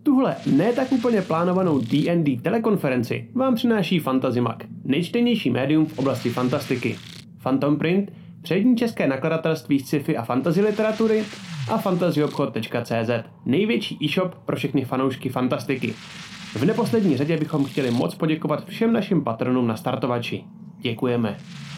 Tuhle ne tak úplně plánovanou D&D telekonferenci vám přináší FantazyMag, nejčtenější médium v oblasti fantastiky. Phantom Print, přední české nakladatelství sci-fi a fantasy literatury a fantazyobchod.cz, největší e-shop pro všechny fanoušky fantastiky. V neposlední řadě bychom chtěli moc poděkovat všem našim patronům na startovači. Děkujeme.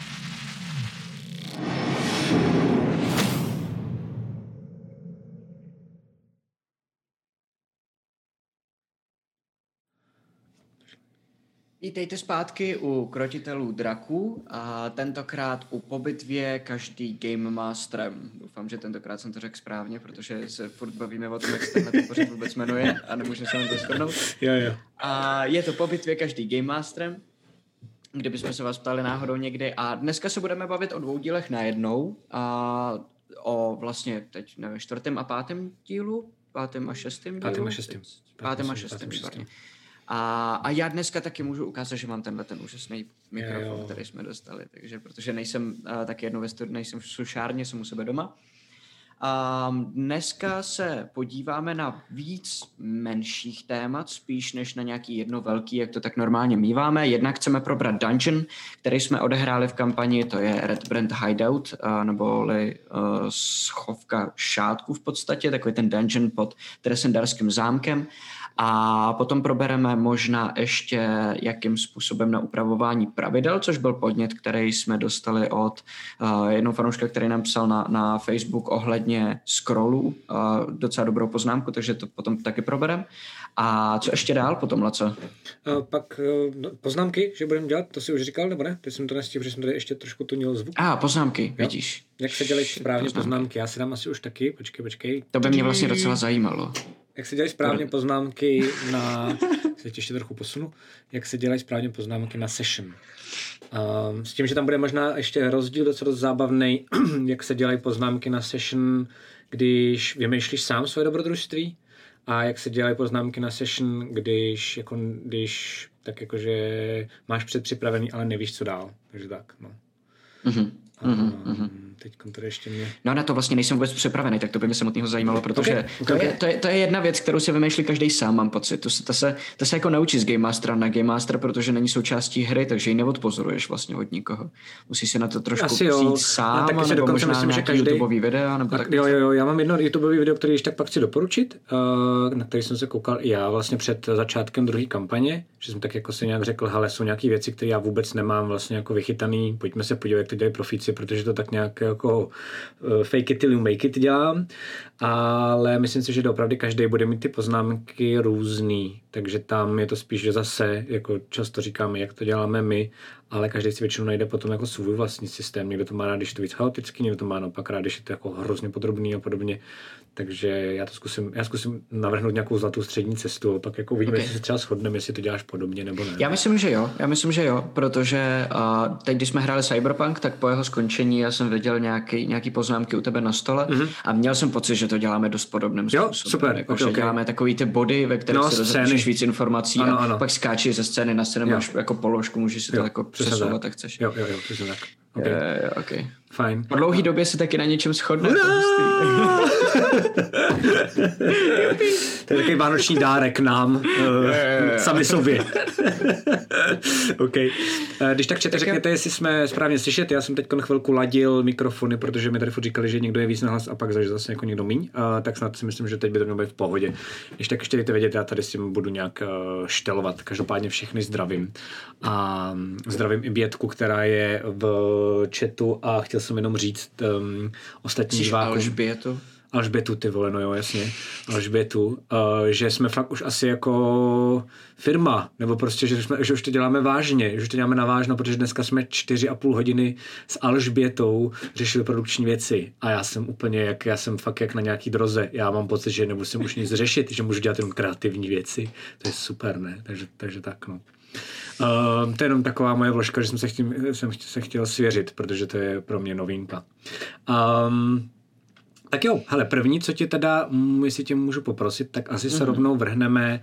Vítejte zpátky u Krotitelů draků a tentokrát u Po bitvě každý Game Masterem. Doufám, že tentokrát jsem to řekl správně, protože se furt bavíme o tom, jak se tenhle pořad vůbec jmenuje a nemůžeme se nám to shrnout. Jo. A je to Po bitvě každý Game Masterem, kdybychom se vás ptali náhodou někdy. A dneska se budeme bavit o 2 dílech najednou a o vlastně teď nevím, 4. a 5. dílu, 5. a 6. dílu. 5. a 6. 5. a 6. A já dneska taky můžu ukázat, že mám ten úžasný mikrofon, který jsme dostali, takže protože nejsem taky jednou ve studiu, nejsem v sušárně, jsem u sebe doma. Dneska se podíváme na víc menších témat, spíš než na nějaký jedno velký, jak to tak normálně míváme. Jednak chceme probrat dungeon, který jsme odehráli v kampani, to je Red Brand Hideout, neboli schovka šátku v podstatě, takový ten dungeon pod Tresendarským zámkem. A potom probereme možná ještě, jakým způsobem na upravování pravidel, což byl podnět, který jsme dostali od jednoho fanouška, který nám psal na Facebook ohledně scrollů. Docela dobrou poznámku, takže to potom taky probereme. A co ještě dál potom, Laco? Pak poznámky, že budeme dělat, to si už říkal, nebo ne? Teď jsem to nestihl, protože jsem tady ještě trošku tunil zvuk. Poznámky, vidíš. Jak se dělají správně poznámky? Já si dám asi už taky, počkej. To by mě vlastně docela zajímalo. Jak se dělají správně poznámky na... se ještě trochu posunu. Jak se dělají správně poznámky na session. S tím, že tam bude možná ještě rozdíl docela zábavný, jak se dělají poznámky na session, když vymýšlíš sám svoje dobrodružství a jak se dělají poznámky na session, když tak jakože máš předpřipravený, ale nevíš, co dál. Takže tak, no. Teď to ještě mě... No na to vlastně nejsem vůbec připravený, tak to by mě samotného zajímalo, protože to je jedna věc, kterou si vymýšlí každý sám, mám pocit. To se jako naučí z Game Mastera na Game Master, protože není součástí hry, takže ji neodpozoruješ vlastně od nikoho. Musíš si na to trošku přijít sám, nebo možná myslím, nějaký YouTubeový videa, nebo tak. Jo, já mám jedno YouTubeový video, který ještě tak pak chci doporučit, na který jsem se koukal i já vlastně před začátkem druhé kampaně, že jsem tak jako si nějak řekl, hele, jsou nějaký věci, které já vůbec nemám vlastně jako vychytaný, pojďme se podívat, jak to dělají profíci, protože to tak nějak jako fake it till you make it dělám, ale myslím si, že opravdu každý bude mít ty poznámky různý, takže tam je to spíš, že zase, jako často říkáme, jak to děláme my, ale každý si většinou najde potom jako svůj vlastní systém. Někdo to má rád, když je to víc chaotický, někdo to má naopak rád, když je to jako hrozně podrobný a podobně. Takže já zkusím navrhnout nějakou zlatou střední cestu a pak jako uvidíme, jestli se třeba shodneme, jestli to děláš podobně nebo ne. Já myslím, že jo, protože teď, když jsme hráli Cyberpunk, tak po jeho skončení já jsem viděl nějaký poznámky u tebe na stole a měl jsem pocit, že to děláme dost podobným způsobem. Jo, super. Jako, že děláme takový ty body, ve kterých si dozvěděš víc informací a pak skáčeš ze scény na scénu, máš jako položku, můžeš si to jako přesouvat, jak chceš. Jo, přesně tak. Okay. Fajn. Po dlouhý době se taky na něčem shodneme. To je takový vánoční dárek nám, sami sobě. Okay. Když tak řekněte, jestli jsme správně slyšet. Já jsem teď chvilku ladil mikrofony, protože mi tady furt říkali, že někdo je víc nahlas a pak zase jako někdo míň. Tak snad si myslím, že teď by to mělo být v pohodě. Když tak ještě dejte vědět, já tady si budu nějak štelovat. Každopádně všechny zdravím. A zdravím i Bětku, která je v chatu a chtěl jsem jenom říct ostatní divákům. Alžbětu, ty vole, no jo, jasně. Alžbětu, že jsme fakt už asi jako firma, nebo prostě, že už to děláme vážně, že už to děláme na vážno, protože dneska jsme 4,5 hodiny s Alžbětou řešili produkční věci a já jsem úplně já jsem fakt jak na nějaký droze. Já mám pocit, že nemusím už nic řešit, že můžu dělat jenom kreativní věci. To je super, ne? Takže tak, no. To je jenom taková moje vložka, že jsem se chtěl svěřit, protože to je pro mě novinka. Tak jo, hele, první, co ti teda, jestli tě můžu poprosit, tak asi se rovnou vrhneme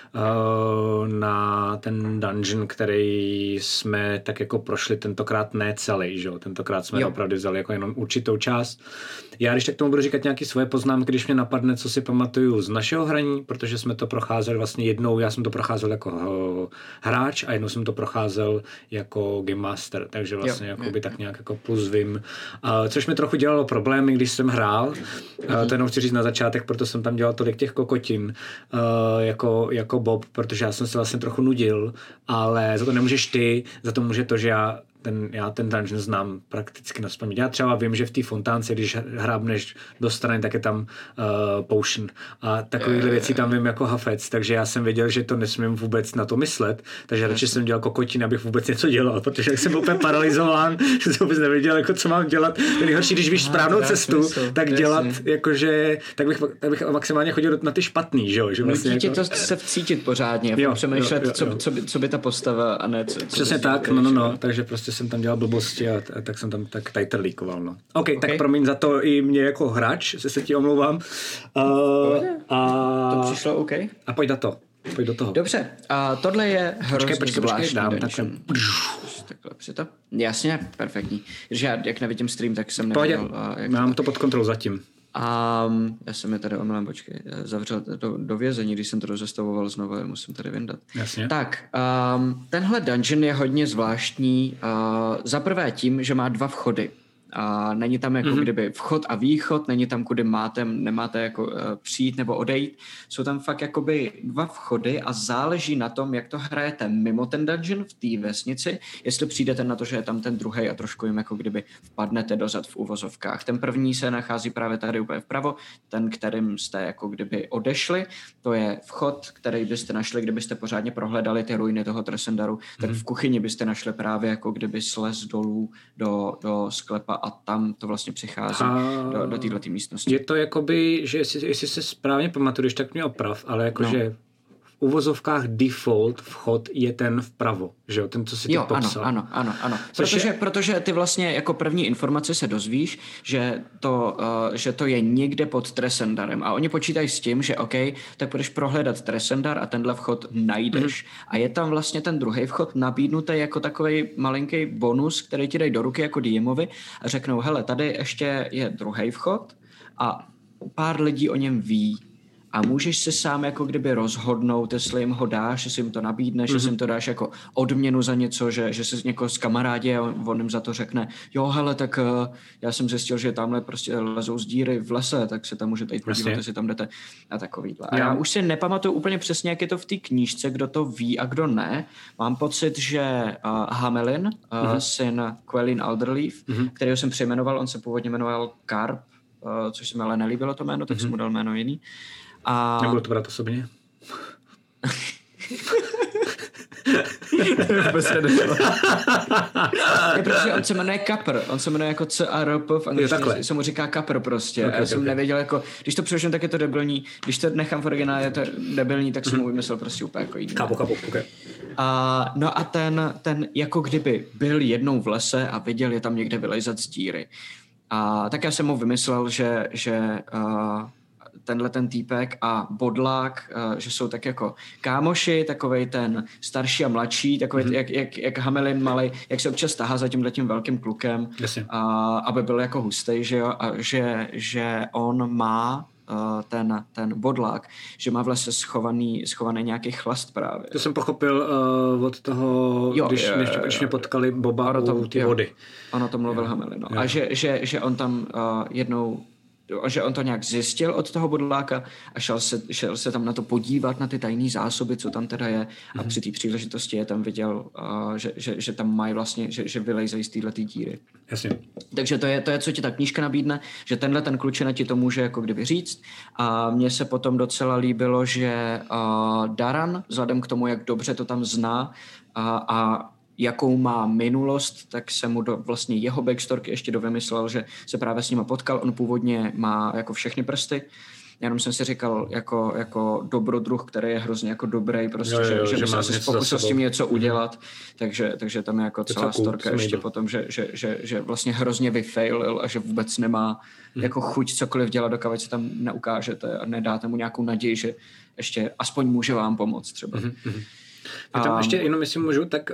na ten dungeon, který jsme tak jako prošli tentokrát ne celý, že jo? Tentokrát jsme opravdu vzali jako jenom určitou část. Já když tak tomu budu říkat nějaké svoje poznámky, když mě napadne, co si pamatuju z našeho hraní, protože jsme to procházeli vlastně jednou, já jsem to procházel jako hráč a jednou jsem to procházel jako game master, takže vlastně jakoby tak nějak jako plus vím. Což mi trochu dělalo problémy, když jsem hrál, to jenom chci říct na začátek, proto jsem tam dělal tolik těch kokotin jako Bob, protože já jsem se vlastně trochu nudil, ale za to nemůžeš ty, za to může to, že já ten dungeon znám prakticky nazpaměť. Já třeba vím, že v té fontánce, když hrábneš do strany, tak je tam potion. A takovýhle věcí tam vím jako hafec, takže já jsem věděl, že to nesmím vůbec na to myslet, takže radši jsem dělal kokotin, abych vůbec něco dělal, protože jak jsem byl úplně paralizován, že jsem vůbec nevěděl, jako co mám dělat. Je nejhorší, když víš správnou cestu, tak dělat, jakože, tak bych maximálně chodil na ty špatný, že jo? Že vlastně nutí tě to se vcítit pořádně, přemýšlet, co by ta postava a ne co přesně tak, no, takže prostě jsem tam dělal blbosti a tak jsem tam tak tajterlíkoval, no. OK, tak promiň za to i mě jako hráč, se ti omlouvám. To přišlo OK? A pojď do toho. Dobře, tohle je hrozně zvláštní dungeon. Takhle přitop. Jasně, perfektní. Že já, jak nevidím stream, tak jsem nevěděl. Mám to pod kontrolou zatím. Já jsem je tady omylem, zavřel do vězení, když jsem to rozestavoval znovu, musím tady vyndat. Jasně. Tak, tenhle dungeon je hodně zvláštní. Za prvé tím, že má 2 vchody. Není tam jako kdyby vchod a východ, není tam, kudy nemáte jako přijít nebo odejít. Jsou tam fakt jakoby 2 vchody a záleží na tom, jak to hrajete mimo ten dungeon v té vesnici, jestli přijdete na to, že je tam ten druhej a trošku jim jako kdyby vpadnete dozad v uvozovkách. Ten první se nachází právě tady úplně vpravo, ten, kterým jste jako kdyby odešli, to je vchod, který byste našli, kdybyste pořádně prohledali ty ruiny toho Tresendaru, tak v kuchyni byste našli právě jako kdyby slez dolů do sklepa a tam to vlastně přichází do této místnosti. Je to jakoby, že jestli se správně pamatuješ, tak mě oprav, ale jakože v uvozovkách default vchod je ten vpravo, že jo, ten, co si ty popsal. Ano. Protože ty vlastně jako první informace se dozvíš, že to je někde pod Tresendarem a oni počítají s tím, že OK, tak budeš prohledat Tresendar a tenhle vchod najdeš. A je tam vlastně ten druhý vchod nabídnutý jako takový malinký bonus, který ti dají do ruky jako DMovi a řeknou, hele, tady ještě je druhý vchod a pár lidí o něm ví. A můžeš se sám jako kdyby rozhodnout, jestli jim ho dáš, jestli jim to nabídneš, jestli jim to dáš jako odměnu za něco, že si někoho zkamarádí a on jim za to řekne, jo hele, tak já jsem zjistil, že tamhle prostě lezou z díry v lese, tak se tam můžete jít podívat, jestli tam jdete a takovýhle. A já už si nepamatuju úplně přesně, jak je to v té knížce, kdo to ví a kdo ne. Mám pocit, že Hamelin, syn Quellin Alderleaf, kterého jsem přejmenoval, on se původně jmenoval Karp, což se mi ale nelíbilo to jméno, tak jsem mu dal jméno jiný. Nebudu to brát osobně. Protože on se jmenuje Kapr, on se jmenuje jako C-A-R-P, v angličtině se mu říká Kapr prostě. Okay, já jsem nevěděl, jako, když to přeložím, tak je to debilní, když to nechám v originále, je to debilní, tak jsem mu vymyslel prostě úplně jako jiný. Chápu, okay. No a ten jako kdyby byl jednou v lese a viděl je tam někde vylejzat z díry. Tak já jsem mu vymyslel, že tenhle ten týpek a bodlák, že jsou tak jako kámoši, takovej ten starší a mladší, takový jak Hamelin malej, jak se občas tahá za tímhletím velkým klukem, aby byl jako hustej, že jo, a že on má ten bodlák, že má v lese schovaný nějaký chlast právě. To jsem pochopil od toho, když mě potkali Boba u té vody. Ono to mluvil Hamelin, no. A že on tam jednou že on to nějak zjistil od toho bodláka a šel se tam na to podívat, na ty tajné zásoby, co tam teda je a při té příležitosti je tam viděl, že tam mají vlastně, že vylejzají z této díry. Jasně. Takže to je, co ti ta knížka nabídne, že tenhle ten klučina ti to může jako kdyby říct a mně se potom docela líbilo, že Daran, vzhledem k tomu, jak dobře to tam zná a jakou má minulost, tak se mu vlastně jeho backstorky ještě dovymyslel, že se právě s nima potkal. On původně má jako všechny prsty jenom jsem si říkal jako dobrodruh, který je hrozně jako dobrý, prostě, že by se asi pokusil s tím něco udělat, takže tam je jako celá storka ještě potom, že vlastně hrozně vyfailil a že vůbec nemá jako chuť cokoliv dělat, dokud se tam neukážete a nedáte mu nějakou naději, že ještě aspoň může vám pomoct třeba. Já tam ještě jenom, jestli můžu, tak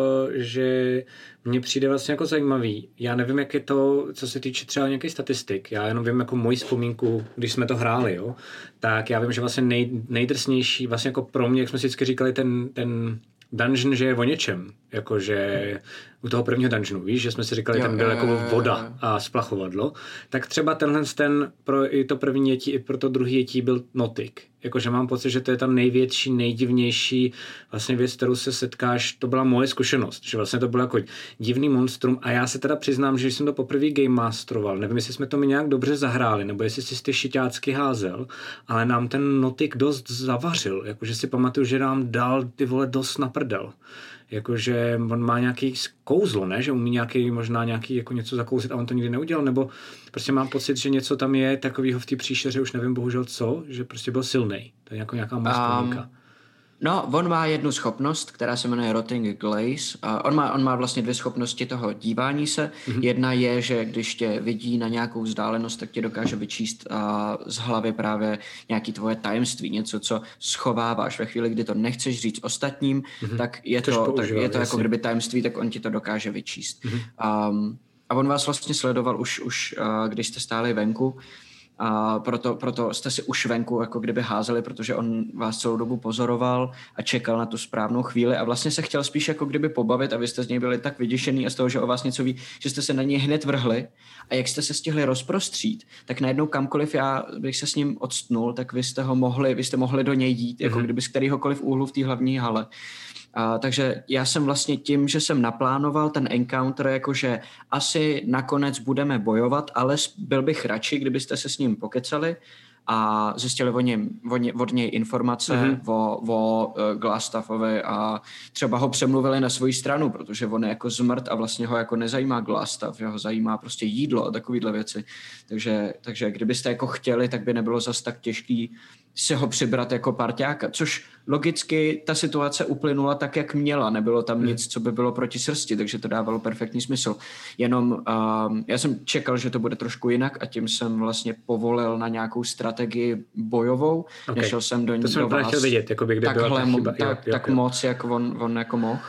že mně přijde vlastně jako zajímavý. Já nevím, jak je to, co se týče třeba nějakých statistik. Já jenom vím jako moji vzpomínku, když jsme to hráli, jo. Tak já vím, že vlastně nejdrsnější, vlastně jako pro mě, jak jsme si vždycky říkali, ten dungeon, že je o něčem. Jakože u toho prvního dungeonu, víš, že jsme si říkali, ten byl jako voda a splachovadlo. Tak třeba ten pro i to první jetí, i pro to druhý jetí byl notik. Jakože mám pocit, že to je ta největší, nejdivnější vlastně věc, kterou se setkáš. To byla moje zkušenost, že vlastně to bylo jako divný monstrum a já se teda přiznám, že jsem to poprvé game masteroval. Nevím, jestli jsme to mi nějak dobře zahráli, nebo jestli si ty šiťácky házel, ale nám ten notik dost zavařil. Jakože si pamatuju, že nám dal ty vole dost na prdel. Jakože on má nějaký kouzlo, ne? Že umí možná nějaký jako něco zakouzit a on to nikdy neudělal, nebo prostě mám pocit, že něco tam je takového v té příšeře, už nevím bohužel co, že prostě byl silnej. To je jako nějaká moje vzpomínka. No, on má jednu schopnost, která se jmenuje Rotting Glaze. On má vlastně 2 schopnosti toho dívání se. Jedna je, že když tě vidí na nějakou vzdálenost, tak tě dokáže vyčíst z hlavy právě nějaké tvoje tajemství, něco, co schováváš ve chvíli, kdy to nechceš říct ostatním, tak je to jako kdyby tajemství, tak on ti to dokáže vyčíst. A on vás vlastně sledoval už když jste stáli venku, a proto jste si už venku jako kdyby házeli, protože on vás celou dobu pozoroval a čekal na tu správnou chvíli a vlastně se chtěl spíš jako kdyby pobavit a vy jste z něj byli tak vyděšený a z toho, že o vás něco ví, že jste se na něj hned vrhli a jak jste se stihli rozprostřít, tak najednou kamkoliv já bych se s ním odstnul, tak vy jste mohli do něj jít, jako kdyby z kterýhokoliv úhlu v té hlavní hale. Takže já jsem vlastně tím, že jsem naplánoval ten encounter, jakože asi nakonec budeme bojovat, ale byl bych radši, kdybyste se s ním pokecali a zjistili od něj informace o Glastaffovi a třeba ho přemluvili na svoji stranu, protože on je jako zmrt a vlastně ho jako nezajímá Glastaff, ho zajímá prostě jídlo a takovýhle věci. Takže kdybyste jako chtěli, tak by nebylo zas tak těžký si ho přibrat jako parťáka, což logicky ta situace uplynula tak, jak měla. Nebylo tam nic, co by bylo proti srsti, takže to dávalo perfektní smysl. Jenom já jsem čekal, že to bude trošku jinak a tím jsem vlastně povolil na nějakou strategii bojovou. Okay. Nešel jsem do to jsem vás chtěl vidět, jakoby, kde byla ta chyba. Tak moc, jak on jako mohl.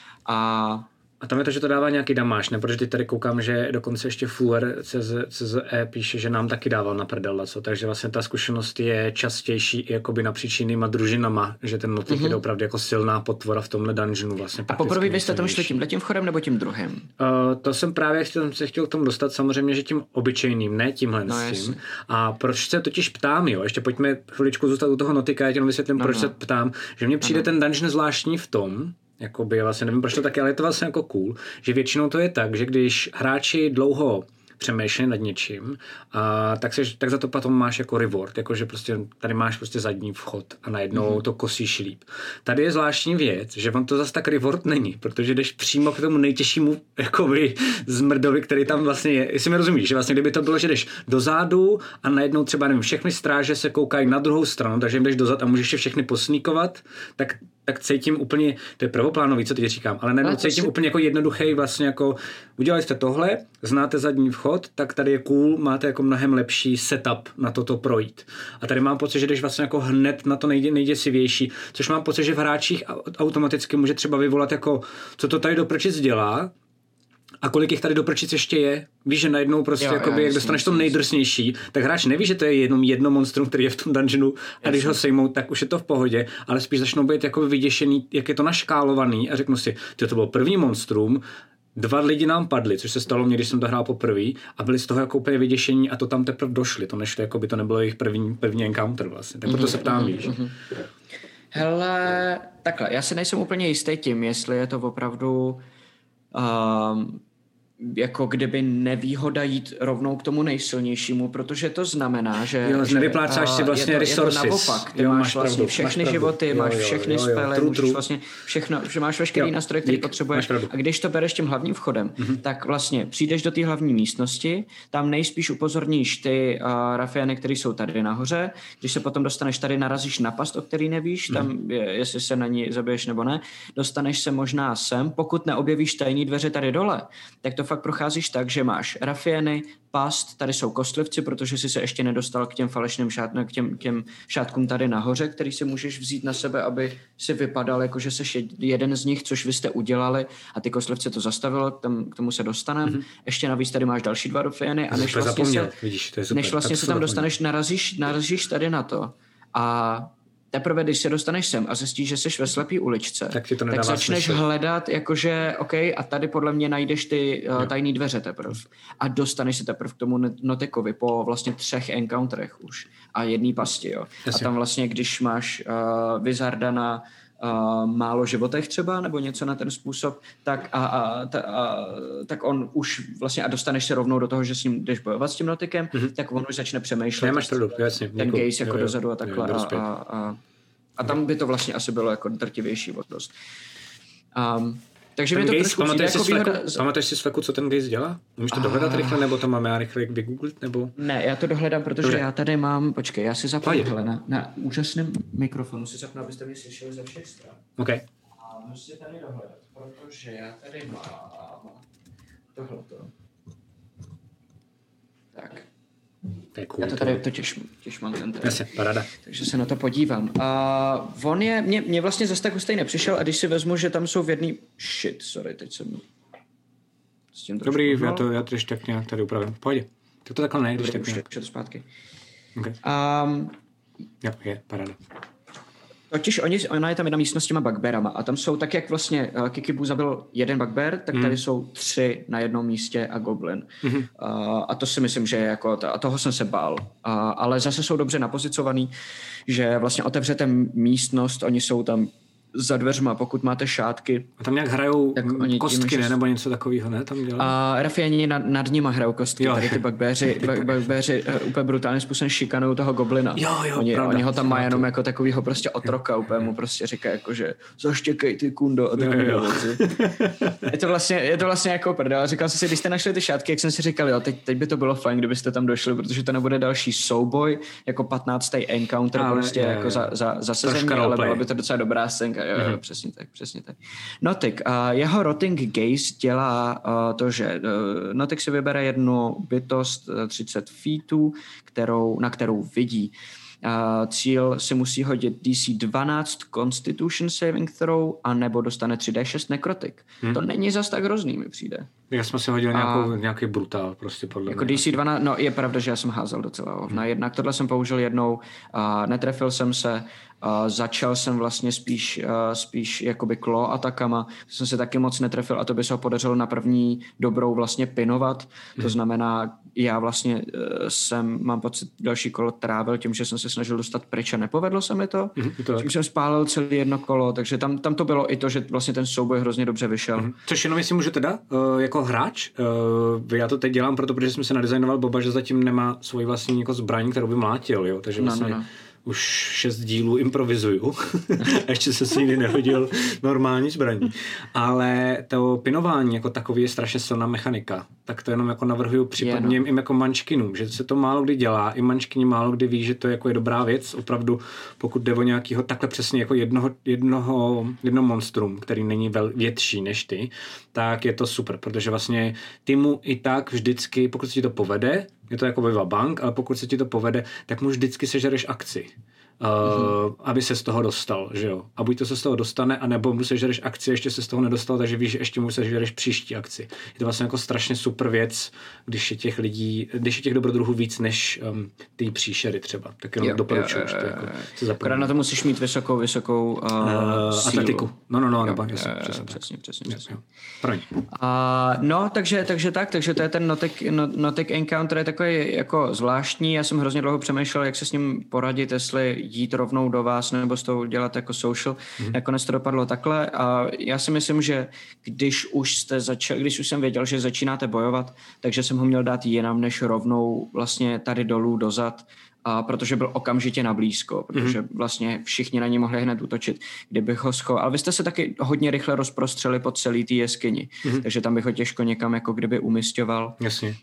A tam je to, že to dává nějaký damáž, ne? Protože teď tady koukám, že dokonce ještě Fuller CZE píše, že nám taky dával na prdel, co? Takže vlastně ta zkušenost je častější i jakoby napříč jinýma družinama, že ten notik je opravdu jako silná potvora v tomhle dungeonu vlastně. A poprvé vy jste tam šli tímhletím vchodem nebo tím druhým? To jsem právě se chtěl k tomu dostat, samozřejmě, že tím obyčejným, ne tímhle s tím. A proč se totiž ptám, jo? Ještě pojďme chviličku zůstat u toho notika, já ti jenom vysvětlím, proč se ptám, že mně přijde ten dungeon zvláštní v tom, jakoby, vlastně nevím, proč to taky, ale je to vlastně jako cool, že většinou to je tak, že když hráči dlouho přemýšlí nad něčím, tak za to potom máš jako reward, jakože prostě tady máš prostě zadní vchod a najednou to kosíš líp. Tady je zvláštní věc, že on to zase tak reward není, protože jdeš přímo k tomu nejtěžšímu jakoby zmrdovi, který tam vlastně je. Jestli mi rozumíš, že vlastně kdyby to bylo, že jdeš dozadu a najednou třeba nevím, všechny stráže se koukají na druhou stranu, takže jdeš dozad a můžeš je všechny posníkovat, tak cítím úplně, to je prvoplánový, co teď říkám, ale najednou cítím úplně jako jednoduchý vlastně jako udělali jste tohle, znáte zadní vchod, tak tady je cool, máte jako mnohem lepší setup na toto projít. A tady mám pocit, že jdeš vlastně jako hned na to nejděsivější, což mám pocit, že v hráčích automaticky může třeba vyvolat jako, co to tady do prčic dělá a kolik jich tady do prčic ještě je. Víš, že najednou prostě jakoby, jak dostaneš to nejdrsnější, tak hráč neví, že to je jenom jedno monstrum, který je v tom dungeonu a když ho sejmou, tak už je to v pohodě, ale spíš začnou být jako vyděšený, jak je to naškálovaný a řeknu si, to bylo první monstrum, 2 lidi nám padli, což se stalo mně, když jsem to hrál poprvé a byli z toho jako úplně vyděšení a to tam teprve došli, to nešlo, jako by to nebylo jejich první encounter vlastně, tak proto se ptám, víš. Hele, takhle, já si nejsem úplně jistý tím, jestli je to opravdu jako kdyby nevýhoda jít rovnou k tomu nejsilnějšímu, protože to znamená, že... Jo, nevyplácáš si vlastně resources. Je to naopak. Ty máš vlastně všechny životy, máš všechny spely, můžeš vlastně všechno, že máš veškerý nástroje, který potřebuješ. A když to bereš tím hlavním vchodem, tak vlastně přijdeš do té hlavní místnosti, tam nejspíš upozorníš ty rafiany, které jsou tady nahoře. Když se potom dostaneš tady, narazíš na past, o který nevíš, tam jestli se na ní zabiješ nebo ne, dostaneš se možná sem, pokud neobjevíš tajné dveře tady dole, tak to fakt procházíš tak, že máš rafiany, past, tady jsou kostlivci, protože jsi se ještě nedostal k těm falešným k těm šátkům tady nahoře, který si můžeš vzít na sebe, aby si vypadal, jako že jsi jeden z nich, což vy jste udělali a ty kostlivci to zastavilo, k tomu se dostaneme. Ještě navíc tady máš další 2 rafiany a než vlastně se tam dostaneš, narazíš tady na to a teprve, když se dostaneš sem a zjistíš, že jsi ve slepý uličce, tak začneš hledat, jakože OK, a tady podle mě najdeš ty tajné dveře teprve. A dostaneš se teprve k tomu Notekovi po vlastně 3 encounterech už a 1 pasti, jo. A tam vlastně, když máš Wizarda na málo životech třeba, nebo něco na ten způsob, tak on už vlastně, a dostaneš se rovnou do toho, že s ním jdeš bojovat s tím Notikem, tak on už začne přemýšlet. Ten gaze jako dozadu a takhle. A tam by to vlastně asi bylo jako drtivější dost. Takže mi to trošku přijde jako výhoda... Pamatuješ si z fleku, co ten gaze dělá? Můžeš to dohledat rychle, nebo to máme já rychle vygooglit, nebo... Ne, já to dohledám, protože já tady mám... Počkej, já si zapnu na úžasném mikrofonu, si zapnu, abyste mě slyšeli ze všech stran. OK. A můžu si tady dohledat, protože já tady mám tohleto. Tak. Já to tady totiž mám ten tady. Jasně, paráda. Takže se na to podívám. A on je, mě vlastně zase tak hustej nepřišel a když si vezmu, že tam jsou v jedný... Shit, sorry, teď jsem... S tím dobrý, já to ještě tak nějak tady upravím. Pojď. Tak to takhle ne, když tak nějak. Už je to zpátky. Okay. Je, paráda. Totiž ona je tam jedna místnost s těma bugbearama a tam jsou tak, jak vlastně Kikibu zabil 1 bugbear, tak tady jsou 3 na jednom místě a goblin. A to si myslím, že jako a toho jsem se bál. Ale zase jsou dobře napozicovaný, že vlastně otevřete místnost, oni jsou tam za dveřma, pokud máte šátky. A tam nějak hrajou kostky, ne? Nebo něco takového, ne? Tam a rafiani nad nima hrajou kostky. Jo. Tady ty bugbeaři úplně brutálním způsobem šikanují toho goblina. Jo, oni ho tam mají jenom jako takovýho prostě otroka, úplně mu prostě říká jako, že zaštěkej ty kundo a takové věci. Je to vlastně jako prdel. Říkal jsem si, když jste našli ty šátky, jak jsem si říkal, jo, teď by to bylo fajn, kdybyste tam došli, protože to nebude další souboj, jako 15. encounter, ale, prostě jako za sezení, ale byla by to docela dobrá scénka. Jo, přesně tak. Notik, jeho Rotting Gaze dělá to, že Notik si vybere jednu bytost 30 feetů, na kterou vidí. Cíl si musí hodit DC 12 Constitution Saving Throw a nebo dostane 3D6 Necrotic. To není zas tak hrozný, mi přijde. Já jsem si hodil nějaký brutál prostě podle jako mě. DC 12, no je pravda, že já jsem házel docela hovna. Jednak tohle jsem použil jednou, netrefil jsem se, začal jsem vlastně spíš jakoby claw atakama, jsem se taky moc netrefil a to by se ho podařilo na první dobrou vlastně pinovat. To znamená, já vlastně mám pocit další kolo trávil tím, že jsem se snažil dostat pryč a nepovedlo se mi to. Tím jsem spálil celé jedno kolo, takže tam to bylo i to, že vlastně ten souboj hrozně dobře vyšel. Což jenom jestli můžu teda, jako hráč, já to teď dělám proto, protože jsem se nadizajnoval Boba, že zatím nemá svoji vlastní jako zbraň, kterou by mlátil, jo, takže vlastně už 6 dílů improvizuju. Ještě se si nikdy nehodil normální zbraní. Ale to pinování jako takový je strašně silná mechanika. Tak to jenom jako navrhuju případně jim jako mančkinům, že se to málo kdy dělá. I mančkyni málo kdy ví, že to jako je dobrá věc. Opravdu, pokud jde o nějakého takhle přesně jako jedno monstrum, který není větší než ty, tak je to super, protože vlastně ty mu i tak vždycky, pokud se ti to povede, je to jako ve bank, ale pokud se ti to povede, tak mu vždycky sežereš akci. Aby se z toho dostal, že jo. A buď to se z toho dostane, anebo mu sežereš akci, ještě se z toho nedostal, takže víš, že ještě mu sežereš příští akci. Je to vlastně jako strašně super věc, když je těch dobrodruhů víc než ty příšery třeba. Tak jenom doporučuji, že to jako se zapomíná. Akorát na to musíš mít vysokou atletiku. No, přesně. Proň. Takže to je ten Notek Encounter, je takový jako zvláštní. Já jsem hrozně dlouho přemýšlel, jak se s ním poradit, jestli jít rovnou do vás nebo s tou dělat jako social. Nakonec to dopadlo takhle a já si myslím, že když už jsem věděl, že začínáte bojovat, takže jsem ho měl dát jinam než rovnou vlastně tady dolů dozad, a protože byl okamžitě na blízko, protože vlastně všichni na něj mohli hned útočit, kdybych ho schoval. Ale vy jste se taky hodně rychle rozprostřeli po celý té jeskyni, takže tam bych ho těžko někam jako kdyby umisťoval. Jasně.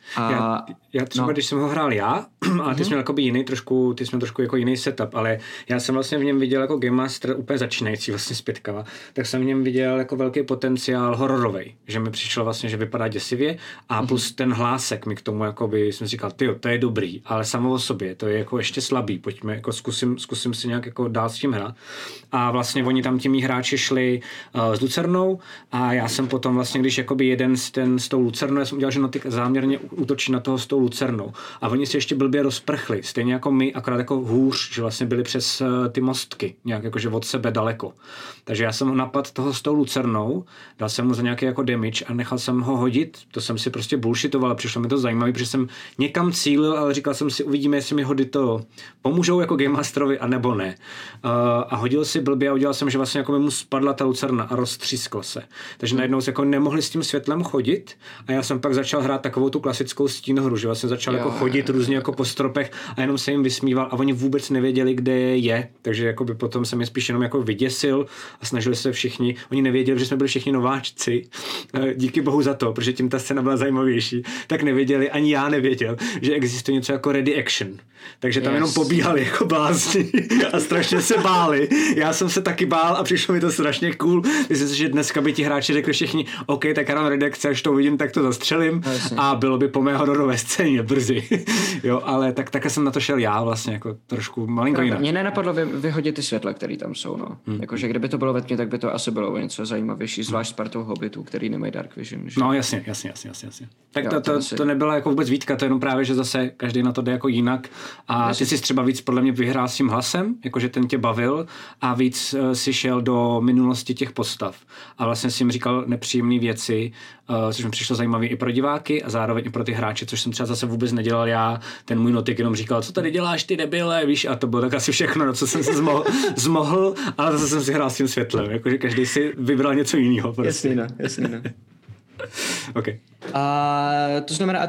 Já třeba, když jsem ho hrál já, a ty jsi měl jakoby jiný trošku, jako jiný setup, ale já jsem vlastně v něm viděl jako Game Master úplně začínající vlastně zpětkava, tak jsem v něm viděl jako velký potenciál hororovej, že mi přišlo vlastně, že vypadá děsivě a plus ten hlásek mi k tomu jakoby jsem říkal, tyjo, to je dobrý, ale samo o sobě, to je jako ještě slabý, pojďme, jako zkusím si nějak jako dál s tím hrát. A vlastně oni tam těmi hráči šli s Lucernou a já jsem potom vlastně, když jakoby jeden s tou Lucernou, já jsem udělal, že Notik záměrně útočí na toho s tou Lucernou a oni si ještě blbě rozprchli, stejně jako my, akorát jako hůř, že vlastně byli přes ty mostky, nějak jakože od sebe daleko. Takže já jsem ho napadl toho s tou Lucernou, dal jsem mu za nějaký jako damage a nechal jsem ho hodit, to jsem si prostě bullshitoval a přišlo mi to zajímavé, protože jsem někam cílil, ale říkal jsem si, uvidíme, jestli mi hody to pomůžou jako Game Masterovi, anebo ne. A hodil si blbě a udělal jsem, že vlastně jako mi mu spadla ta Lucerna a roztřísklo se. Takže najednou se jako nemohli s tím světlem chodit a já jsem pak začal hrát takovou tu klasickou stínohru, že vlastně začal jako chodit různě jako po stropech a jenom se jim vysmíval a oni vůbec nevěděli, kde je. Takže jako by potom jsem je spíš jenom jako vyděsil a snažili se všichni. Oni nevěděli, že jsme byli všichni nováčci. Díky bohu za to, protože tím ta scéna byla zajímavější. Tak nevěděli, ani já nevěděl, že existuje něco jako ready action. Takže tam jenom pobíhali jako blázni a strašně se báli. Já jsem se taky bál a přišlo mi to strašně cool. Myslím si, že dneska by ti hráči řekli všichni, OK, tak já mám redakce, až to uvidím, tak to zastřelím a bylo by po mé hororové scéně brzy. Jo, ale tak jsem na to šel já vlastně jako trošku malinko jinak. Mně nenapadlo vyhodit ty světla, které tam jsou, no. Jakože kdyby to bylo ve tmě, tak by to asi bylo o něco zajímavější, zvlášť s partou hobbitů, který nemají Dark Vision. Že? No jasně. Tak jo, to nebyla jako vůbec výtka, to je jenom právě, že zase každý na to jde jako jinak a ty jsi třeba víc podle mě vyhrál s tím hlasem, jakože ten tě bavil a víc si šel do minulosti těch postav a vlastně si jim říkal nepříjemné věci, což mi přišlo zajímavé i pro diváky a zároveň i pro ty hráče, což jsem třeba zase vůbec nedělal já, ten můj Notik jenom říkal, co tady děláš ty debile, víš, a to bylo tak asi všechno, na co jsem se zmohl, ale zase jsem si hrál s tím světlem, jakože každý si vybral něco jiného. Prostě. Jasný, no. Okay. A to znamená,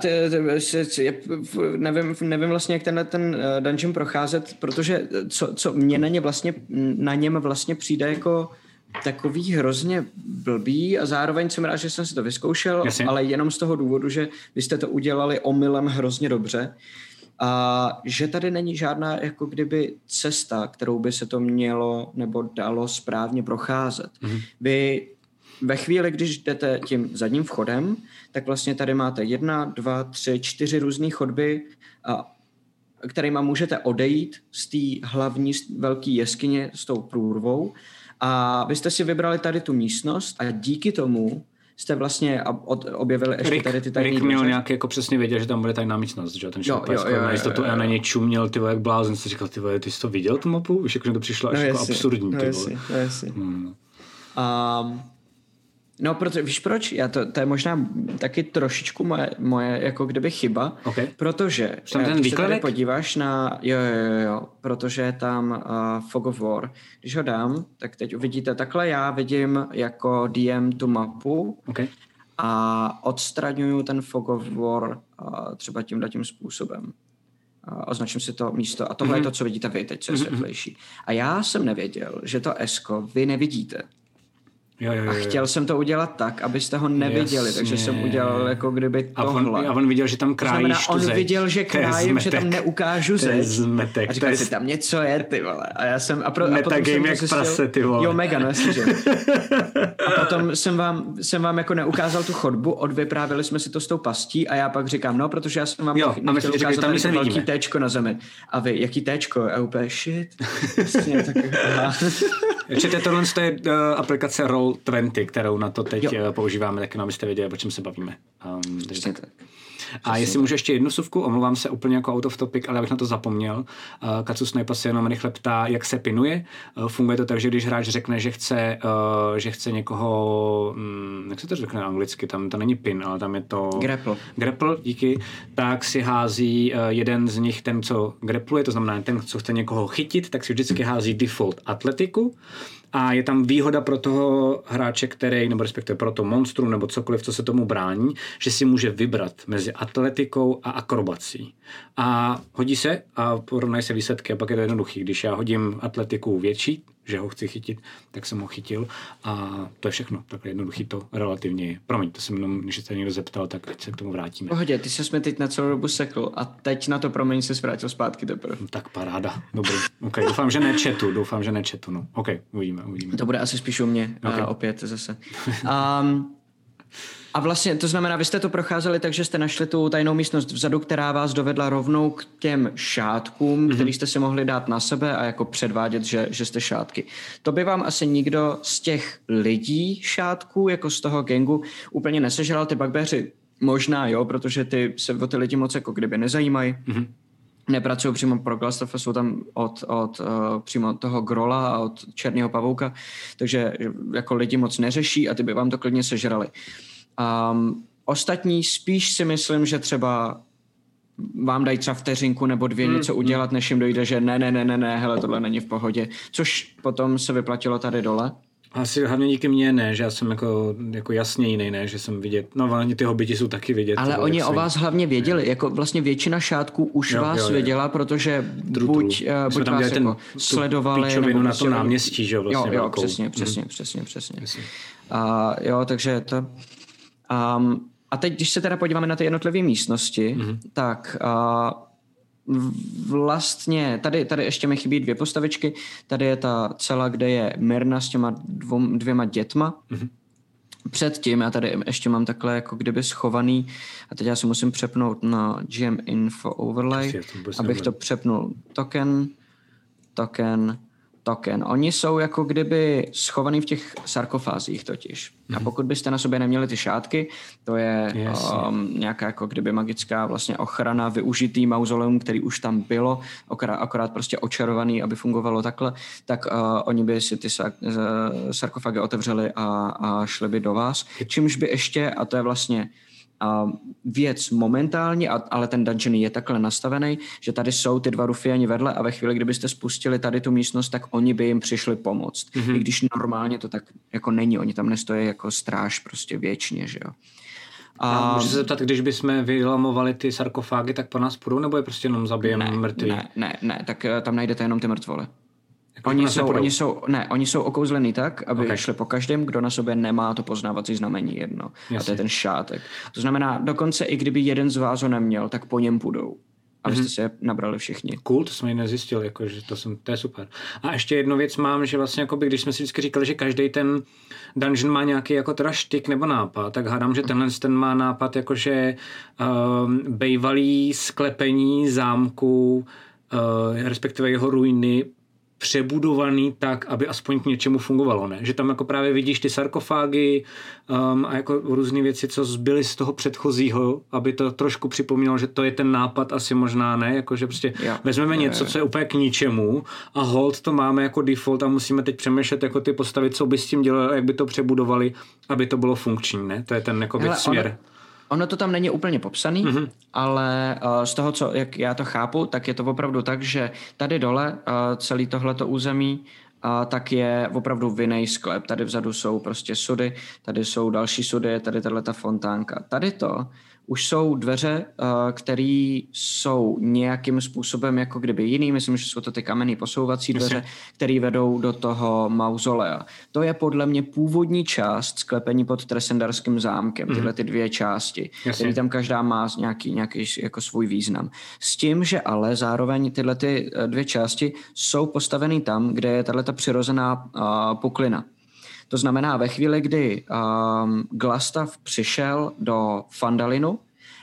nevím vlastně, jak ten dungeon procházet, protože co mě na něm vlastně přijde jako takový hrozně blbý a zároveň jsem rád, že jsem si to vyzkoušel, ale jenom z toho důvodu, že vy jste to udělali omylem hrozně dobře a že tady není žádná jako kdyby cesta, kterou by se to mělo nebo dalo správně procházet. Vy ve chvíli, když jdete tím zadním vchodem, tak vlastně tady máte 1, 2, 3, 4 různé chodby, kterýma můžete odejít z té hlavní velké jeskyně s tou průrvou. A vy jste si vybrali tady tu místnost a díky tomu jste vlastně objevili ještě tady ty tajný Rick měl nějak jako přesně věděl, že tam bude tajná místnost, že ten šel na jistotu a na něj čuměl, ty jak blázen, jsi říkal, ty jsi to viděl tu mapu? Víš, jako to přišlo až jako absurdní. No, víš proč? To je možná taky trošičku moje jako kdyby chyba, protože když se tady podíváš na protože je tam Fog of War. Když ho dám, tak teď uvidíte takhle, já vidím jako DM tu mapu a odstraňuju ten Fog of War třeba tímhletím způsobem. Označím si to místo a tohle je to, co vidíte vy teď, co je světlejší. A já jsem nevěděl, že to esko vy nevidíte. A chtěl jsem to udělat tak, abyste ho neviděli, takže jsem udělal jako kdyby tohle. A on viděl, že tam krájíš tu zeď. On viděl, že krájím, že tam neukážu zeď. To je zmetek. A říkal si, tam něco je, ty vole. A já jsem... Metagame jak prase, ty vole. Jo, mega, no jasně, že. A potom jsem vám jako neukázal tu chodbu, odvyprávili jsme si to s tou pastí a já pak říkám, no, protože já jsem vám nechtěl ukázat tady to velký téčko na zemi. A vy, jaký téčko? A úplně shit. Určitě tohle je aplikace Roll20, kterou na to teď používáme, tak abyste věděli, o čem se bavíme. A jestli můžu ještě jednu vsuvku, omlouvám se úplně jako out of topic, ale abych na to zapomněl. Katsu Sniper se jenom rychle ptá, jak se pinuje. Funguje to tak, že když hráč řekne, že chce někoho, jak se to řekne anglicky, tam to není pin, ale tam je to... Grapple, díky. Tak si hází jeden z nich, ten, co grappluje, to znamená ten, co chce někoho chytit, tak si vždycky hází default atletiku. A je tam výhoda pro toho hráče, který, nebo respektive pro to monstrum, nebo cokoliv, co se tomu brání, že si může vybrat mezi atletikou a akrobací. A hodí se a porovnají se výsledky a pak je to jednoduchý. Když já hodím atletiku větší, že ho chci chytit, tak jsem ho chytil a to je všechno. Takhle jednoduchý to relativně je. Promiň, to jsem jenom, když se někdo zeptal, tak ať se k tomu vrátíme. Pohodě, ty se teď na celou dobu sekl a teď na to promiň se vrátil zpátky teprve. Tak paráda, dobrý. Okay, doufám, že nečetu. No. OK, uvidíme. To bude asi spíš u mě opět zase. A vlastně to znamená, vy jste to procházeli tak, že jste našli tu tajnou místnost vzadu, která vás dovedla rovnou k těm šátkům, který jste si mohli dát na sebe a jako předvádět, že jste šátky. To by vám asi nikdo z těch lidí šátků, jako z toho gangu, úplně nesežral. Ty bugbeři možná jo, protože ty se o ty lidi moc jako kdyby nezajímají. Nepracují přímo pro Glastaffa, jsou tam od přímo toho Grola a od Černého pavouka, takže jako lidi moc neřeší a ty by vám to klidně sežrali. Ostatní spíš si myslím, že třeba vám dají třeba vteřinku nebo dvě něco udělat, než jim dojde, že ne, hele, tohle není v pohodě. Což potom se vyplatilo tady dole. Asi hlavně díky mně ne, že já jsem jako jasně jiný, ne, že jsem vidět. No ale ty hobiti jsou taky vidět. Ale oni o vás hlavně věděli, jako vlastně většina šátků už vás věděla, protože buď vás jako sledovali, nebo na tom náměstí, že jo, vlastně jo, přesně. Takže to... a teď, když se teda podíváme na ty jednotlivé místnosti, tak vlastně tady ještě mi chybí dvě postavičky. Tady je ta cela, kde je Myrna s těma dvěma dětma. Předtím, já tady ještě mám takhle jako kdyby schovaný, a teď já si musím přepnout na GM Info Overlay, abych to přepnul token. Oni jsou jako kdyby schovaný v těch sarkofázích totiž. A pokud byste na sobě neměli ty šátky, to je nějaká jako kdyby magická vlastně ochrana, využitý mauzoleum, který už tam bylo, akorát prostě očarovaný, aby fungovalo takhle, tak oni by si ty sarkofagy otevřeli a šli by do vás. Čímž by ještě, a to je vlastně věc momentálně, ale ten dungeon je takhle nastavený, že tady jsou ty dva rufiani vedle a ve chvíli, kdybyste spustili tady tu místnost, tak oni by jim přišli pomoct. I když normálně to tak jako není, oni tam nestojí jako stráž prostě věčně, že jo. A můžu se zeptat, když bychom vylamovali ty sarkofágy, tak po nás půjdou, nebo je prostě jenom zabijeme mrtví? Ne, tak tam najdete jenom ty mrtvoly. Oni jsou okouzlený tak, aby šli po každém, kdo na sobě nemá to poznávací znamení jedno. Jasně. A to je ten šátek. To znamená, dokonce i kdyby jeden z vás ho neměl, tak po něm půjdou. Abyste se nabrali všichni. Cool, to jsem ji nezjistil, jakože to je super. A ještě jednu věc mám, že vlastně jakoby, když jsme si vždycky říkali, že každý ten dungeon má nějaký jako teda štyk nebo nápad, tak hádám, že ten má nápad jakože bejvalý sklepení zámku, respektive jeho ruiny, přebudovaný tak, aby aspoň k něčemu fungovalo, ne? Že tam jako právě vidíš ty sarkofágy a jako různé věci, co zbyly z toho předchozího, aby to trošku připomínalo, že to je ten nápad asi možná, ne? Jako, že prostě vezmeme něco, co je úplně k ničemu a hold to máme jako default a musíme teď přemýšlet jako ty postavy, co by s tím dělali, jak by to přebudovali, aby to bylo funkční, ne? To je ten jako směr. Ono to tam není úplně popsaný, ale z toho, jak já to chápu, tak je to opravdu tak, že tady dole celý tohleto území tak je opravdu vinný sklep. Tady vzadu jsou prostě sudy, tady jsou další sudy, tady tato fontánka. Tady to už jsou dveře, které jsou nějakým způsobem jako kdyby jiný. Myslím, že jsou to ty kamenné posouvací dveře, které vedou do toho mauzolea. To je podle mě původní část sklepení pod Tresendarským zámkem. Tyhle ty dvě části, které tam každá má nějaký jako svůj význam. S tím, že ale zároveň tyhle ty dvě části jsou postaveny tam, kde je tato přirozená puklina. To znamená, ve chvíli, kdy Glastaff přišel do Fandalinu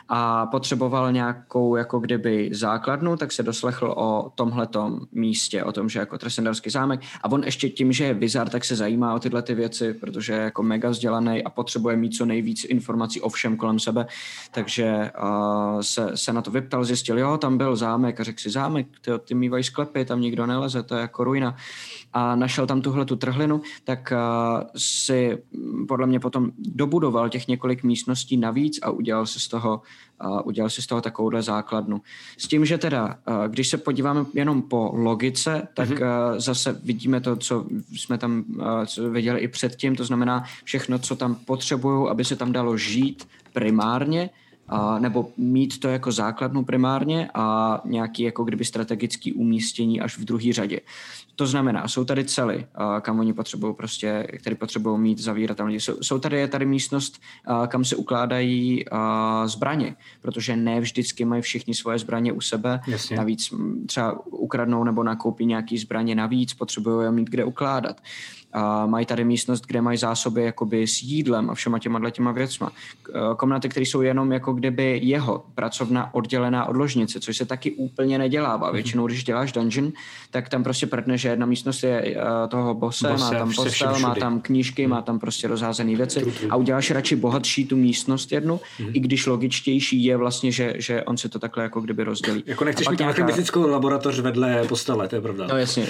a potřeboval nějakou jako kdyby základnu, tak se doslechl o tomhletom místě, o tom, že jako Tresendarský zámek a on ještě tím, že je wizard, tak se zajímá o tyhle ty věci, protože je jako mega vzdělaný a potřebuje mít co nejvíc informací o všem kolem sebe, takže se na to vyptal, zjistil, jo, tam byl zámek a řekl si zámek, ty mývají sklepy, tam nikdo neleze, to je jako ruina a našel tam tuhletu trhlinu, tak si podle mě potom dobudoval těch několik místností navíc a udělal si z toho takovouhle základnu. S tím, že teda, když se podíváme jenom po logice, tak zase vidíme to, co jsme tam co viděli i předtím, to znamená všechno, co tam potřebují, aby se tam dalo žít primárně, nebo mít to jako základnu primárně a nějaký jako kdyby strategický umístění až v druhé řadě. To znamená, jsou tady cely, kam oni potřebují prostě, které potřebují mít zavíratelné. Je tady místnost, kam se ukládají zbraně, protože ne vždycky mají všichni svoje zbraně u sebe. Jasně. Navíc třeba ukradnou nebo nakoupí nějaký zbraně navíc, potřebují je mít kde ukládat. Mají tady místnost, kde mají zásoby jakoby s jídlem a všema těma věcma. Komnaty, které jsou jenom jako kdyby jeho pracovna oddělená od ložnice, což se taky úplně nedělává. Většinou, když děláš dungeon, tak tam prostě prdne, že jedna místnost je toho bosse, má tam postel, má tam knížky, má tam prostě rozházené věci a uděláš radši bohatší tu místnost jednu, i když logičtější je vlastně, že on si to takhle jako kdyby rozdělí. Jako nechceš mít nějakou fyzickou laboratoř vedle postele, to je pravda. No jasně.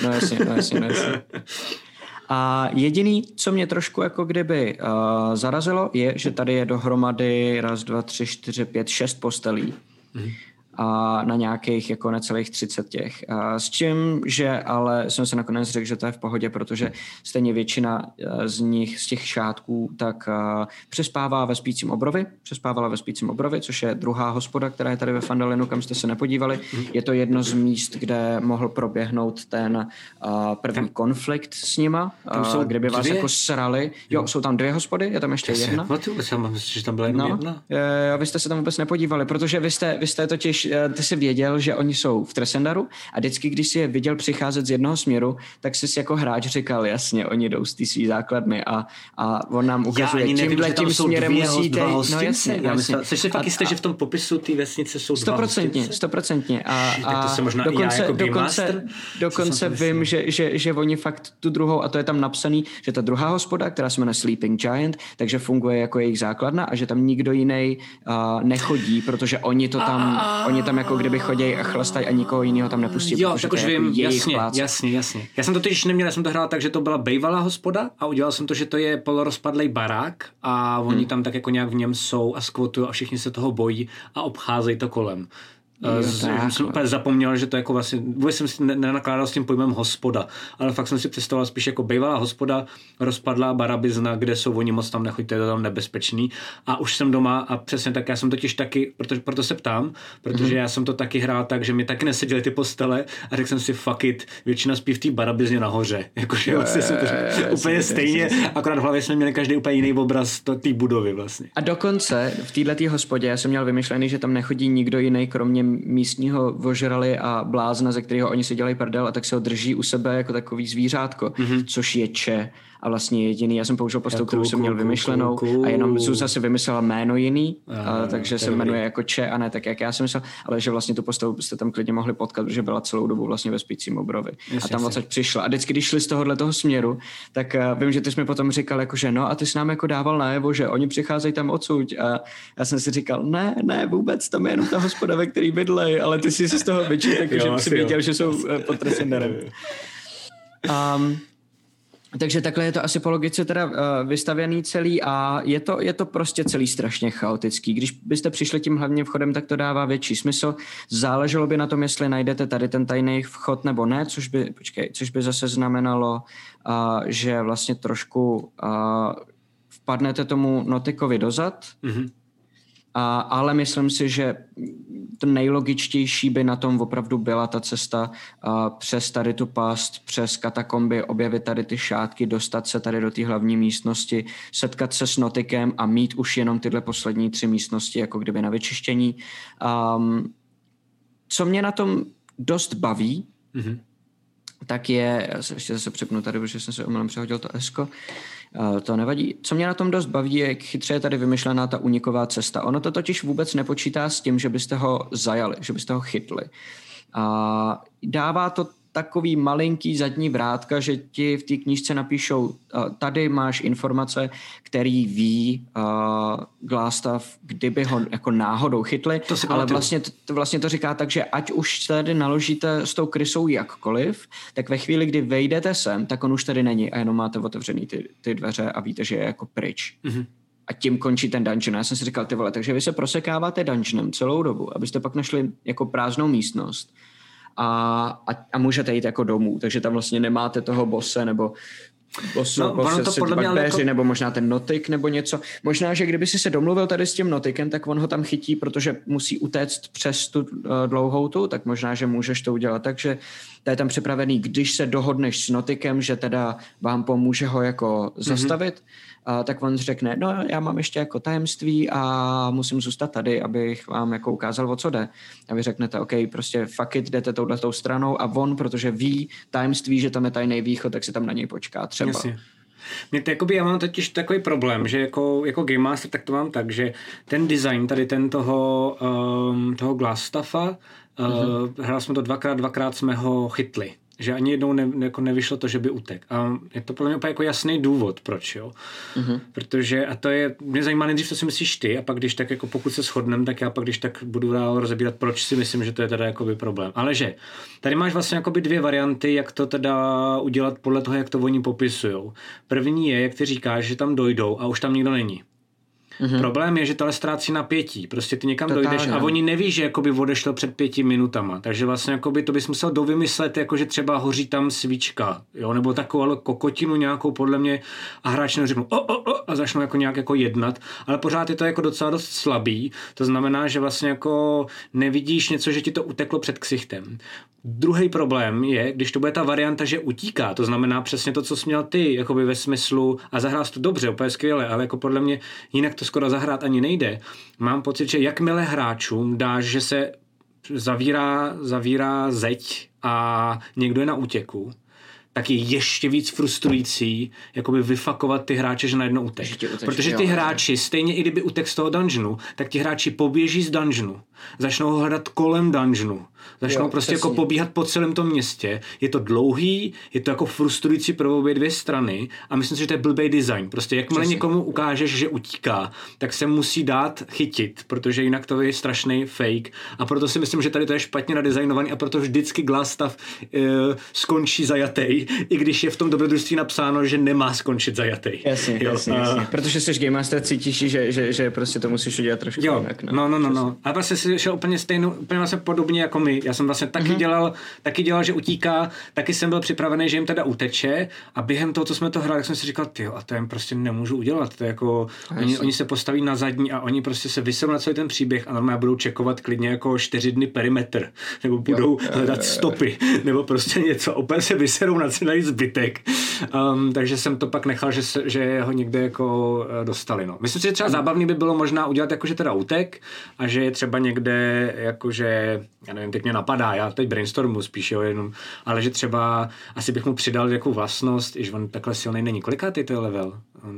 A jediný, co mě trošku jako kdyby zarazilo, je, že tady je dohromady 1, 2, 3, 4, 5, 6 postelí. A na nějakých jako necelých 30 těch. S čím, že ale jsem se nakonec řekl, že to je v pohodě, protože stejně většina z nich, z těch šátků, tak přespávala ve spícím obrovi, což je druhá hospoda, která je tady ve Phandalinu, kam jste se nepodívali. Je to jedno z míst, kde mohl proběhnout ten první konflikt s nima, kde by vás jako srali. Jo, jsou tam 2 hospody, je tam ještě jedna. Já myslím, že tam byla jenom jedna. Vy jste se tam vůbec nepodívali, protože vy jste totiž ty jsi věděl, že oni jsou v Tresendaru a vždycky, když si je viděl přicházet z jednoho směru, tak jsi jako hráč říkal, jasně, oni jdou z té svý základny a on nám ukazuje, tím směrem musíte. No jasně. Jsi si fakt jistý, že v tom popisu té vesnice jsou 100%. Tak to se možná dokonce vím, že oni fakt tu druhou, a to je tam napsaný, že ta druhá hospoda, která se jmenuje Sleeping Giant, takže funguje jako jejich základna a že tam nikdo jiný nechodí, protože oni tam jako kdyby chodí a chlastají a nikoho jiného tam nepustí. Jo, tak už vím, jasně. Já jsem to totiž neměl, já jsem to hrál tak, že to byla bejvalá hospoda a udělal jsem to, že to je polorozpadlej barák a oni tam tak jako nějak v něm jsou a skvotují a všichni se toho bojí a obcházejí to kolem. Jsem úplně zapomněl, že to jako vlastně, vůbec jsem si nenakládal s tím pojmem hospoda, ale fakt jsem si představoval spíš jako bývalá hospoda, rozpadlá barabizna, kde jsou oni moc tam nechoďte, je to tam nebezpečný a už jsem doma a přesně tak, já jsem totiž taky, proto se ptám, protože já jsem to taky hrál tak, že mi taky neseděly ty postele a řekl jsem si fuck it, většina spí v té barabizně nahoře, jakože vlastně jsem to úplně stejně, akorát v hlavě jsme měli každý úplně jiný obraz té budovy vlastně. A dokonce v této hospodě já jsem měl vymyšlený, že tam nechodí nikdo jiný kromě místního vožrali a blázna, ze kterého oni si dělají prdel a tak se ho drží u sebe jako takový zvířátko, což je Če. A vlastně jediný, já jsem použil postavu, kterou jsem měl vymyšlenou a jenom Zuza si vymyslela jméno jiný, takže se jmenuje jako Če a ne tak, jak já jsem myslel, ale že vlastně tu postavu byste tam klidně mohli potkat, protože byla celou dobu vlastně ve spícím obrovi. A tam odsaď přišla. A vždycky, když šli z tohoto směru, tak vím, že ty jsi mi potom říkal, jako, že no a ty jsi nám jako dával najevo, že oni přicházejí tam odsud. A já jsem si říkal, ne, vůbec, tam je jenom ta hospoda, ve který bydlej, ale ty jsi z toho vyčítal, že jsi věděl, že jsou pod Tresendarem. Takže takhle je to asi po logice teda vystavěný celý a je to prostě celý strašně chaotický. Když byste přišli tím hlavním vchodem, tak to dává větší smysl. Záleželo by na tom, jestli najdete tady ten tajný vchod nebo ne, což by zase znamenalo, že vlastně trošku vpadnete tomu Notikovi dozad, ale myslím si, že to nejlogičtější by na tom opravdu byla ta cesta přes tady tu past, přes katakomby, objevit tady ty šátky, dostat se tady do té hlavní místnosti, setkat se s Notikem a mít už jenom tyhle poslední 3 místnosti jako kdyby na vyčištění. Co mě na tom dost baví, tak je, já se ještě zase přepnu tady, protože jsem se omylem přehodil to esko, To nevadí. Co mě na tom dost baví, je, jak chytře je tady vymyšlená ta uniková cesta. Ono to totiž vůbec nepočítá s tím, že byste ho zajali, že byste ho chytli. A dává to takový malinký zadní vrátka, že ti v té knížce napíšou, tady máš informace, který ví Glasstaff, kdyby ho jako náhodou chytli, ale vlastně to říká tak, že ať už tady naložíte s tou krysou jakkoliv, tak ve chvíli, kdy vejdete sem, tak on už tady není a jenom máte otevřený ty dveře a víte, že je jako pryč. Mm-hmm. A tím končí ten dungeon. Já jsem si říkal, ty vole, takže vy se prosekáváte dungeonem celou dobu, abyste pak našli jako prázdnou místnost a můžete jít jako domů, takže tam vlastně nemáte toho bosse nebo bugbeaři, nebo možná ten notik nebo něco. Možná, že kdyby si se domluvil tady s tím notikem, tak on ho tam chytí, protože musí utéct přes tu dlouhou tu, tak možná, že můžeš to udělat. Takže to je tam připravený, když se dohodneš s notikem, že teda vám pomůže ho jako zastavit, tak on řekne, no já mám ještě jako tajemství a musím zůstat tady, abych vám jako ukázal, o co jde. A vy řeknete, OK, prostě fuck it, jdete touhletou stranou a on, protože ví tajemství, že tam je tajný východ, tak si tam na něj počká třeba. Jasně. Já mám totiž takový problém, že jako Game Master tak to mám tak, že ten design tady toho Glasstaffa, hrál jsme to dvakrát jsme ho chytli. Že ani jednou nevyšlo to, že by utek. A je to pro mě úplně jako jasný důvod, proč, jo. Protože, a to je, mě zajímá nejdřív, co si myslíš ty, a pak když tak, jako pokud se shodneme, tak já pak když tak budu dál rozebírat, proč si myslím, že to je teda jakoby problém. Ale že, tady máš vlastně jakoby dvě varianty, jak to teda udělat podle toho, jak to oni popisujou. První je, jak ty říkáš, že tam dojdou a už tam nikdo není. Problém je, že tohle ztrácí napětí. Prostě ty někam dojdeš a oni neví, že jakoby odešel před 5 minutama. Takže vlastně jakoby to bys musel dovymyslet, jako že třeba hoří tam svíčka, jo, nebo takovou kokotinu nějakou podle mě a hráč řeknou a začnou jako nějak jako jednat, ale pořád je to jako docela dost slabý. To znamená, že vlastně jako nevidíš něco, že ti to uteklo před ksichtem. Druhý problém je, když to bude ta varianta, že utíká, to znamená přesně to, co jsi měl ty, jakoby ve smyslu, a zahrál jsi to dobře, úplně skvěle, ale jako podle mě jinak to skoro zahrát ani nejde. Mám pocit, že jakmile hráčům dáš, že se zavírá zeď a někdo je na útěku, tak je ještě víc frustrující jakoby vyfakovat ty hráče, že najednou utek. Protože ty hráči, stejně i kdyby utek z toho dungeonu, tak ti hráči poběží z dungeonu, začnou ho hledat kolem dungeonu, začnou prostě jako pobíhat po celém tom městě. Je to dlouhý, je to jako frustrující pro obě dvě strany a myslím si, že to je blbý design. Prostě jakmile někomu ukážeš, že utíká, tak se musí dát chytit, protože jinak to je strašný fake. A proto si myslím, že tady to je špatně nadizajnovaný a proto vždycky Glasstaff skončí zajatej, i když je v tom dobrodružství napsáno, že nemá skončit zajatej. Jasně. Protože jsi Game Master, cítíš, že prostě to musíš udělat trošku jinak. No. A vlastně si šel úplně vlastně podobně jako my. Já jsem vlastně taky dělal, že utíká, taky jsem byl připravený, že jim teda uteče a během toho, co jsme to hráli, tak jsem si říkal, tyjo, a to jim prostě nemůžu udělat. To je jako, oni se postaví na zadní a oni prostě se vyserou na celý ten příběh a normálně budou čekovat klidně jako 4 dny perimetr, nebo budou hledat stopy, nebo prostě něco, opět se vyserou na celý zbytek. Takže jsem to pak nechal, že ho někde jako dostali. No. Myslím si, že třeba zábavný by bylo možná udělat jako, že teda utek a že je třeba někde jakože, já nevím, teď mě napadá, já teď brainstormu spíš, jo, jenom, ale že třeba asi bych mu přidal jako vlastnost, že on takhle silný není. Kolikátý to je level?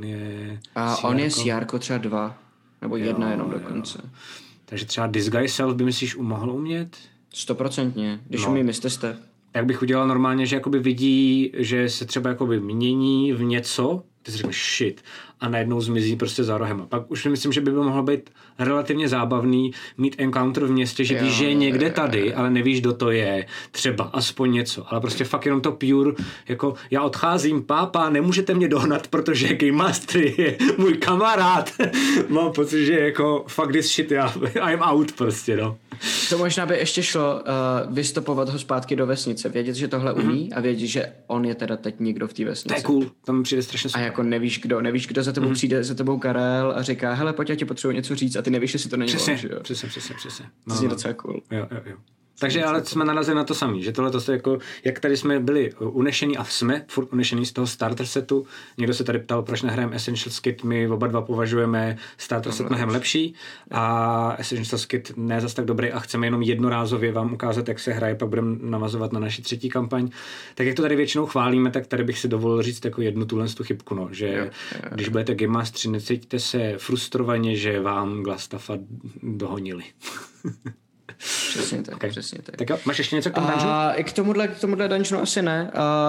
On je Sjarko třeba 2, nebo 1 jenom dokonce. Takže třeba Disguise Self by myslíš mohl umět? 100%, když umí Mr. Step. Jak bych udělal normálně, že jakoby vidí, že se třeba jakoby mění v něco, ty si řekneš shit a najednou zmizí prostě za rohem. A pak už myslím, že by mohlo být relativně zábavný mít encounter v městě, že víš, že je někde tady, ale nevíš, kdo to je. Třeba aspoň něco. Ale prostě fakt jenom to pure, jako já odcházím, pápa, nemůžete mě dohnat, protože Game Master je můj kamarád. Mám pocit, že jako fuck this shit, I'm out prostě, no. To možná by ještě šlo vystopovat ho zpátky do vesnice, vědět, že tohle umí a vědět, že on je teda teď někdo v té vesnici. To je cool, tam přijde strašně super. A jako nevíš kdo za tebou přijde, za tebou Karel a říká, hele, pojď, já ti potřebuji něco říct a ty nevíš, jestli to není on, že jo. Přesně. To je docela cool. Jo. Takže ale jsme narazili na to samý, že tohle to je jako, jak tady jsme byli unešení a jsme furt unešení z toho starter setu. Někdo se tady ptal, proč nehrajeme Essentials Kit, my oba dva považujeme starter set mnohem lepší a Essentials Kit ne zas tak dobrý a chceme jenom jednorázově vám ukázat, jak se hraje, pak budeme navazovat na naši třetí kampaň. Tak jak to tady většinou chválíme, tak tady bych si dovolil říct jako jednu tu chybku, no, že když budete Game Mastery, necítíte se frustrovaně, že vám Glastaffa dohonili. Přesně tak, okay. Přesně tak. Tak jo, máš ještě něco k tomu dungeonu? I k tomuhle dungeonu asi ne.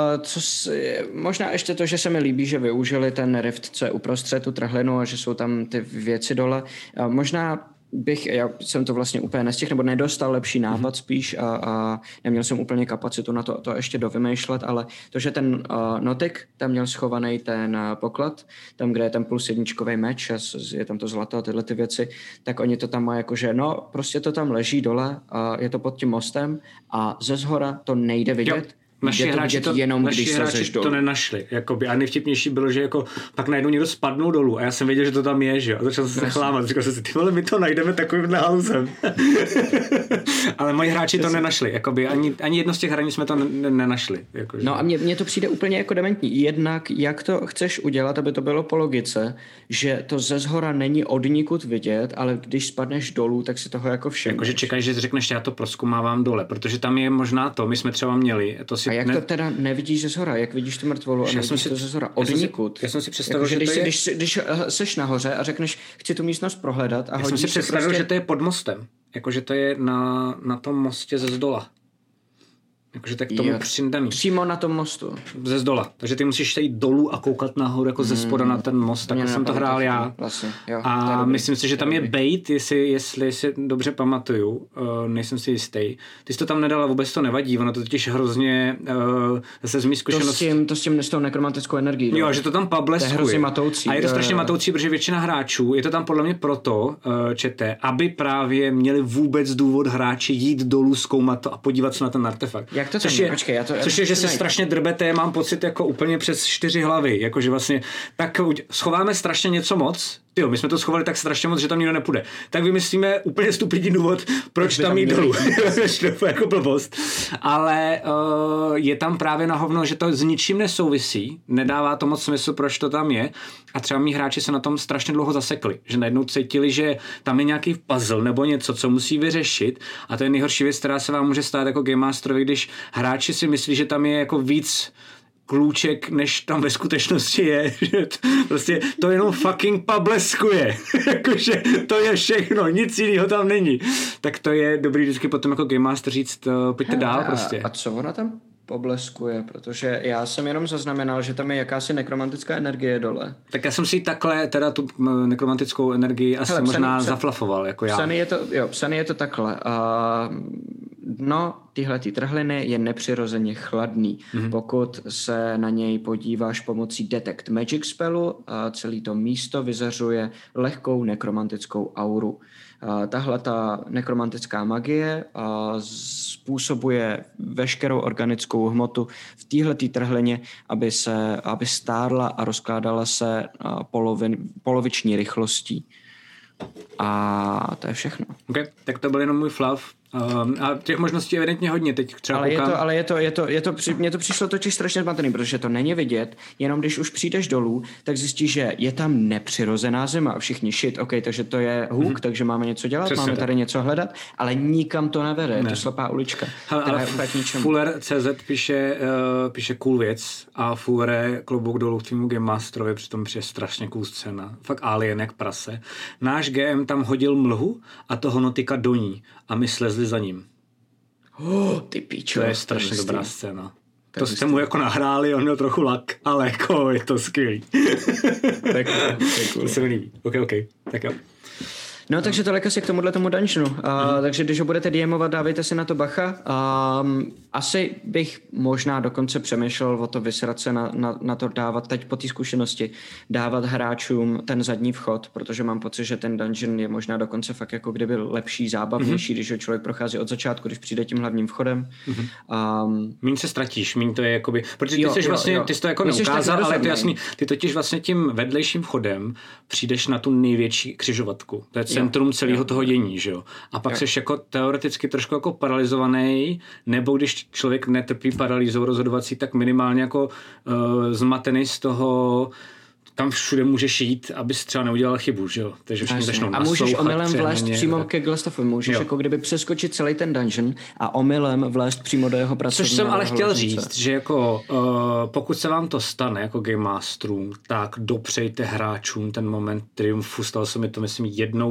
Možná ještě to, že se mi líbí, že využili ten rift, co je uprostřed tu trhlinu a že jsou tam ty věci dole. Možná já jsem to vlastně úplně nestihl, nebo nedostal lepší nápad spíš a neměl jsem úplně kapacitu na to ještě dovymýšlet, ale to, že ten notik tam měl schovaný ten poklad, tam, kde je ten +1 meč a je tam to zlato a tyhle ty věci, tak oni to tam mají jakože, no, prostě to tam leží dole a je to pod tím mostem a ze zhora to nejde vidět. Jo. Naši hráči to nenašli. Jakoby. A nejvtipnější bylo, že jako pak najednou někdo spadnul dolů a já jsem věděl, že to tam je, že jo. A začal jsem se chlámat. Říkal jsem si, ty vole, my to najdeme takovýmhle haluzem. Ale moji hráči to nenašli. Jakoby. Ani jedno z těch hraní jsme to nenašli. Jakože. No a mně to přijde úplně jako dementní. Jednak, jak to chceš udělat, aby to bylo po logice, že to ze zhora není odnikud vidět, ale když spadneš dolů, tak si toho jako všimneš. Jakože čekáš, že řekneš, já to prozkoumávám dole, protože tam je možná to, my jsme třeba měli, to si a jak to teda nevidíš ze zhora? Jak vidíš tu mrtvolu a nevidíš to ze zhora? Odnikud. Já jsem si představil, jako, že když seš nahoře a řekneš, chci tu místnost prohledat a hodíš jsem si představil, že to je pod mostem. Jakože to je na tom mostě ze zdola. Jakože tak tomu přindaný. Přímo na tom mostu. Ze zdola. Takže ty musíš jít dolů a koukat nahoru jako ze spoda na ten most. Tak jsem to hrál já. Vlastně, jo, a myslím si, že tam je bait, jestli si dobře pamatuju. Nejsem si jistý. Ty jsi to tam nedala, vůbec to nevadí. Ono to totiž hrozně zase z mý zkušenosti. S tou nekromantickou energií. Jo, že to tam pableskuje. To je hrozně matoucí. A je to strašně matoucí, protože většina hráčů, je to tam podle mě proto, aby právě měli vůbec důvod hráči jít dolů, zkoumat to a podívat se na ten artefakt. Což je, že se strašně drbete, mám pocit jako úplně přes 4 hlavy, jakože vlastně tak schováme strašně něco moc, jo, my jsme to schovali tak strašně moc, že tam nikdo nepůjde. Tak vymyslíme úplně stupidní důvod, proč tam jít dolů. Jako blbost. Ale je tam právě na hovno, že to s ničím nesouvisí, nedává to moc smysl, proč to tam je. A třeba mý hráči se na tom strašně dlouho zasekli, že najednou cítili, že tam je nějaký puzzle nebo něco, co musí vyřešit. A to je nejhorší věc, která se vám může stát jako Game Masterovi, když hráči si myslí, že tam je jako víc klůček, než tam ve skutečnosti je. Prostě to jenom fucking pableskuje. Jakože to je všechno, nic jiného tam není. Tak to je dobrý vždycky potom jako Game Master říct, pojďte dál prostě. A co ona tam pobleskuje? Protože já jsem jenom zaznamenal, že tam je jakási nekromantická energie dole. Tak já jsem si takhle teda tu nekromantickou energii asi možná zaflafoval, jako já. Psaný je to takhle. Dno tyhletý trhliny je nepřirozeně chladný. Pokud se na něj podíváš pomocí Detect Magic spellu, celé to místo vyzařuje lehkou nekromantickou auru. Tahle ta nekromantická magie způsobuje veškerou organickou hmotu v téhletý trhlině, aby stárla a rozkládala se poloviční rychlostí. A to je všechno. Okay, tak to byl jenom můj flav. A těch možností je evidentně hodně teď třeba mně to přišlo totiž strašně zmatený, protože to není vidět, jenom když už přijdeš dolů, tak zjistíš, že je tam nepřirozená zima a všichni shit, ok, takže to je hook, takže máme něco dělat, přesně máme tady něco hledat, ale nikam to nevede, je to slepá ulička. Ale Fuller.cz píše cool věc a Fuller klobouk dolů k týmu Game Masterovi, přitom přijde strašně cool scéna, fakt alien jak prase. Náš GM tam hodil mlhu a toho notika do ní a my slezli za ním. Ty píčo. To je strašně dobrá scéna. To jste mu jako nahráli, on měl trochu lak, ale jako je to skvělý. Tak to se mi líbí. Ok, tak jo. No, takže tolik asi k tomuhle tomu dungeonu. Takže když ho budete DMovat, dávejte si na to bacha. Asi bych možná dokonce přemýšlel o to vysrat se na to dávat teď po té zkušenosti, dávat hráčům ten zadní vchod, protože mám pocit, že ten dungeon je možná dokonce fakt jako kdyby lepší, zábavnější, když ho člověk prochází od začátku, když přijde tím hlavním vchodem. Míň se ztratíš, míň to je jakoby, protože ty jsi vlastně, ty jsi to jako neukázal, ale to jasný, ty totiž vlastně tím vedlejším vchodem přijdeš na tu největší křižovatku. To je centrum celého toho dění, že jo. A pak seš jako teoreticky trošku jako paralizovaný, nebo když člověk netrpí paralýzou rozhodovací, tak minimálně jako zmatený z toho, tam všude můžeš jít, abys třeba neudělal chybu, že jo? Takže všichni začnou naslouchat. A můžeš omylem vlézt přímo ke Glastafovi, můžeš jako kdyby přeskočit celý ten dungeon a omylem vlézt přímo do jeho pracovního. Což jsem ale chtěl říct, že jako pokud se vám to stane jako Game Masterům, tak dopřejte hráčům ten moment triumfu. Stalo se mi to, myslím, jednou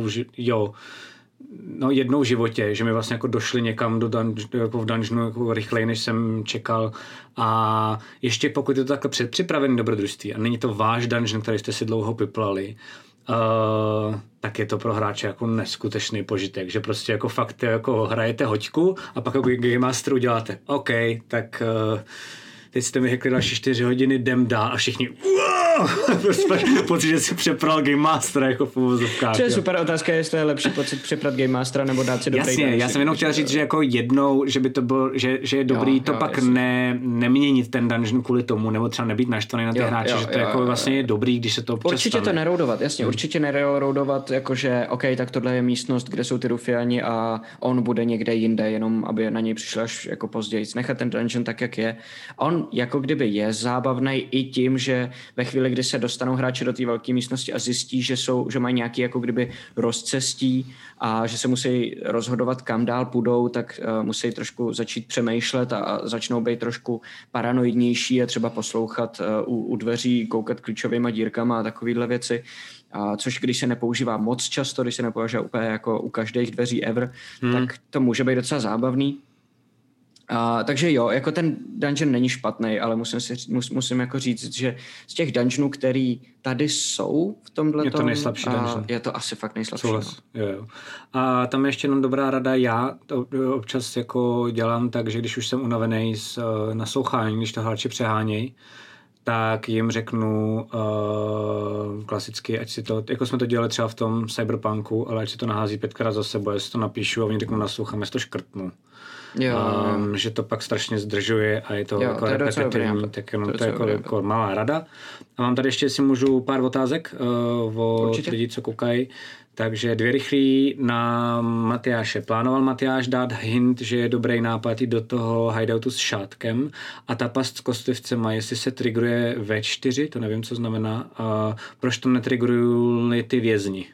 v životě, že mi vlastně jako došli někam jako v dungeonu jako rychleji, než jsem čekal. A ještě pokud je to takhle předpřipravený dobrodružství a není to váš dungeon, který jste si dlouho piplali, tak je to pro hráče jako neskutečný požitek, že prostě jako fakt jako hrajete hoďku a pak jako Game Master uděláte OK, tak teď jste mi řekli další 4 hodiny, jdem dál a všichni pocit, že si přepral Game Mastera jako v uvozovkách. To je super otázka, jestli je lepší pocit přeprat Game Mastera nebo dát si dobrý Jasně, já jsem jenom chtěl říct, že jako jednou, že by to bylo, že je dobrý to pak neměnit ten dungeon kvůli tomu, nebo třeba nebýt naštvaný na ty hráče, že to jako vlastně je dobrý, když se to občas určitě stane. to neroudovat, jasně, určitě neroudovat, jakože OK, tak tohle je místnost, kde jsou ty rufiani a on bude někde jinde, jenom aby na něj přišel až jako později. Nechat ten dungeon tak, jak je. On jako kdyby je zábavný i tím, že ve chvíli, kdy se dostanou hráči do té velké místnosti a zjistí, že mají nějaký jako kdyby rozcestí a že se musí rozhodovat, kam dál půjdou, tak musí trošku začít přemýšlet a začnou být trošku paranoidnější a třeba poslouchat u dveří, koukat klíčovýma dírkama a takovýhle věci. Což když se nepoužívá moc často, když se nepoužívá úplně jako u každých dveří ever, tak to může být docela zábavný. Takže jo, jako ten dungeon není špatný, ale musím jako říct, že z těch dungeonů, který tady jsou v tomhle, je to nejslabší dungeon. Je to asi fakt nejslabší. Jo. A tam je ještě jenom dobrá rada, já to občas jako dělám tak, že když už jsem unavený z naslouchání, když to hráči přehánějí, tak jim řeknu klasicky, ať si to, jako jsme to dělali třeba v tom Cyberpunku, ale ať si to nahází 5krát za sebou, já si to napíšu a oni řeknu naslouchám, já si to škrtnu. Že to pak strašně zdržuje a je to jako repetitivní, tak jenom to je jako malá rada. A mám tady ještě, jestli můžu, pár otázek od lidí, co koukají. Takže 2 rychlý na Matyáše. Plánoval Matyáš dát hint, že je dobrý nápad jít do toho hideoutu s šátkem a ta past s kostlivcema, jestli se triggeruje V4, to nevím, co znamená, proč to netriggerují ty vězni?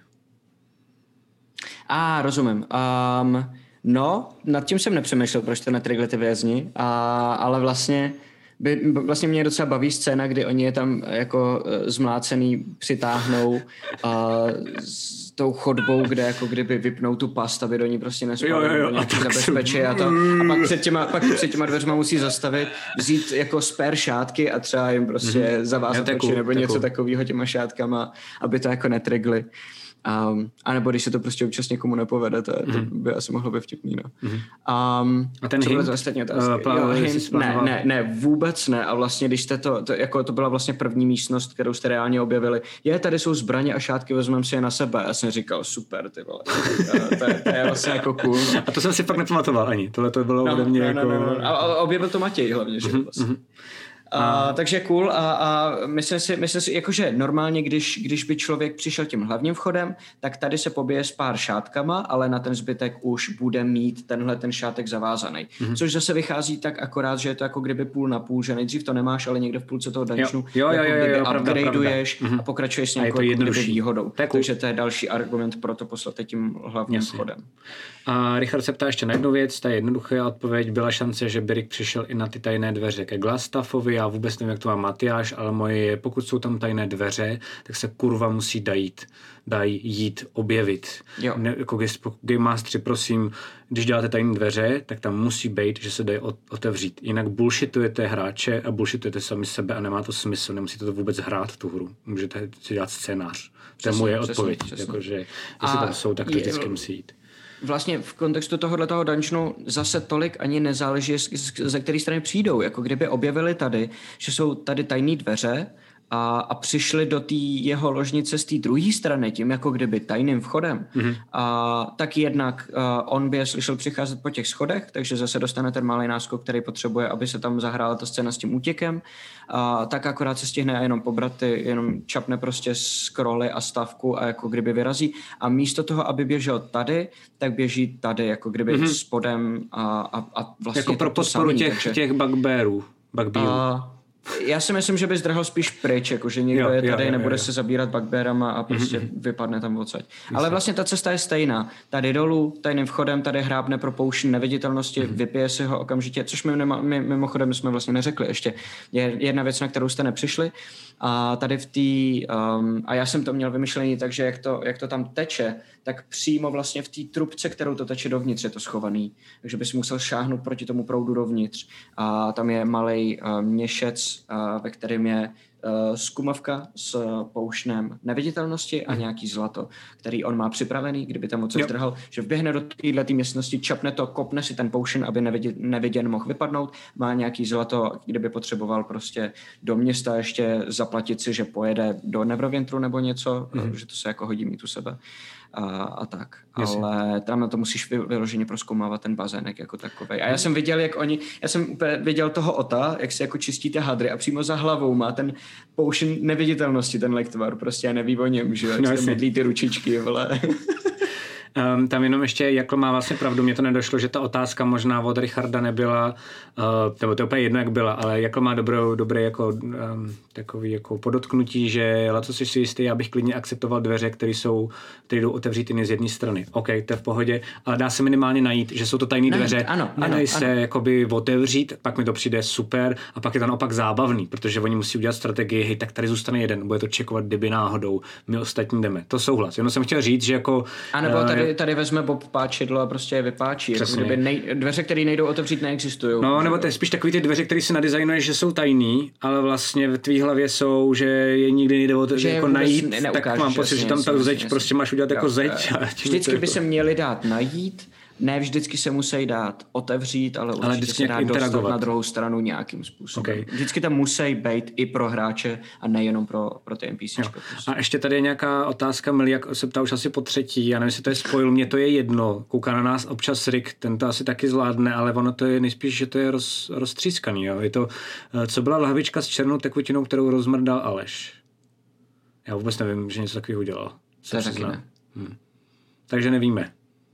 Rozumím. No, nad tím jsem nepřemýšlel, proč to netriggeruje ty vězni, ale vlastně mě docela baví scéna, kdy oni je tam jako zmlácený přitáhnou s tou chodbou, kde jako kdyby vypnou tu past, aby do ní prostě nespadly nějaký zabezpečí a pak před těma dveřma musí zastavit, vzít jako spare šátky a třeba jim prostě zavázat oči nebo něco takového těma šátkama, aby to jako netrigly. A nebo když se to prostě občas někomu nepovede, to by asi mohlo být vtipný. No. A ten hint? Ne, vůbec ne. A vlastně, když jste to byla vlastně první místnost, kterou jste reálně objevili. Tady jsou zbraně a šátky, vezmeme si je na sebe. Já jsem říkal, super, ty vole. To je vlastně jako cool. A to jsem si fakt nepamatoval ani. Tohle to bylo ode mě jako... A objevil to Matěj hlavně, že vlastně. Takže cool a myslím si, jakože normálně, když by člověk přišel tím hlavním vchodem, tak tady se pobije s pár šátkama, ale na ten zbytek už bude mít ten šátek zavázaný. Což zase vychází tak akorát, že je to jako kdyby půl na půl, že nejdřív to nemáš, ale někde v půlce toho dungeonu upgradeuješ a pokračuješ s nějakou výhodou. Takže to je další argument pro to poslat tím hlavním vchodem. A Richard se ptá ještě na jednu věc, ta jednoduchá odpověď, byla šance, že Birik přišel i na ty tajné dveře ke Glastaffovi. Já vůbec nevím, jak to má Matyáš, ale moje je, pokud jsou tam tajné dveře, tak se kurva musí jít objevit. Jako Game Master, prosím, když děláte tajné dveře, tak tam musí být, že se dají otevřít. Jinak bullshitujete hráče a bullshitujete sami sebe a nemá to smysl, nemusíte to vůbec hrát tu hru. Můžete si dělat scénář. To je moje odpověď. Jakože, jestli tam jsou, tak kriticky musí jít. Vlastně v kontextu tohoto dungeonu zase tolik ani nezáleží, ze které strany přijdou. Jako kdyby objevili tady, že jsou tady tajné dveře a přišli do té jeho ložnice z té druhé strany, tím jako kdyby tajným vchodem, tak jednak on by je slyšel přicházet po těch schodech, takže zase dostane ten malý náskok, který potřebuje, aby se tam zahrála ta scéna s tím útěkem, tak akorát se stihne jenom pobrat, jenom čapne prostě scrolly a stavku a jako kdyby vyrazí a místo toho, aby běžel tady, tak běží tady, jako kdyby spodem a vlastně jako pro podporu těch bugbearů. Já si myslím, že by zdrhal spíš pryč, jakože někdo je tady, nebude se zabírat bugbearama a prostě vypadne tam odsaď. Ale vlastně ta cesta je stejná. Tady dolů, tajným vchodem, tady hrábne pro potion neviditelnosti, vypije si ho okamžitě, což mimochodem jsme vlastně neřekli ještě. Je jedna věc, na kterou jste nepřišli. A tady v té, a já jsem to měl vymyšlený tak, že jak to tam teče, tak přímo vlastně v té trubce, kterou to teče dovnitř, je to schovaný. Takže bys musel šáhnout proti tomu proudu dovnitř. A tam je malej měšec, ve kterém je zkumavka s poušnem neviditelnosti a nějaký zlato, který on má připravený, kdyby tam moc zdrhal, že vběhne do této místnosti, čapne to, kopne si ten poušen, aby neviděn mohl vypadnout, má nějaký zlato, kdyby potřeboval prostě do města ještě zaplatit si, že pojede do Neverwinteru nebo něco, že to se jako hodí mít u sebe. A tak. Jasně. Ale tam na to musíš vyloženě prozkoumávat ten bazének jako takovej. A já jsem viděl, já jsem úplně viděl toho Ota, jak si jako čistí ty hadry a přímo za hlavou má ten potion neviditelnosti, ten lektvar, prostě neví o něm, že jak se mydlí ty ručičky, vole. Tam jenom ještě, Jakl má vlastně pravdu, mně to nedošlo, že ta otázka možná od Richarda nebyla, nebo to je úplně jedno, jak byla, ale Jakl má dobré jako, takový jako podotknutí, že co jsi si jistý, já bych klidně akceptoval dveře, které jdou otevřít jen z jedné strany. OK, to je v pohodě, ale dá se minimálně najít, že jsou to tajné dveře, nedají se jakoby otevřít, pak mi to přijde super a pak je to naopak zábavný, protože oni musí udělat strategii, hej, tak tady zůstane jeden, bude to čekovat, kdyby náhodou, my ostatní jdeme. To souhlas. Jenom jsem chtěl říct, že jako tady vezme Bob páčidlo a prostě je vypáčí. Jako kdyby dveře, které nejdou otevřít, neexistují. No, nebo to je spíš takový ty dveře, které si nadizajnuješ, že jsou tajný, ale vlastně v tvý hlavě jsou, že je nikdy nejde jako najít, tak mám pocit, že tam ta zeď prostě máš udělat jako zeď. Vždycky by se měli dát najít, ne vždycky se musí dát otevřít, ale určitě se dá dostat na druhou stranu nějakým způsobem. Okay. Vždycky tam musí být i pro hráče a nejenom pro ty NPCčka. A ještě tady je nějaká otázka, Miliak se ptá už asi po třetí, já nevím, jestli to je spoil, mně to je jedno, kouká na nás občas Rick, ten to asi taky zvládne, ale ono to je nejspíš, že to je roztřískaný. Jo? Je to, co byla lahvička s černou tekutinou, kterou rozmrdal Aleš. Já vůbec nevím, že něco takového udělal. Takže nevíme.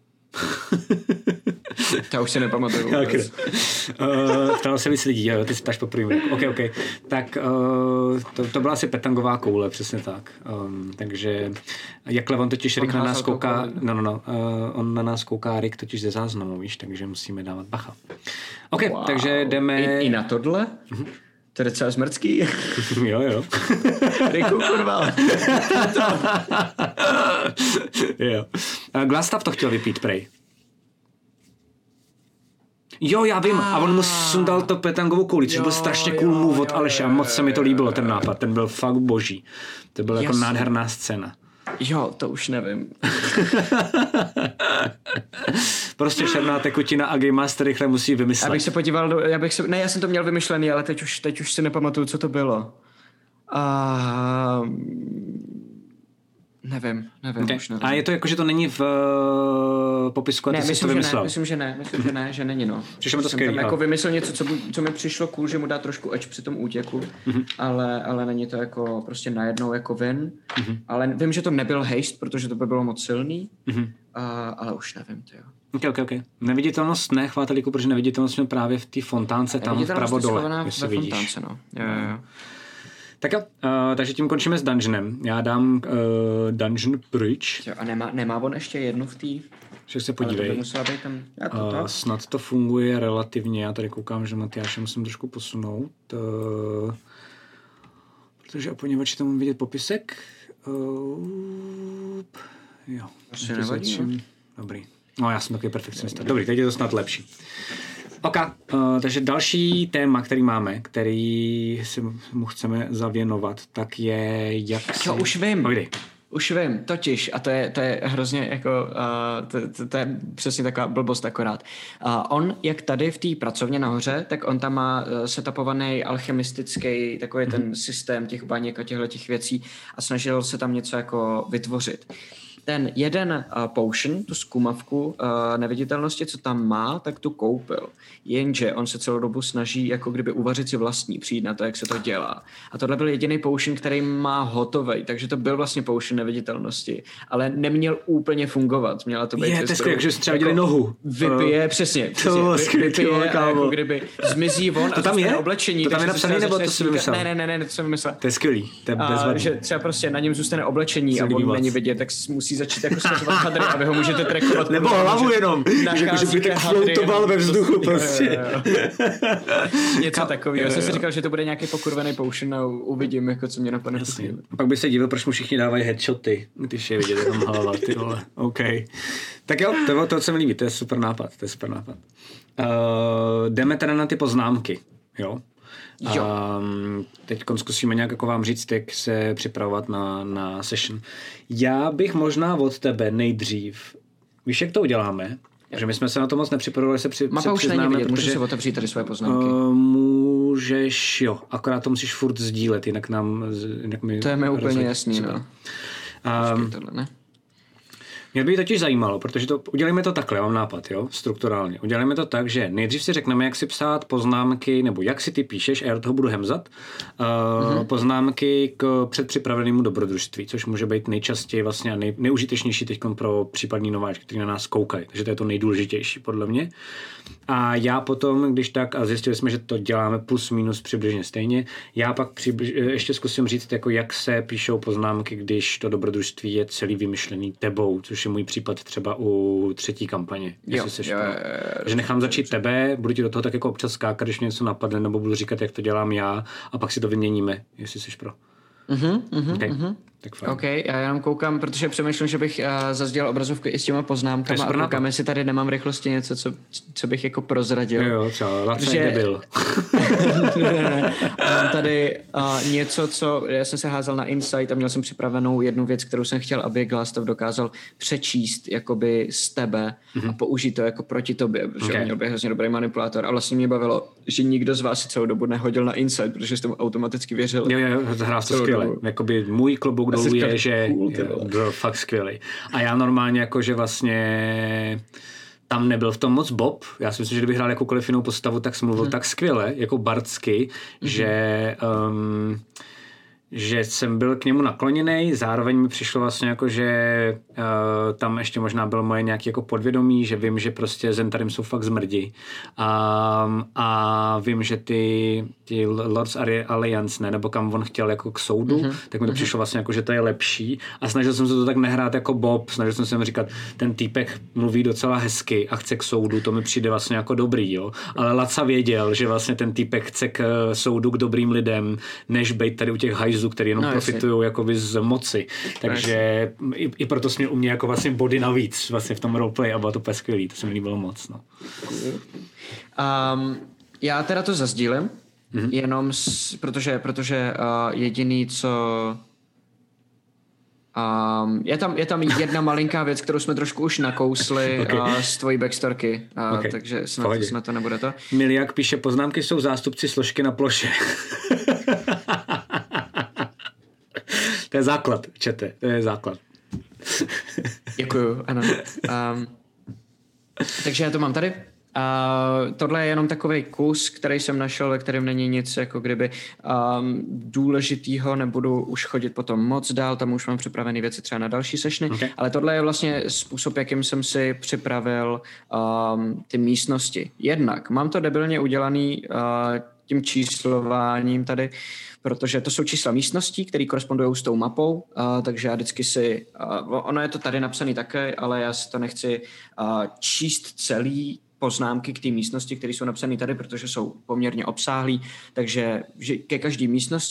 To už si nepamatuju. Ptalo se víc lidí, jo, ty se ptáš poprvé. OK. Tak to byla asi petangová koule, přesně tak. Takže jakhle on totiž Rick na nás kouká, on na nás kouká Rick totiž ze záznamu, víš, takže musíme dávat bacha. OK, takže jdeme... I na tohle? To je docela smrtský. Jo. Riku, kurva. Jo. Glastav to chtěl vypít, prej. Jo, já vím. A on mu sundal to petangovou kouli, což byl strašně cool move od Aleša. Moc se mi to líbilo, ten nápad. Ten byl fakt boží. To byla jako nádherná scéna. Jo, to už nevím. Prostě černá tekutina a Game Master rychle musí vymyslet. Abych se podíval, já jsem to měl vymyšlený, ale teď už si nepamatuju, co to bylo. Nevím. Okay. Už nevím. A je to jako, že to není v popisku a ty jsi to vymyslel? Myslím, že ne, že není, no. Přišlo mi to skvělý. Jsem tam jako vymyslel něco, co mi přišlo cool, že mu dá trošku edge při tom útěku, ale není to jako prostě najednou jako win. Ale vím, že to nebyl haste, protože to by bylo moc silný, ale už nevím, to jo. OK. Neviditelnost ne, chvátelíku, protože neviditelnost měl právě v té fontánce tam vpravo dole, jestli vidíš. Fontánce, no. Jo. Tak jo, takže tím končíme s dungeonem. Já dám dungeon pryč. A nemá on ještě jednu v té? Však se podívej. Ale to by musela být tam snad to funguje relativně. Já tady koukám, že Matyáše musím trošku posunout. Protože poněvadž tam mám vidět popisek. Jo. Asi nevadí, no. Dobrý. No, já jsem takový perfekcionista. Dobrý, teď je to snad lepší. OK, takže další téma, který máme, který si mu chceme zavěnovat, tak je jak už vím. Pojdej. Už vím, totiž, a to je hrozně jako, to je přesně taková blbost akorát. On, jak tady v té pracovně nahoře, tak on tam má setupovaný alchemistický takový ten systém těch baněk a těch věcí a snažil se tam něco jako vytvořit. Ten jeden potion, tu zkumavku neviditelnosti, co tam má, tak tu koupil. Jenže on se celou dobu snaží jako kdyby uvařit si vlastní, přijít na to, jak se to dělá. A tohle byl jediný potion, který má hotovej, takže to byl vlastně potion neviditelnosti, ale neměl úplně úplně Měla to být... Je, to je jak, že jste třeba viděli nohu. Vypije, přesně. Vypije a jako kdyby zmizí von to a tam je oblečení. To tam je napsaný, nebo to si vymyslel? Ne, to jsem vymyslel. To je skvělý, to je bezvadný. Že třeba prostě na něm zůstane oblečení a on není vidět, tak musí začít jako stažovat hadry a vy ho můžete trackovat. Nebo hlavu jenom, že by tak floatoval ve vzduchu prostě. Něco takového. Já jsem si říkal, že to bude nějaký pokurvený potion a uvidím, jako co mě napadne. A pak by se divil, proč mu všichni dávají headshoty, když je vidět jenom hlava, ty vole. OK. Tak jo, to se mi líbí, to je super nápad. Jdeme teda na ty poznámky, jo? Teď zkusíme nějak jako vám říct, jak se připravovat na session. Já bych možná od tebe nejdřív, víš, jak to uděláme? Že my jsme se na to moc nepřipravovali, se Mapa už není vidět, můžeš si otevřít tady svoje poznámky. Můžeš, jo, akorát to musíš furt sdílet, jinak mi... To je mi úplně jasný, no. Tohle, ne? Mě by totiž zajímalo, protože udělejme to takhle, mám nápad, jo, strukturálně. Udělejme to tak, že nejdřív si řekneme, jak si psát poznámky, nebo jak si ty píšeš, a já do toho budu hemzat, poznámky k předpřipravenému dobrodružství, což může být nejčastěji vlastně a nejužitečnější teď pro případný nováčky, kteří na nás koukají. Takže to je to nejdůležitější, podle mě. A já potom, když tak, a zjistili jsme, že to děláme plus minus přibližně stejně, já pak ještě zkusím říct, jako jak se píšou poznámky, když to dobrodružství je celý vymyšlený tebou, což je můj případ třeba u 3. kampaně. Že nechám začít tebe, budu ti do toho tak jako občas skákat, když mě něco napadne, nebo budu říkat, jak to dělám já, a pak si to vyměníme, jestli jsi pro. OK, já jenom koukám, protože přemýšlím, že bych zazdělal obrazovku i s těma poznámkama a koukám, jestli tady nemám rychlosti něco, co bych jako prozradil. Jo, třeba Lace debil. Mám tady něco, co já jsem se házel na Insight a měl jsem připravenou jednu věc, kterou jsem chtěl, aby Glastov dokázal přečíst jakoby z tebe a použít to jako proti tobě, protože měl by hrozně dobrý manipulátor a vlastně mě bavilo, že nikdo z vás si celou dobu nehodil na Insight, protože jste mu automaticky věřili. Jo, hrál to skvěle. Jakoby můj klobouk dolů je, že byl fakt skvělý. A já normálně jakože vlastně tam nebyl v tom moc Bob. Já si myslím, že kdybych hrál jakoukoliv jinou postavu, tak jsem mluvil tak skvěle, jako bardsky, že jsem byl k němu nakloněný, zároveň mi přišlo vlastně jako, že tam ještě možná bylo moje nějaké jako podvědomí, že vím, že prostě Zentarim jsou fakt zmrdi a vím, že ty Lords Alliance, ne, nebo kam on chtěl jako k soudu, tak mi to přišlo vlastně jako, že to je lepší a snažil jsem se to tak nehrát jako Bob, snažil jsem se mi říkat, ten týpek mluví docela hezky a chce k soudu, to mi přijde vlastně jako dobrý, jo, ale Laca věděl, že vlastně ten týpek chce k soudu k dobrým lidem, než bejt tady u těch hajzů, který jenom profitují jakoby z moci. Takže i proto jsme u mě jako vlastně body navíc vlastně v tom roleplay a bylo to úplně skvělý. To se mi líbilo moc. No. Já teda to zazdílím, jenom protože jediný, co... Je tam jedna malinká věc, kterou jsme trošku už nakousli z tvojí backstorky, takže snad to nebude to. Miliak píše, poznámky jsou zástupci složky na ploše. To je základ, čete, to je základ. Děkuju, ano. Takže já to mám tady. Tohle je jenom takovej kus, který jsem našel, ve kterém není nic jako kdyby důležitýho, nebudu už chodit potom moc dál, tam už mám připravené věci třeba na další sešny, ale tohle je vlastně způsob, jakým jsem si připravil ty místnosti. Jednak mám to debilně udělaný tím číslováním tady, protože to jsou čísla místností, které korespondují s tou mapou, takže já vždycky si, ono je to tady napsané také, ale já si to nechci číst celý poznámky k té místnosti, které jsou napsané tady, protože jsou poměrně obsáhlý, takže ke každé místnosti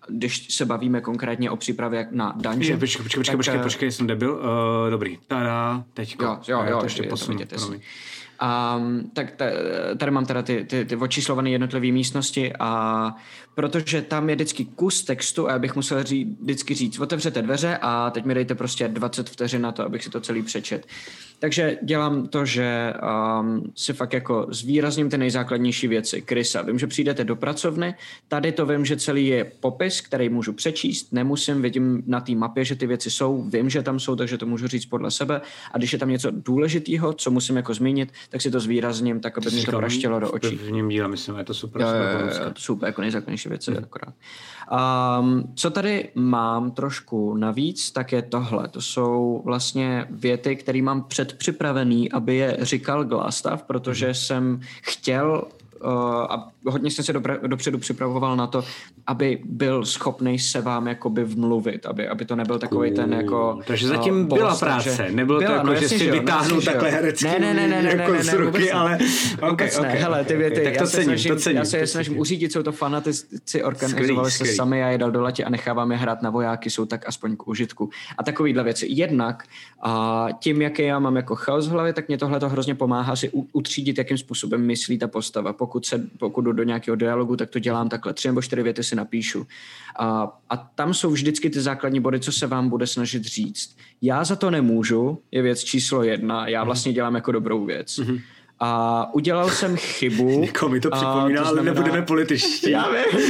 když se bavíme konkrétně o přípravě na dungeon. Počkej, jsem debil. Dobrý, tada, teďko. Jo, to ještě posunu. Tak tady mám teda ty očíslované jednotlivé místnosti a protože tam je vždycky kus textu a já bych musel vždycky říct, otevřete dveře a teď mi dejte prostě 20 vteřin na to, abych si to celý přečet. Takže dělám to, že si fakt jako zvýrazním ty nejzákladnější věci. Krysa, vím, že přijdete do pracovny, tady to vím, že celý je popis, který můžu přečíst, nemusím, vidím na té mapě, že ty věci jsou, vím, že tam jsou, takže to můžu říct podle sebe a když je tam něco důležitého, co musím jako zmínit, tak si to zvýrazním, tak aby mě to praštilo do očí. V něm díle, myslím, je to super. To jsou jako nejzákladnější věci akorát. Co tady mám trošku navíc, tak je tohle. To jsou vlastně věty, které mám předpřipravený, aby je říkal Glastav, protože jsem chtěl a hodně jsem se dopředu připravoval na to, aby byl schopný se vám jakoby vmluvit, aby to nebyl takový ten jako... Takže zatím byla práce, nebylo to jako, že si vytáhnul takhle herecký jako z ruky, ale... Okay. Hele, ty věty, tak já se je snažím uřídit, jsou to fanatici, organizovali se sami, já je dal do latě a nechávám je hrát na vojáky, jsou tak aspoň k užitku. A takovýhle věci. Jednak tím, jaký já mám jako chaos v hlavě, tak mě tohle to hrozně pomáhá si utřídit, jakým způsobem myslí ta postava. Pokud jdu do nějakého dialogu, tak to dělám takhle. 3 nebo 4 věty si napíšu. A tam jsou vždycky ty základní body, co se vám bude snažit říct. Já za to nemůžu, je věc číslo 1. Já vlastně dělám jako dobrou věc. A udělal jsem chybu. Někoho mi to připomíná, ale nebudeme političtí. Já vím.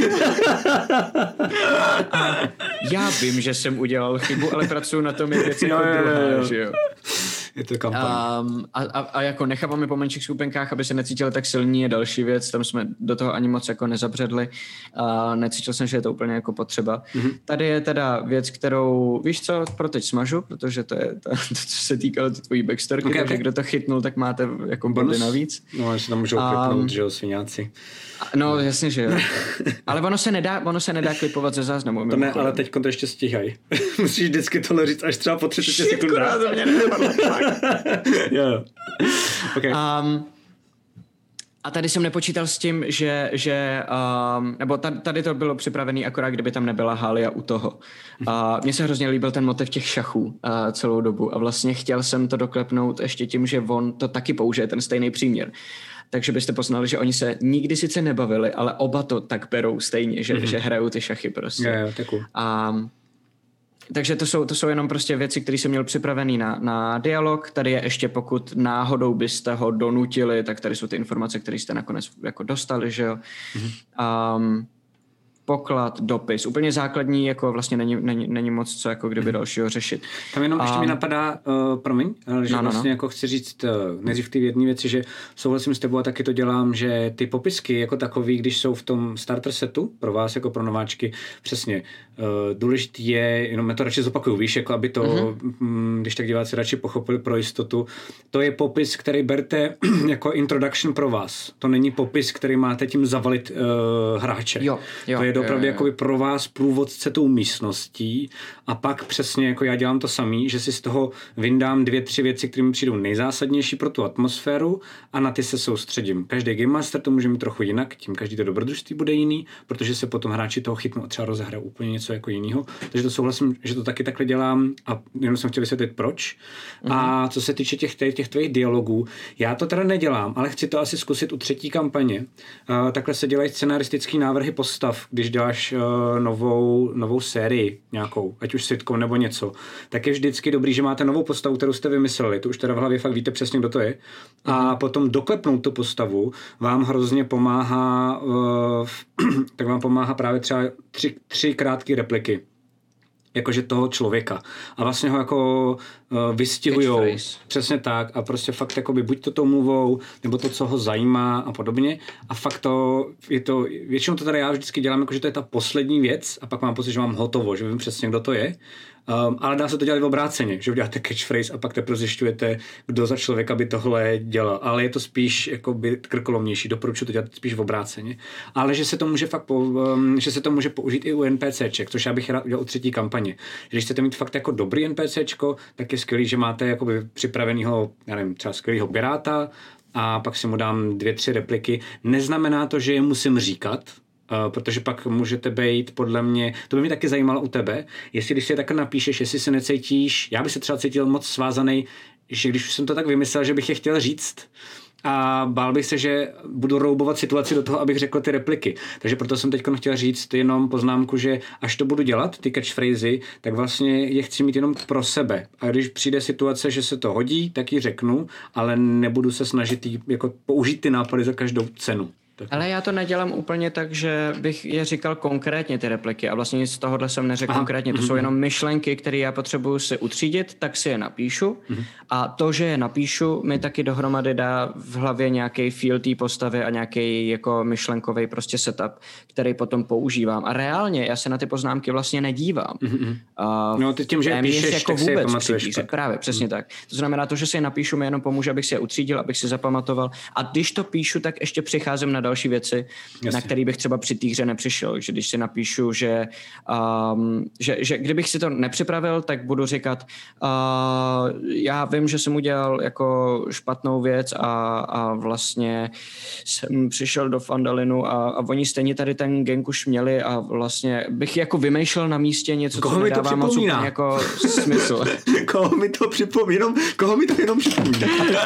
Já vím, že jsem udělal chybu, ale pracuji na tom, je věc jako druhá, že jo. Je to kampaň. A jako necháváme po menších skupinkách, aby se necítili tak silní, je další věc, tam jsme do toho ani moc jako nezabředli. Necítil jsem, že je to úplně jako potřeba. Tady je teda věc, kterou, víš co, pro teď smažu, protože to je to, co se týkalo tvojí backstorky, takže kdo to chytnul, tak máte jako body navíc. No, že se tam můžou klipnout, že jo, sviňáci. No, jasně, že jo. Ale ono se nedá klipovat ze záznamu. To ne, ale teď to ještě stíhaj. Musíš vždycky tohle říct až třeba po 30 sekundách. To mě nenapadlo. Jo. Okay. A tady jsem nepočítal s tím, že nebo tady to bylo připravený akorát, kdyby tam nebyla Halia u toho. Mně se hrozně líbil ten motiv těch šachů celou dobu a vlastně chtěl jsem to doklepnout ještě tím, že on to taky použije, ten stejný příměr. Takže byste poznali, že oni se nikdy sice nebavili, ale oba to tak berou stejně, že hrajou ty šachy prostě. Jo, takže to jsou jenom prostě věci, které jsem měl připravený na dialog. Tady je ještě, pokud náhodou byste ho donutili, tak tady jsou ty informace, které jste nakonec jako dostali, že jo. Poklad, dopis. Úplně základní, jako vlastně není moc co jako kdyby dalšího řešit. Tam jenom ještě mi napadá, že vlastně jako chci říct nejdřív ty jedné věci, že souhlasím s tebou a taky to dělám, že ty popisky jako takový, když jsou v tom starter setu, pro vás jako pro nováčky, přesně, důležitý je, jenom já to radši zopakuju, víš, jako aby to, když tak diváci radši pochopili pro jistotu, to je popis, který berte jako introduction pro vás. To není popis, který máte tím zavalit hráče. Jo, to je opravdu jakoby pro vás průvodce tou místností a pak přesně jako já dělám to samý, že si z toho vyndám 2-3 věci, které mi přijdou nejzásadnější pro tu atmosféru a na ty se soustředím. Každý Game Master to může mít trochu jinak, tím každý to dobrodružství bude jiný, protože se potom hráči toho chytnou a třeba rozehrajou úplně něco jako jiného. Takže to souhlasím, že to taky takhle dělám a jenom jsem chtěl vysvětlit proč. A co se týče těch tvých dialogů, já to teda nedělám, ale chci to asi zkusit u 3. kampaně. Takhle se dělají scenaristický návrhy postav, když děláš novou sérii nějakou, ať už sitcom nebo něco, tak je vždycky dobrý, že máte novou postavu, kterou jste vymysleli, to už teda v hlavě fakt víte přesně, kdo to je, a potom doklepnout tu postavu vám hrozně pomáhá, tak vám pomáhá právě třeba 3 krátké repliky, jakože toho člověka. A vlastně ho jako vystihujou. Přesně tak. A prostě fakt jakoby buď to tou mluvou, nebo to, co ho zajímá a podobně. A fakt většinou to tady já vždycky dělám, jakože to je ta poslední věc a pak mám pocit, že mám hotovo, že vím přesně, kdo to je. Ale dá se to dělat v obráceně, že uděláte catchphrase a pak teprve zjišťujete, kdo za člověka by tohle dělal. Ale je to spíš jakoby krkolomnější, doporučuji to dělat spíš v obráceně. Ale že se to může fakt že se to může použít i u NPCček, což já bych rád udělal u 3. kampaně. Když chcete mít fakt jako dobrý NPCčko, tak je skvělý, že máte jakoby připravenýho, já nevím, třeba skvělýho piráta a pak si mu dám 2-3 repliky. Neznamená to, že je musím říkat, protože pak můžete být, podle mě, to by mě taky zajímalo u tebe, jestli když si je takhle napíšeš, jestli se necítíš, já bych se třeba cítil moc svázaný, že když už jsem to tak vymyslel, že bych je chtěl říct, a bál bych se, že budu roubovat situaci do toho, abych řekl ty repliky. Takže proto jsem teď chtěl říct jenom poznámku, že až to budu dělat, ty catchphrazy, tak vlastně je chci mít jenom pro sebe. A když přijde situace, že se to hodí, tak ji řeknu, ale nebudu se snažit jako použít ty nápady za každou cenu. Ale já to nedělám úplně tak, že bych je říkal konkrétně ty repliky a vlastně nic z tohohle jsem neřekl konkrétně. To jsou jenom myšlenky, které já potřebuju si utřídit, tak si je napíšu a to, že je napíšu, mi taky dohromady dá v hlavě nějaký feel té postavy a nějaký jako myšlenkový prostě setup, který potom používám. A reálně já se na ty poznámky vlastně nedívám. No ty tím, že píšeš, jako tak si je pamatuješ. Právě, přesně tak. To znamená, to, že si je napíšu, mi jenom pomůže, abych si je utřídil, abych si zapamatoval. A když to píšu, tak ještě přicházím na další věci, na který bych třeba při té hře nepřišel. Že když si napíšu, že kdybych si to nepřipravil, tak budu říkat já vím, že jsem udělal jako špatnou věc a vlastně jsem přišel do Fandalinu a oni stejně tady ten gang už měli a vlastně bych jako vymýšlel na místě něco, co mi dává moc úplně jako smysl. Koho mi to jenom připomíná.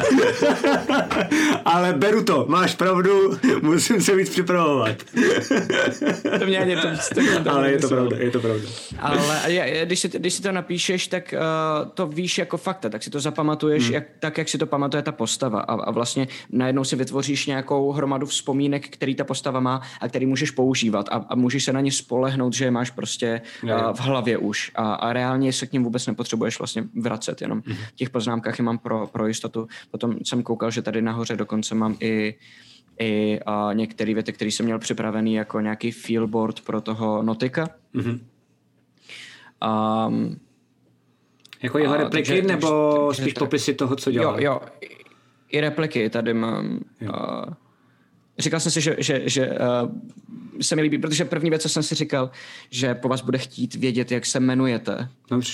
Ale beru to, máš pravdu, musím se víc připravovat. To mě ani to ale je to pravda. Ale když si to napíšeš, tak to víš jako fakta, tak si to zapamatuješ tak, jak si to pamatuje ta postava a vlastně najednou si vytvoříš nějakou hromadu vzpomínek, který ta postava má a který můžeš používat a můžeš se na ně spolehnout, že je máš prostě v hlavě už a reálně se k ním vůbec nepotřebuješ vlastně vracet, jenom v těch poznámkách je mám pro jistotu. Potom jsem koukal, že tady nahoře dokonce mám i některé věty, které jsem měl připravený jako nějaký feelboard pro toho Notika. Jako jeho repliky, nebo spíš popisy toho, co dělá? Jo, i repliky tady mám. Říkal jsem si, že se mi líbí, protože první věc, co jsem si říkal, že po vás bude chtít vědět, jak se jmenujete.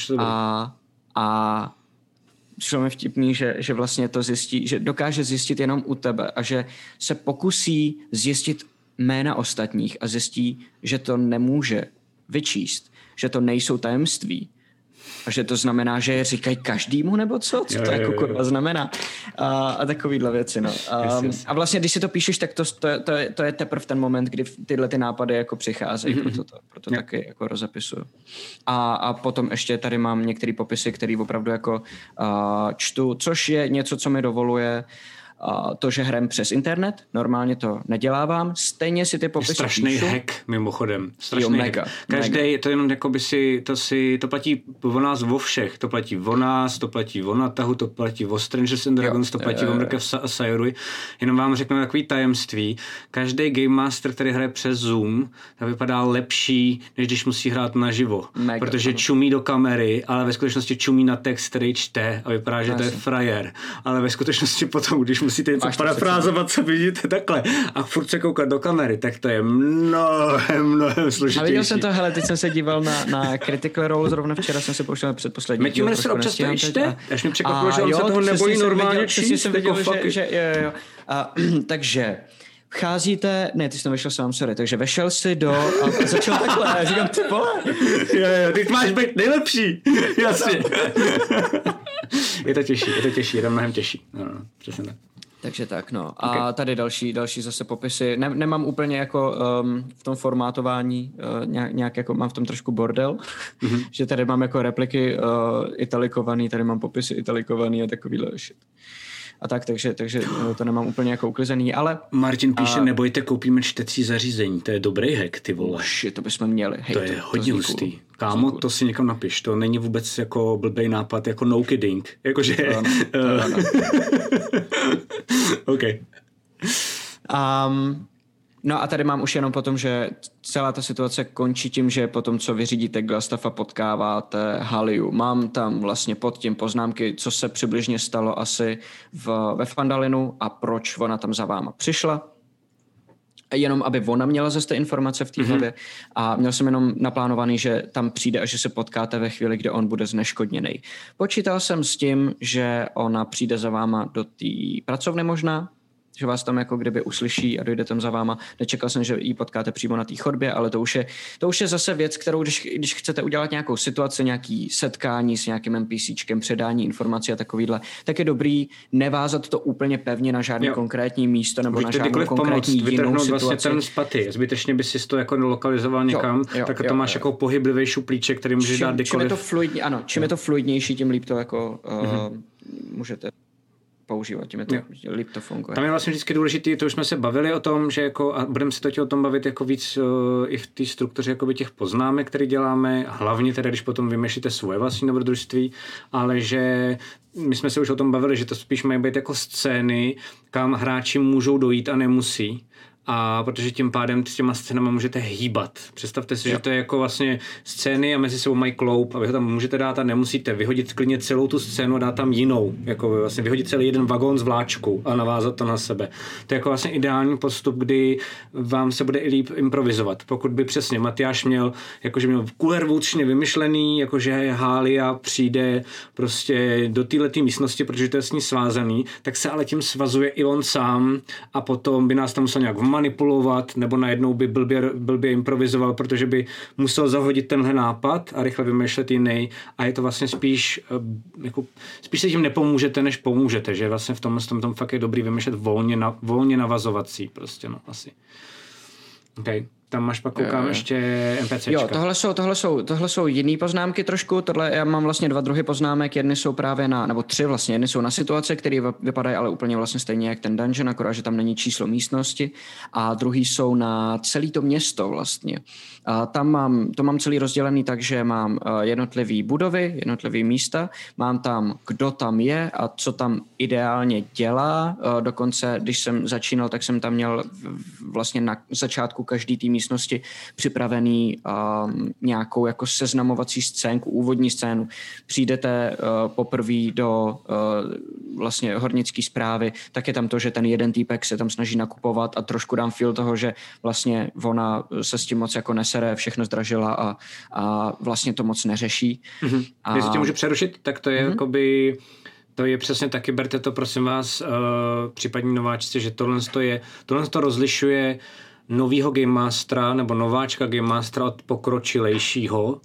A přišlo mi vtipný, že vlastně to zjistí, že dokáže zjistit jenom u tebe a že se pokusí zjistit jména ostatních a zjistí, že to nemůže vyčíst, že to nejsou tajemství a že to znamená, že je říkají každému nebo co? Co to jako kurva znamená? A takovýhle věci, no. A vlastně, když si to píšeš, tak to je teprve ten moment, kdy tyhle ty nápady jako přicházejí, proto taky jako rozepisuju. A potom ještě tady mám některé popisy, které opravdu jako čtu, což je něco, co mi dovoluje to, že hrám přes internet, normálně to nedělávám, stejně si ty popisy strašný píšu. hack, mimochodem. Strašný hack. Každý, to jenom jako by to platí o nás vo všech, to platí o nás, to platí o Natahu, to platí o Strangers and Dragons, to platí o Mrkev a Sayuri. Jenom vám řeknu takový tajemství. Každý Game Master, který hraje přes Zoom, tak vypadá lepší, než když musí hrát naživo. Protože čumí do kamery, ale ve skutečnosti čumí na text, který čte a vypadá, že to je frajer. Ale ve skutečnosti potom, když musíte něco parafrázovat, co vidíte takhle a furt se koukat do kamery, tak to je mnohem složitější. A viděl jsem to, hele, teď jsem se díval na Critical Role, zrovna včera jsem se pouštěl předposlední. Matthew Mercer občas to čte? Až mi překvapilo, že on se toho nebojí normálně číst. Takže vcházíte, ne, ty jsi tam vešel sám, sorry, takže vešel si do a začal takhle, já říkám, ty vole. Jo, ty máš být nejlepší, jasně. Je to těžší, je to mnohem těžší. No, přesně tak. Takže tak, no. A tady další zase popisy. Nemám úplně jako v tom formátování nějak jako mám v tom trošku bordel, že tady mám jako repliky italikovaný, tady mám popisy italikovaný a takovýhle shit. A takže to nemám úplně jako uklizený, ale... Martin píše, nebojte, koupíme čtecí zařízení, to je dobrý hack, ty vole. To bychom měli. Hej, to je hodně hustý. Kámo, to si někam napiš, to není vůbec jako blbej nápad, jako no kidding. Jakože... OK. No a tady mám už jenom potom, že celá ta situace končí tím, že potom, co vyřídíte Glastaffa, potkáváte Haliu. Mám tam vlastně pod tím poznámky, co se přibližně stalo asi ve Fandalinu a proč ona tam za váma přišla. Jenom aby ona měla zase informace v té hlavě a měl jsem jenom naplánovaný, že tam přijde a že se potkáte ve chvíli, kdy on bude zneškodněnej. Počítal jsem s tím, že ona přijde za váma do té pracovny možná, že vás tam jako kdyby uslyší a dojde tam za váma. Nečekal jsem, že ji potkáte přímo na té chodbě, ale to už je zase věc, kterou když chcete udělat nějakou situaci, nějaký setkání s nějakým NPCčkem, předání informací a takovýhle, tak je dobrý nevázat to úplně pevně na žádné konkrétní místo nebo na žádnou konkrétní jinou situaci. Vlastně ten z paty. Zbytečně by si to jako lokalizoval někam, tak to máš jako pohyblivý šuplíček, který můžeš dát kdykoliv. Čím je to fluidnější, tím líp to jako můžete používat, tím je to líp to funguje. Tam je vlastně vždycky důležitý, to už jsme se bavili o tom, že jako, a budeme se o tom bavit jako víc i v té struktuře jakoby těch poznámek, které děláme, hlavně teda, když potom vymýšlíte svoje vlastní dobrodružství, ale že my jsme se už o tom bavili, že to spíš mají být jako scény, kam hráči můžou dojít a nemusí. A protože tím pádem s těma scénama můžete hýbat. Představte si, že to je jako vlastně scény a mezi sebou mají kloup a vy ho tam můžete dát a nemusíte vyhodit klidně celou tu scénu a dát tam jinou. Jako vlastně vyhodit celý jeden vagón z vláčku a navázat to na sebe. To je jako vlastně ideální postup, kdy vám se bude i líp improvizovat. Pokud by přesně Matyáš měl kulervůčně vymyšlený, jakože Hália přijde prostě do téhletý místnosti, protože to je s ní svázaný, tak se ale tím svazuje i on sám a potom by nás tam musel nějak manipulovat, nebo najednou by blbě improvizoval, protože by musel zahodit tenhle nápad a rychle vymýšlet jiný. A je to vlastně spíš se tím nepomůžete, než pomůžete, že vlastně v tom fakt je dobrý vymýšlet volně navazovací prostě, no asi. Okay. Tam máš pak koukám ještě NPCčka. Jo, tohle jsou jiný poznámky trošku, tohle já mám vlastně 2 druhy poznámek, jedny jsou právě nebo 3 vlastně, jedny jsou na situace, které vypadají ale úplně vlastně stejně jak ten dungeon, akorát, že tam není číslo místnosti a druhý jsou na celé to město vlastně. A tam mám celý rozdělený tak, že mám jednotlivý budovy, jednotlivý místa, mám tam, kdo tam je a co tam ideálně dělá, dokonce, když jsem začínal, tak jsem tam měl vlastně na začátku každý tým místnosti připravený nějakou jako seznamovací scénku, úvodní scénu. Přijdete poprvé do vlastně hornické správy, tak je tam to, že ten jeden týpek se tam snaží nakupovat a trošku dám feel toho, že vlastně ona se s tím moc jako nesere, všechno zdražila a vlastně to moc neřeší. Jestli tě můžu přerušit, tak to je jakoby... To je přesně taky, berte to prosím vás, případní nováčci, že tohle to rozlišuje novýho Game Mastera nebo nováčka Game Mastera od pokročilejšího,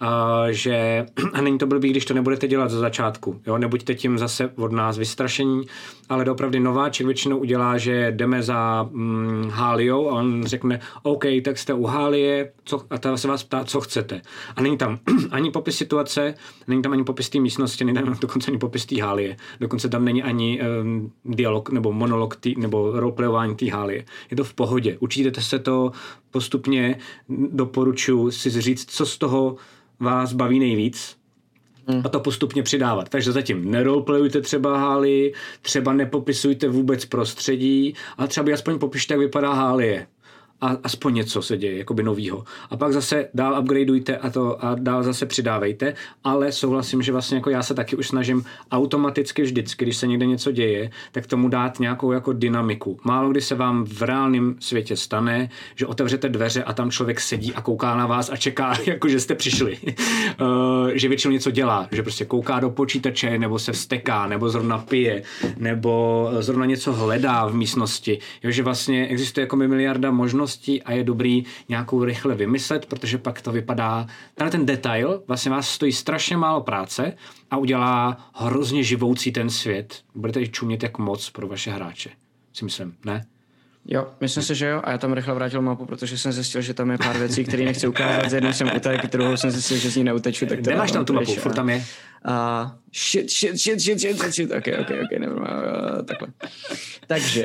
a není to blbý, když to nebudete dělat za začátku. Jo? Nebuďte tím zase od nás vystrašení, ale doopravdy nováček většinou udělá, že jdeme za Háliou a on řekne, OK, tak jste u Hálie a ta se vás ptá, co chcete. A není tam ani popis situace, není tam ani popis té místnosti, není tam dokonce ani popis té Hálie. Dokonce tam není ani dialog nebo monolog nebo roleplayování té Hálie. Je to v pohodě. Učíte se to postupně, doporučuji si říct, co z toho vás baví nejvíc a to postupně přidávat. Takže zatím neroleplayujte třeba Hálii, třeba nepopisujte vůbec prostředí, ale třeba aspoň popište, jak vypadá Hálie. A aspoň něco se děje, jakoby novýho. A pak zase dál upgradeujte a dál zase přidávejte, ale souhlasím, že vlastně jako já se taky už snažím automaticky vždycky, když se někde něco děje, tak tomu dát nějakou jako dynamiku. Málo kdy se vám v reálném světě stane, že otevřete dveře a tam člověk sedí a kouká na vás a čeká, jako že jste přišli. Že většinou něco dělá, že prostě kouká do počítače, nebo se vzteká, nebo zrovna pije, nebo zrovna něco hledá v místnosti. Jo, že vlastně existuje jako miliarda možností a je dobrý nějakou rychle vymyslet, protože pak to vypadá, ten detail vlastně vás stojí strašně málo práce a udělá hrozně živoucí ten svět. Budete čumět jak moc pro vaše hráče, si myslím, ne? Jo, myslím si, že jo. A já tam rychle vrátil mapu, protože jsem zjistil, že tam je pár věcí, které nechci ukázat. Z jednou jsem utek, druhou jsem zjistil, že z ní neuteču. Tak nemáš tam tu mapu, furt tam je. Shit. Ok, takhle. Takže...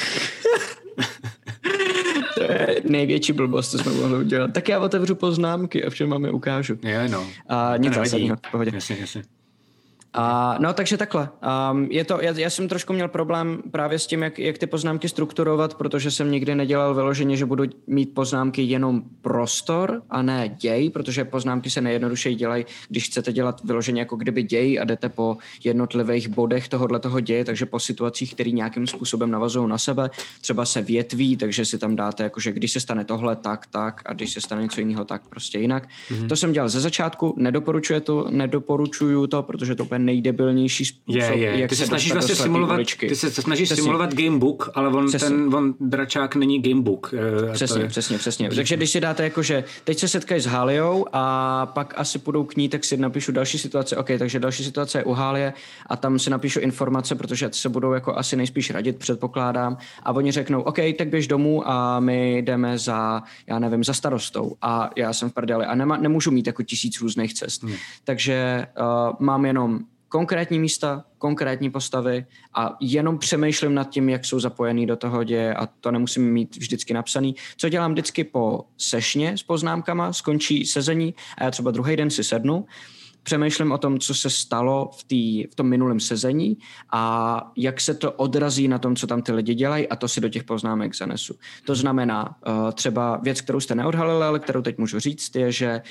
To je největší blbost, co jsme mohli udělat. Tak já otevřu poznámky a všem vám je ukážu. Nic zásadního, v pohodě. Jasně. No, takže takhle. Já jsem trošku měl problém právě s tím, jak ty poznámky strukturovat, protože jsem nikdy nedělal vyloženě, že budu mít poznámky jenom prostor a ne děj, protože poznámky se nejjednodušeji dělají, když chcete dělat vyloženě jako kdyby děj a jdete po jednotlivých bodech tohoto děje, takže po situacích, které nějakým způsobem navazují na sebe, třeba se větví, takže si tam dáte, jakože když se stane tohle, tak a když se stane něco jiného, tak prostě jinak. To jsem dělal ze začátku, nedoporučuju to, protože to úplně ten nejdebilnější způsob, jak ty se snažíš dostat vlastně do slepý uličky. Ty se snažíš simulovat gamebook, ale on dračák není gamebook. Přesně. Takže když si dáte jakože, teď se setkají s Háliou a pak asi půjdou k ní, tak si napíšu další situace, OK, takže další situace je u Hálie a tam si napíšu informace, protože se budou jako asi nejspíš radit, předpokládám, a oni řeknou, OK, tak běž domů a my jdeme za, já nevím, za starostou a já jsem v prdeli a nemůžu mít jako 1000 různých cest. Takže mám jenom konkrétní místa, konkrétní postavy a jenom přemýšlím nad tím, jak jsou zapojený do toho děje a to nemusím mít vždycky napsaný. Co dělám vždycky po sešně s poznámkama, skončí sezení a já třeba druhý den si sednu, přemýšlím o tom, co se stalo v tom minulém sezení a jak se to odrazí na tom, co tam ty lidi dělají a to si do těch poznámek zanesu. To znamená třeba věc, kterou jste neodhalili, ale kterou teď můžu říct, je, že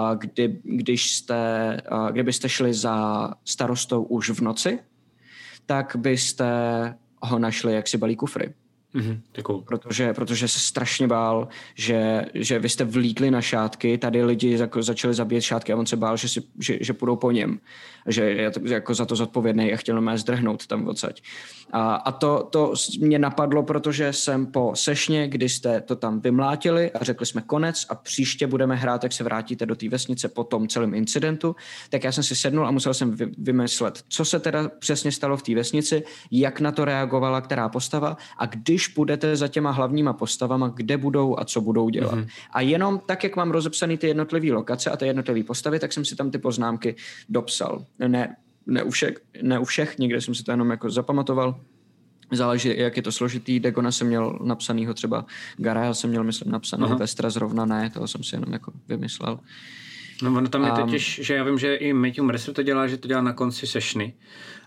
kdybyste šli za starostou už v noci, tak byste ho našli, jak si balí kufry. Protože se strašně bál, že vy jste vlítli na šátky, tady lidi začali zabíjet šátky a on se bál, že půjdou po něm, že je jako za to zodpovědný a chtěl mě zdrhnout tam odsaď. A to mě napadlo, protože jsem po sešně, kdy jste to tam vymlátili a řekli jsme konec a příště budeme hrát, jak se vrátíte do té vesnice po tom celém incidentu, tak já jsem si sednul a musel jsem vymyslet, co se teda přesně stalo v té vesnici, jak na to reagovala která postava a když půjdete za těma hlavníma postavama, kde budou a co budou dělat. A jenom tak, jak mám rozepsaný ty jednotlivé lokace a ty jednotlivé postavy, tak jsem si tam ty poznámky dopsal. Ne u všech, někde jsem si to jenom jako zapamatoval. Záleží, jak je to složitý. Dagona jsem měl napsanýho třeba, Garael jsem měl, myslím, napsanýho, Vestra zrovna ne, toho jsem si jenom jako vymyslel. No ono tam je totiž, že já vím, že i Matthew Mercer to dělá, že to dělá na konci sešny.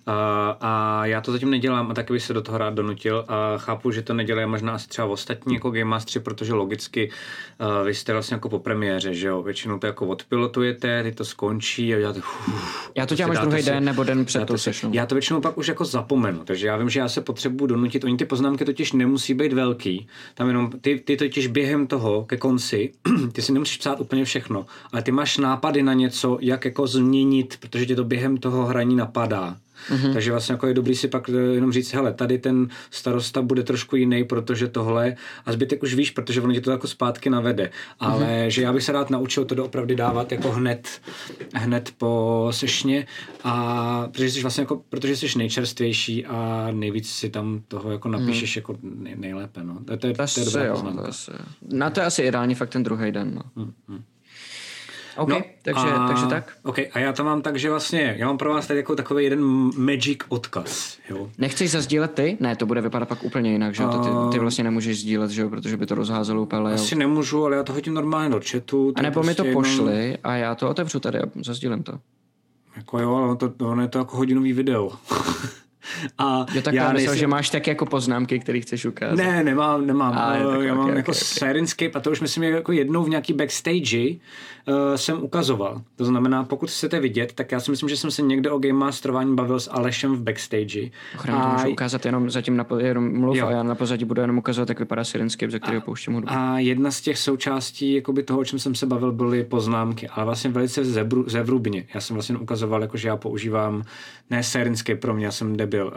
A já to zatím nedělám a taky bych se do toho rád donutil a chápu, že to nedělají možná asi třeba ostatní jako Game Mastery, protože logicky vy jste vlastně jako po premiéře, že jo, většinou to jako odpilotujete, ty to skončí a děláte já to dělám až druhý den nebo den před tou sešnou. Já to většinou pak už jako zapomenu, takže já vím, že já se potřebuji donutit, oni ty poznámky totiž nemusí být velký, tam jenom ty totiž během toho ke konci, ty si nemusíš psát úplně všechno, ale ty máš nápady na něco, jak jako změnit, protože tě to během toho hraní napadá. Takže vlastně jako je dobrý si pak jenom říct, hele, tady ten starosta bude trošku jiný, protože tohle a zbytek už víš, protože ono tě to jako zpátky navede. Ale že já bych se rád naučil to doopravdy dávat jako hned po sešně a protože jsi vlastně jako, protože jsi nejčerstvější a nejvíc si tam toho jako napíšeš jako nejlépe, no. To je dobrá poznámka. Na to je asi ideální fakt ten druhý den, no. OK, no, takže tak. OK, a já to mám tak, že vlastně, já mám pro vás tady jako takový jeden magic odkaz, jo. Nechceš zasdílet ty? Ne, to bude vypadat pak úplně jinak, že jo? Ty vlastně nemůžeš sdílet, že jo, protože by to rozházelo úplně. Asi nemůžu, ale já to hodím normálně do chatu. A nebo prostě mi to pošli a já to otevřu tady a zasdílím to. Jako jo, ale ono je to jako hodinový video. A jo, tak já myslel, že máš taky jako poznámky, které chceš ukázat. Ne, nemám. Já mám jako Sirenscape a to už myslím jako jednou v nějaký backstage jsem ukazoval. To znamená, pokud chcete vidět, tak já si myslím, že jsem se někde o game masterování bavil s Alešem v backstage. To můžu ukázat jenom zatím jenom mluv a já na pozadí budu jenom ukazovat, jak vypadá Sirenscape, ze kterého pouštím hudbu. A jedna z těch součástí jakoby toho, o čem jsem se bavil, byly poznámky, ale vlastně velice zevrubně. Já jsem vlastně ukazoval, jako, že já používám ne Sirenscape pro mě, já jsem debil.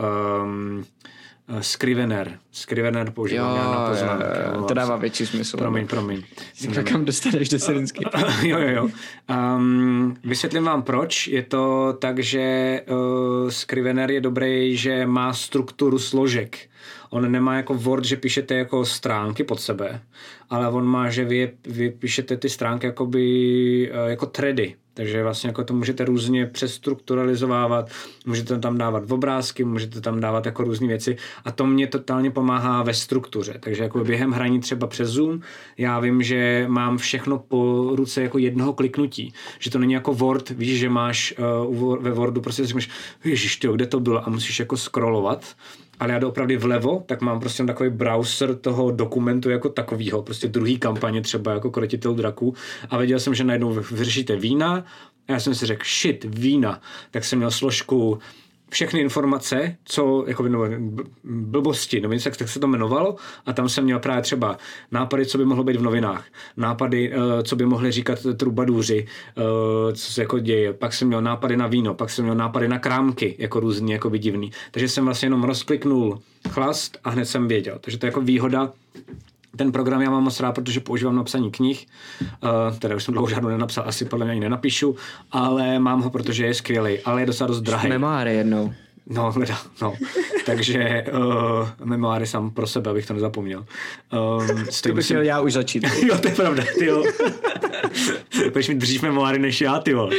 Scrivener používám já na poznámky. To dává větší smysl. Promiň. Kam dostaneš do Sirenscape? Jo. Vysvětlím vám proč. Je to tak, že Scrivener je dobrý, že má strukturu složek. On nemá jako Word, že píšete jako stránky pod sebe, ale on má, že vy píšete ty stránky jako thready. Takže vlastně jako to můžete různě přestrukturalizovávat, můžete tam dávat obrázky, můžete tam dávat jako různé věci a to mě totálně pomáhá ve struktuře. Takže jako během hraní třeba přes Zoom, já vím, že mám všechno po ruce jako jednoho kliknutí. Že to není jako Word, víš, že máš ve Wordu prostě řekneš, ježiš, tyjo, kde to bylo a musíš jako scrollovat. Ale já jdu opravdu vlevo, tak mám prostě takový browser toho dokumentu jako takovýho, prostě druhý kampaně třeba jako Krotitel draků a věděl jsem, že najednou vyřešíte vína a já jsem si řekl, vína, tak jsem měl složku všechny informace, co jako blbosti, nebo něco, tak se to jmenovalo a tam jsem měl právě třeba nápady, co by mohlo být v novinách, nápady, co by mohli říkat trubaduři, co se jako děje, pak jsem měl nápady na víno, pak jsem měl nápady na krámky, jako různý, jako divný. Takže jsem vlastně jenom rozkliknul chlast a hned jsem věděl. Takže to je jako výhoda. Ten program já mám moc rád, protože používám na psaní knih, teda už jsem dlouho žádnou nenapsal, asi podle mě ani nenapíšu, ale mám ho, protože je skvělý, ale je docela dost drahý. Memoáry jednou. No, takže memoáry sám pro sebe, abych to nezapomněl. To bych měl já už začít. Jo, to je pravda, tyjo. Budeš mi dřív memoáry než já, tyjo.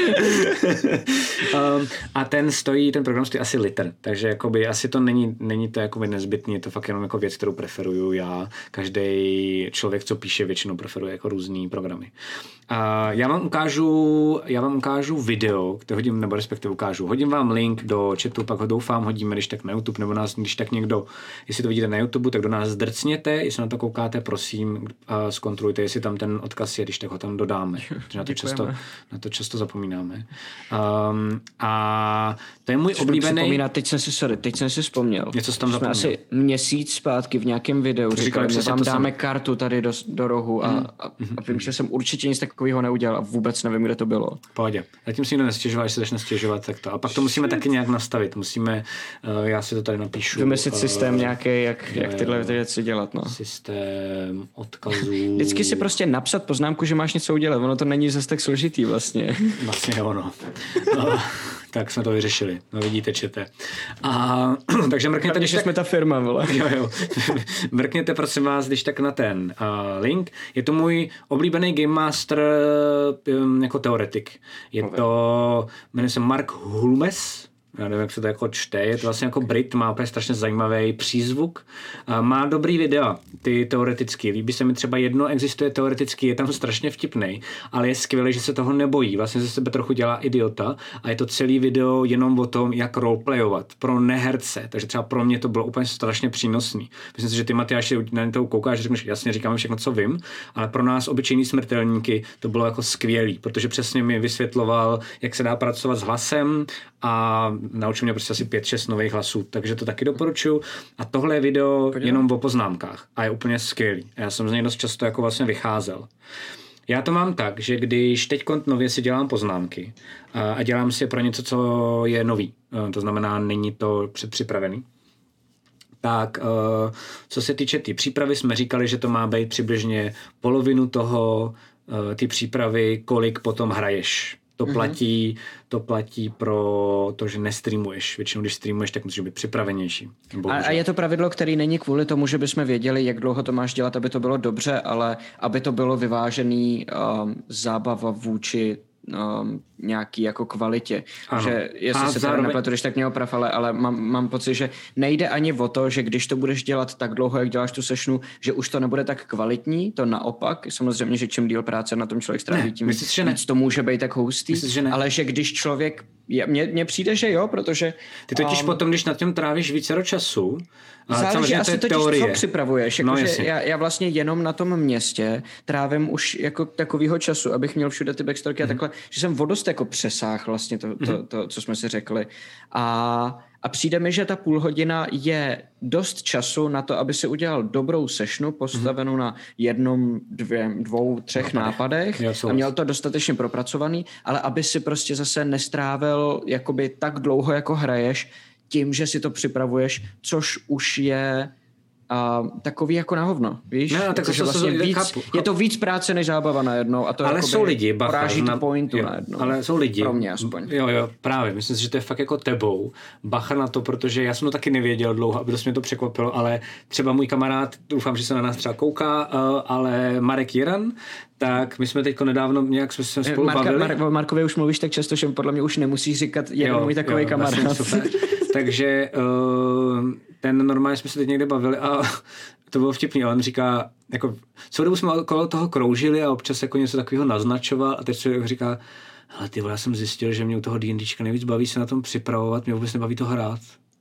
A ten program stojí asi litr, takže jakoby asi to není to jakoby nezbytný, je to fakt jenom jako věc, kterou preferuju já. Každý člověk, co píše, většinou preferuje jako různý programy. Já vám ukážu video, které hodím vám link do chatu, pak ho doufám hodíme, když tak na YouTube, nebo nás, když tak někdo, jestli to vidíte na YouTube, tak do nás zdrcněte, jestli na to koukáte, prosím, zkontrolujte, jestli tam ten odkaz je, když tak ho tam dodáme, protože na to často zapomínáme. A to je můj oblíbený... Teď jsem si vzpomněl. Něco tam zapomněl. Asi měsíc zpátky v nějakém videu říkali, že vám dáme kartu tady do rohu a vím, že jsem určitě nic takového neudělal a vůbec nevím, kde to bylo. Pohodě. Zatím si někdo nestěžoval, až se začne stěžovat, tak to. A pak to musíme taky nějak nastavit. Já si to tady napíšu. Vymyslet systém nějaký, jak tyhle věci dělat. No. Systém odkazů. Vždycky si prostě napsat poznámku, že máš něco udělat. Ono to není zase tak složitý vlastně. Vlastně ono. Tak jsme to vyřešili. No vidíte, čete. Takže mrkněte, když jsme ta firma, vole. Jo. Mrkněte, prosím vás, když tak na ten link. Je to můj oblíbený Game Master jako teoretik. Jmenuje se Mark Hulmes. Já nevím, jak se to jako čte, je to vlastně jako Brit, má úplně strašně zajímavý přízvuk. Má dobrý videa, ty teoretický. Líbí se mi třeba jedno, existuje teoretický, je tam strašně vtipnej, ale je skvělé, že se toho nebojí. Vlastně ze sebe trochu dělá idiota a je to celý video jenom o tom, jak roleplayovat pro neherce. Takže třeba pro mě to bylo úplně strašně přínosný. Myslím si, že ty, Matyáši, na to koukáš, že řekneš, jasně, říkáme všechno, co vím, ale pro nás obyčejní smrtelníky to bylo jako skvělý, protože přesně mi vysvětloval, jak se dá pracovat s hlasem a naučil mě prostě asi 5-6 nových hlasů, takže to taky doporučuji. A tohle je video jenom o poznámkách a je úplně skvělý. Já jsem z něj dost často jako vlastně vycházel. Já to mám tak, že když teď nově si dělám poznámky a dělám si pro něco, co je nový, to znamená, není to předpřipravený, tak co se týče té přípravy, jsme říkali, že to má být přibližně polovinu toho, ty přípravy, kolik potom hraješ. To platí pro to, že nestreamuješ. Většinou, když streamuješ, tak musíš být připravenější. A je to pravidlo, který není kvůli tomu, že bychom věděli, jak dlouho to máš dělat, aby to bylo dobře, ale aby to bylo vyvážený zábava vůči nějaký jako kvalitě. Ano. Že jestli se zároveň... nepletu, když tak mě oprav, ale mám pocit, že nejde ani o to, že když to budeš dělat tak dlouho, jak děláš tu sessionu, že už to nebude tak kvalitní, to naopak. Samozřejmě, že čím díl práce na tom člověk stráví, tím víc to může být tak hustý, ale že když člověk mně přijde, že jo, protože... Ty totiž potom, když nad tím trávíš více času, záleží asi totiž, co připravuješ. Jako, já vlastně jenom na tom městě trávím už jako takovýho času, abych měl všude ty backstorky a takhle, že jsem vodost jako přesáhl vlastně to, co jsme si řekli. A přijde mi, že ta půl hodina je dost času na to, aby si udělal dobrou sessionu postavenou na jednom, dvou, třech nápadech a měl to dostatečně propracovaný, ale aby si prostě zase nestrávil jakoby tak dlouho, jako hraješ, tím, že si to připravuješ, což už je takový jako na hovno, víš? No, tak to vlastně je to víc práce než zábava najednou a to ale jsou lidi, poráží tu pointu najednou. Ale jsou lidi. Pro mě aspoň. Jo, právě. Myslím si, že to je fakt jako tebou. Bacha na to, protože já jsem to taky nevěděl dlouho, aby dost mě to překvapilo, ale třeba můj kamarád, doufám, že se na nás třeba kouká, ale Marek Jiran, tak my jsme teďko nedávno nějak jsme se spolu bavili. Markovi už mluvíš tak často, že podle mě už nemusíš říkat jeden můj takový kamarád. Takže ten normálně jsme se teď někde bavili a to bylo vtipný, ale on říká, jako celou dobu jsme okolo toho kroužili a občas jako něco takového naznačoval a teď člověk říká, hele ty vole, já jsem zjistil, že mě u toho D&Dčka nejvíc baví se na tom připravovat, mě vůbec nebaví to hrát.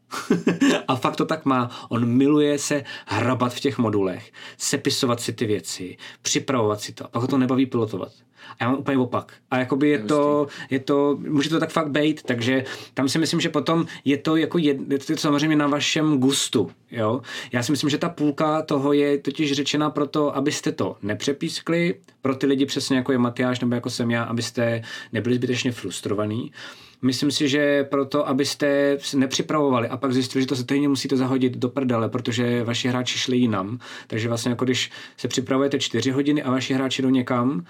A fakt to tak má. On miluje se hrabat v těch modulech, sepisovat si ty věci, připravovat si to. A pak ho to nebaví pilotovat. A já mám úplně opak. A jakoby je to, může to tak fakt být, takže tam si myslím, že potom je to jako je to samozřejmě na vašem gustu, jo. Já si myslím, že ta půlka toho je totiž řečena proto, abyste to nepřepískli, pro ty lidi přesně jako je Matyáš nebo jako jsem já, abyste nebyli zbytečně frustrovaní. Myslím si, že proto, abyste nepřipravovali a pak zjistili, že to stejně musíte zahodit do prdele, protože vaši hráči šli jinam. Takže vlastně jako když se připravujete 4 hodiny a vaši hráči jdou někam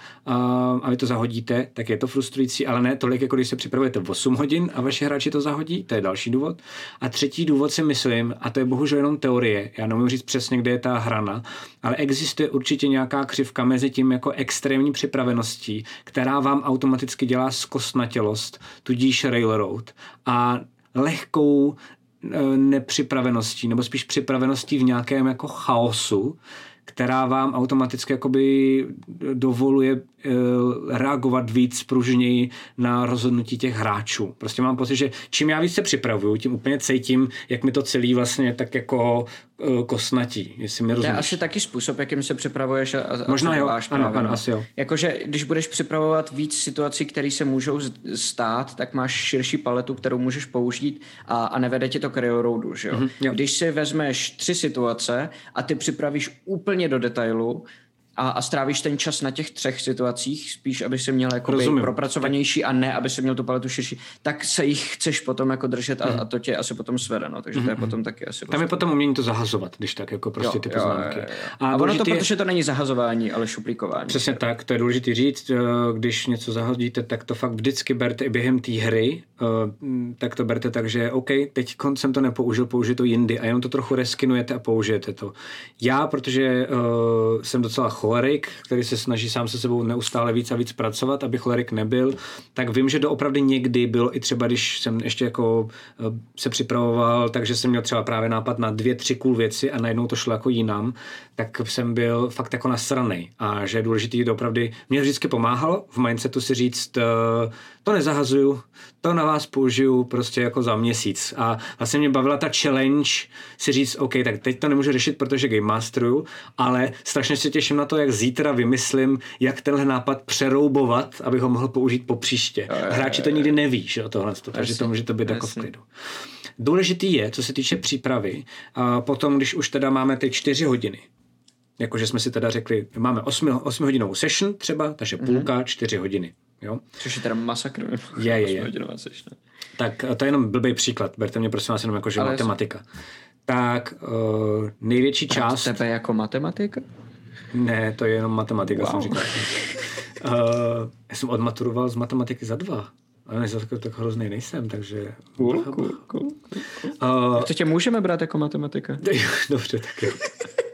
a vy to zahodíte, tak je to frustrující, ale ne tolik, jako když se připravujete 8 hodin a vaši hráči to zahodí, to je další důvod. A třetí důvod si myslím, a to je bohužel jenom teorie, já nemůžu říct přesně, kde je ta hrana, ale existuje určitě nějaká křivka mezi tím jako extrémní připraveností, která vám automaticky dělá zkostnatělost, tudíž railroad a lehkou nepřipraveností, nebo spíš připraveností v nějakém jako chaosu, která vám automaticky jakoby dovoluje reagovat víc pružněji na rozhodnutí těch hráčů. Prostě mám pocit, že čím já víc se připravuju, tím úplně cítím, jak mi to celý vlastně tak jako kosnatí, jestli mi rozumíš. To je asi taky způsob, jakým se připravuješ a možná jo, ano, asi jo. Jakože když budeš připravovat víc situací, které se můžou stát, tak máš širší paletu, kterou můžeš použít a nevede tě to k railroadu, že jo? Jo. Když si vezmeš 3 situace a ty připravíš úplně do detailu a strávíš ten čas na těch 3 situacích, spíš, aby se měl jako propracovanější a ne, aby se měl tu paletu širší, tak se jich chceš potom jako držet a to tě asi potom svede, no, takže to je potom taky asi... Tam je potom umění to zahazovat, když tak jako prostě ty poznámky. Jo. A ono to, protože to není zahazování, ale šuplíkování. Přesně tak, to je důležité říct, když něco zahodíte, tak to fakt vždycky berte i během té hry, tak to berte tak, že OK, teď jsem to nepoužil, použiju to jindy a jenom to trochu reskinujete a použijete to. Já, protože jsem docela cholerik, který se snaží sám se sebou neustále víc a víc pracovat, aby cholerik nebyl, tak vím, že doopravdy někdy bylo i třeba, když jsem ještě jako se připravoval, takže jsem měl třeba právě nápad na 2-3 cool věci a najednou to šlo jako jinam, tak jsem byl fakt jako nasranej. A že je důležitý doopravdy, mě vždycky pomáhalo v mindsetu si říct, to nezahazuju, to na vás použiju prostě jako za měsíc. A vlastně mě bavila ta challenge si říct, OK, tak teď to nemůžu řešit, protože game masteruju, ale strašně se těším na to, jak zítra vymyslím, jak tenhle nápad přeroubovat, abych ho mohl použít po příště. Hráči to nikdy neví, že tohle, takže to může to být jako v klidu. Důležitý je, co se týče přípravy, a potom, když už teda máme ty 4 hodiny, jakože jsme si teda řekli, máme 8 hodinovou session třeba, takže půlka 4 hodiny. Jo? Což je teda masakr. Je. Tak to je jenom blbý příklad, berte mě prosím vás jenom jako, že matematika. Tak největší část... Tebe jako matematika? Ne, to je jenom matematika, jsem říkal. Já jsem odmaturoval z matematiky za 2. Ale tak hrozný nejsem, takže... Cool. To tě můžeme brát jako matematika? Dobře, tak jo.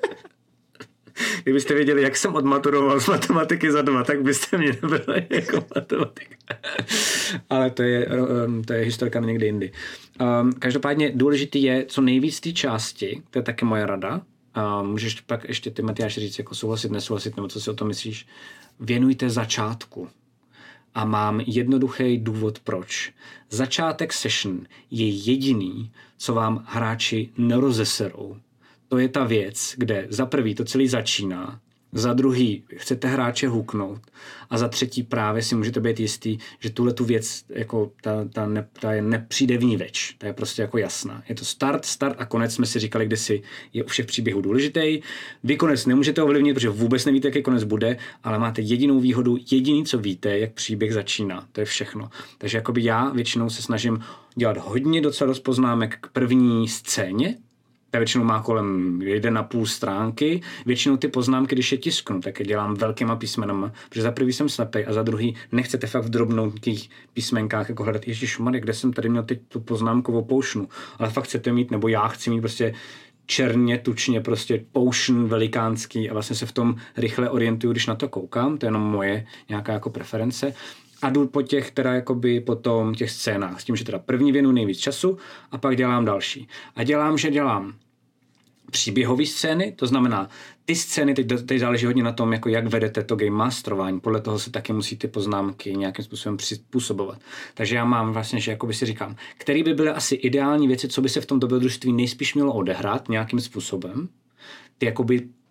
Kdybyste věděli, jak jsem odmaturoval z matematiky za 2, tak byste mě nebrali jako matematika. Ale to je historka na někde jindy. Každopádně důležitý je, co nejvíc té části, to je taky moje rada, můžeš pak ještě ty, Matyáš, říct, jako souhlasit, nesouhlasit, nebo co si o tom myslíš, věnujte začátku. A mám jednoduchý důvod, proč. Začátek session je jediný, co vám hráči nerozeserou. To je ta věc, kde za prvý to celý začíná, za druhý chcete hráče huknout a za třetí právě si můžete být jistý, že tuhle tu věc jako ta je nepřijde vníveč. Ta je prostě jako jasná. Je to start a konec, jsme si říkali, kdysi je u všech příběhů důležitý. Vy konec nemůžete ovlivnit, protože vůbec nevíte, jaký konec bude, ale máte jedinou výhodu, jediný, co víte, jak příběh začíná. To je všechno. Takže jakoby já většinou se snažím dělat hodně docela dost poznámek k první scéně. Ta většinou má kolem 1,5 stránky. Většinou ty poznámky, když je tisknu, tak je dělám velkýma písmenama, protože za prvý jsem slepej a za druhý nechcete fakt v drobných písmenkách jako hledat, ježišmarja, kde jsem tady měl teď tu poznámku o potionu, ale fakt chcete mít, nebo já chci mít prostě černě, tučně, prostě potion velikánský a vlastně se v tom rychle orientuju, když na to koukám, to je jenom moje nějaká jako preference. A jdu po těch teda jakoby potom těch scénách, s tím, že teda první věnu nejvíc času a pak dělám další. A dělám příběhové scény, to znamená ty scény, teď záleží hodně na tom, jako jak vedete to game masterování, podle toho se taky musí ty poznámky nějakým způsobem přizpůsobovat. Takže já mám vlastně, že jakoby si říkám, který by byly asi ideální věci, co by se v tom dobrodružství nejspíš mělo odehrát nějakým způsobem, ty jakoby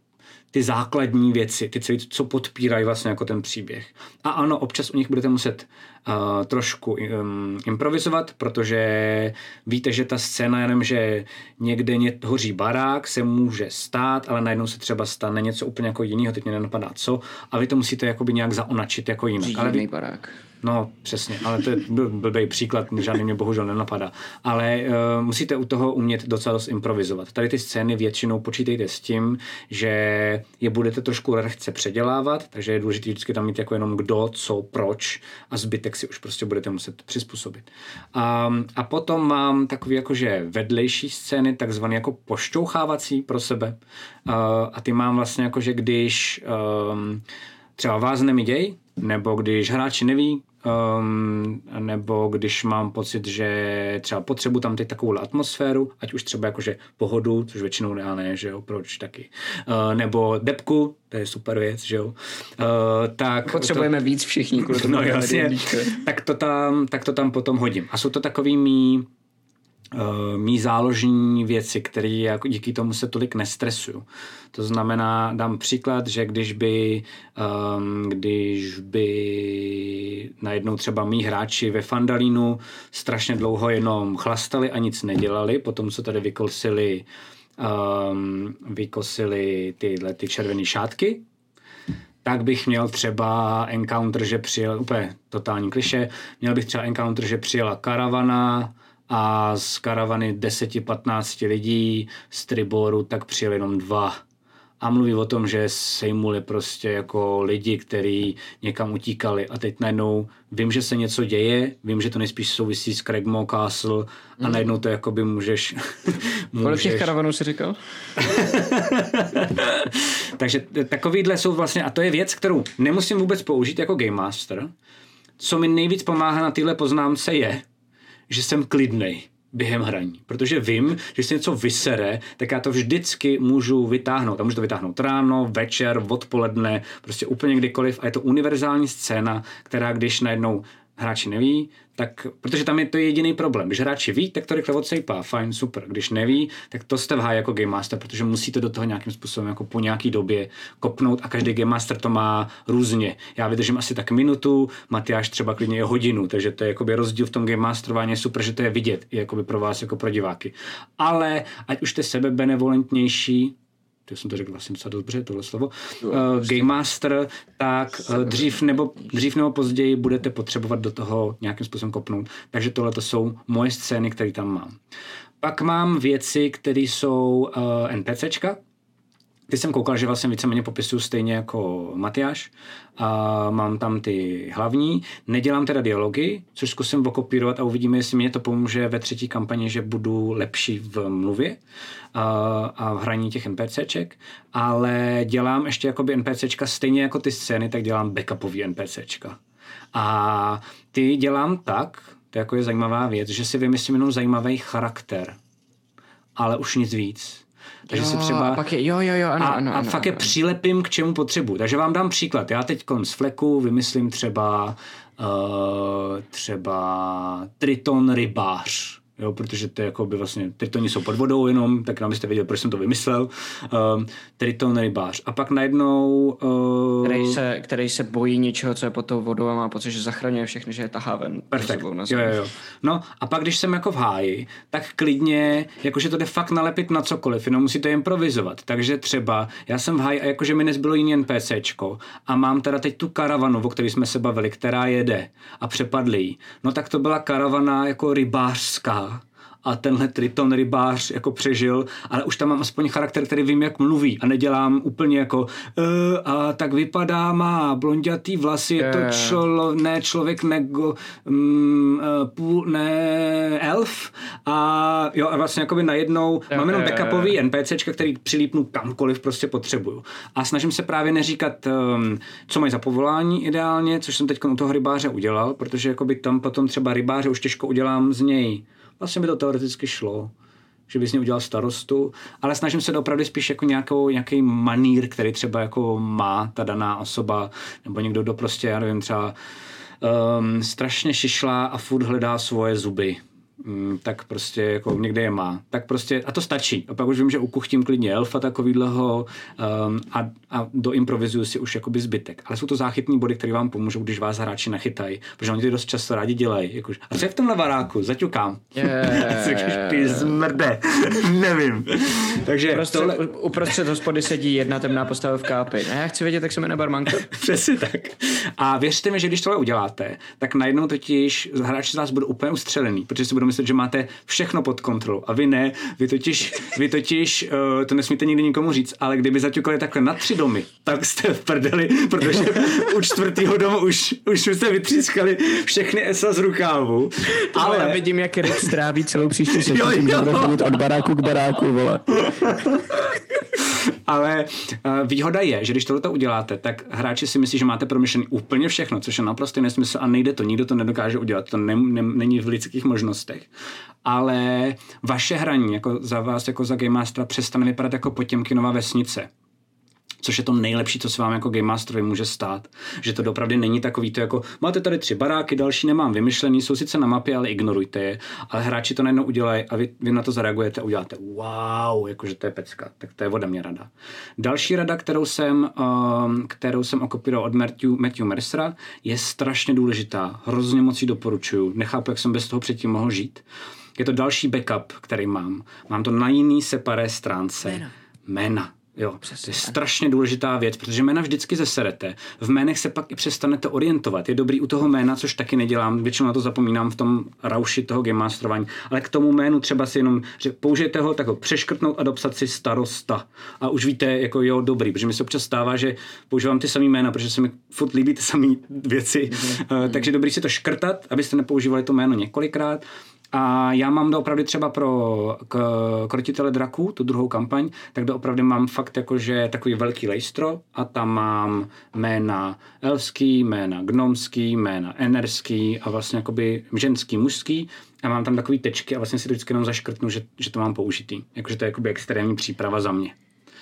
ty základní věci, ty celé, co podpírají vlastně jako ten příběh. A ano, občas u nich budete muset trošku improvizovat, protože víte, že ta scéna, jenom že někde hoří barák, se může stát, ale najednou se třeba stane něco úplně jako jiného, teď mě nenapadá co, a vy to musíte jakoby nějak zaonačit jako jinak. Řídivý barák. No, přesně, ale to je blbý příklad, žádný mě bohužel nenapadá. Ale musíte u toho umět docela dost improvizovat. Tady ty scény většinou počítejte s tím, že je budete trošku lehce předělávat, takže je důležité vždycky tam mít jako jenom kdo, co, proč a zbytek si už prostě budete muset přizpůsobit. A potom mám takový jakože vedlejší scény, takzvané jako pošťouchávací pro sebe. A ty mám vlastně jakože když třeba vás nemiděj, nebo když hráči neví, nebo když mám pocit, že třeba potřebuji tam teď takovou atmosféru, ať už třeba jakože pohodu, což většinou ne, že jo, proč taky. Nebo depku, to je super věc, že jo. Tak potřebujeme víc všichni, kvůli tomu. No jasně, tak to tam potom hodím. A jsou to takový mý záložní věci, které jako díky tomu se tolik nestresuju. To znamená, dám příklad, že když by najednou třeba mý hráči ve Fandalínu strašně dlouho jenom chlastali a nic nedělali, potom co tady vykosili ty červené šátky, tak bych měl třeba encounter, že přijel, úplně totální klišé, měl bych třeba encounter, že přijela karavana a z karavany 10-15 lidí z Triboru tak přijeli jenom 2. A mluví o tom, že sejmuli prostě jako lidi, kteří někam utíkali a teď najednou vím, že se něco děje, vím, že to nejspíš souvisí s Cragmaw Castle a najednou to jakoby můžeš... Kolik těch karavanů jsi říkal? Takže takovýhle jsou vlastně, a to je věc, kterou nemusím vůbec použít jako Game Master. Co mi nejvíc pomáhá na téhle poznámce je, že jsem klidnej během hraní. Protože vím, že se něco vysere, tak já to vždycky můžu vytáhnout. A můžu to vytáhnout ráno, večer, odpoledne, prostě úplně kdykoliv. A je to univerzální scéna, která když najednou hráči neví, tak, protože tam je to jediný problém. Když hráči ví, tak to rychle odsejpá, fajn, super. Když neví, tak to jste v háji jako Game Master, protože musíte do toho nějakým způsobem jako po nějaký době kopnout a každý Game Master to má různě. Já vydržím asi tak minutu, Matyáš třeba klidně je hodinu, takže to je jakoby rozdíl v tom Game Masterování, je super, že to je vidět i jakoby pro vás jako pro diváky. Ale ať už jste sebebenevolentnější, to jsem to řekl vlastně docela dobře, tohle slovo, Game Master, tak dřív nebo později budete potřebovat do toho nějakým způsobem kopnout. Takže tohle to jsou moje scény, které tam mám. Pak mám věci, které jsou NPCčka. Ty jsem koukal, že vlastně víceméně popisuju stejně jako Matyáš. A mám tam ty hlavní. Nedělám teda dialogy, což zkusím okopírovat a uvidíme, jestli mě to pomůže ve 3. kampani, že budu lepší v mluvě a v hraní těch NPCček. Ale dělám ještě jakoby NPCčka stejně jako ty scény, tak dělám backupový NPCčka. A ty dělám tak, to jako je zajímavá věc, že si vymyslím jenom zajímavý charakter. Ale už nic víc. Takže si třeba ano, fakt je přilepím k čemu potřebuji. Takže vám dám příklad. Já teď z fleku vymyslím třeba Triton rybář. Jo, protože to je jako by vlastně, tritoni jsou pod vodou jenom, tak nám byste věděli, proč jsem to vymyslel. Triton rybář. A pak najednou... Který se bojí něčeho, co je pod tou vodou a má pocit, že zachraňuje všechny, že je tahá ven. Perfekt. Jo. No a pak, když jsem jako v háji, tak klidně, jakože to jde fakt nalepit na cokoliv, jenom musíte improvizovat. Takže třeba, já jsem v háji a jakože mi nezbylo jiný NPCčko a mám teda teď tu karavanu, o které jsme se bavili, která jede a přepadli jí. No tak to byla karavana jako rybářská. A tenhle Triton rybář jako přežil, ale už tam mám aspoň charakter, který vím, jak mluví a nedělám úplně jako a tak vypadá, má blondětý vlasy, je to člověk elf a jo a vlastně jakoby najednou mám jenom backupový NPCčka, který přilípnu kamkoliv prostě potřebuju. A snažím se právě neříkat, co mají za povolání ideálně, což jsem teď u toho rybáře udělal, protože jakoby tam potom třeba rybáře už těžko udělám z něj. Vlastně by to teoreticky šlo, že bys z něj udělal starostu, ale snažím se opravdu spíš jako nějaký manír, který třeba jako má ta daná osoba, nebo někdo, kdo prostě, já nevím, třeba strašně šišlá a furt hledá svoje zuby. tak prostě jako někde je má. Tak prostě, a to stačí. A pak už vím, že ukuchtím klidně elfa takovýhleho a doimprovizuju si už jakoby zbytek. Ale jsou to záchytní body, které vám pomůžou, když vás hráči nachytají, protože oni to dost často rádi dělají. Jakož, a co je v tomhle baráku? Zaťukám. Ty zmrde. Nevím. Takže uprostřed hospody sedí jedna temná postava v kápi. A já chci vědět, jak se jmenuje barmanka. Přesně tak. A věřte mi, že když tohle uděláte, tak najednou totiž hráči z vás budou úplně ustřelený, protože si budou myslet, že máte všechno pod kontrolou. A vy ne, vy totiž to nesmíte nikdy nikomu říct, ale kdyby zaťukali takhle na 3 domy, tak jste v prdeli, protože u 4. domu už jste vytřískali všechny esa z rukávu. Ale já vidím, jak Rick stráví celou příští session, že bude chodit od baráku k baráku, vole. Ale výhoda je, že když tohleto uděláte, tak hráči si myslí, že máte promyšlený úplně všechno, což je naprosto nesmysl a nejde to, nikdo to nedokáže udělat, to není v lidských možnostech. Ale vaše hraní jako za vás, jako za Game Mastera, přestane vypadat jako Potěmkinova vesnice. Což je to nejlepší, co se vám jako Game Masterovi může stát. Že to opravdu není takový to jako, máte tady 3 baráky, další nemám vymyšlený, jsou sice na mapě, ale ignorujte je. Ale hráči to najednou udělají a vy na to zareagujete a uděláte wow, jakože to je pecka. Tak to je ode mě rada. Další rada, kterou jsem okopíroval od Matthew Mercera, je strašně důležitá. Hrozně moc ji doporučuju. Nechápu, jak jsem bez toho předtím mohl žít. Je to další backup, který mám. Mám to na jiný separé stránce. Jména. Jo, to je strašně důležitá věc, protože jména vždycky zeserete. V jménech se pak i přestanete orientovat. Je dobrý u toho jména, což taky nedělám, většinou na to zapomínám v tom rauši toho game masterování, ale k tomu jménu třeba si jenom, že použijete ho, tak ho přeškrtnout a dopsat si starosta. A už víte, jako jo, dobrý, protože mi se občas stává, že používám ty samý jména, protože se mi furt líbí ty samé věci. Takže dobrý si to škrtat, abyste nepoužívali to jméno několikrát. A já mám doopravdy třeba pro Krotitele draků, tu druhou kampaň, tak doopravdy mám fakt jakože takový velký lejstro a tam mám jména elfský, jména gnomský, jména enerský a vlastně jakoby ženský, mužský a mám tam takový tečky a vlastně si to vždycky jenom zaškrtnu, že to mám použitý. Jakože to je jakoby extrémní příprava za mě.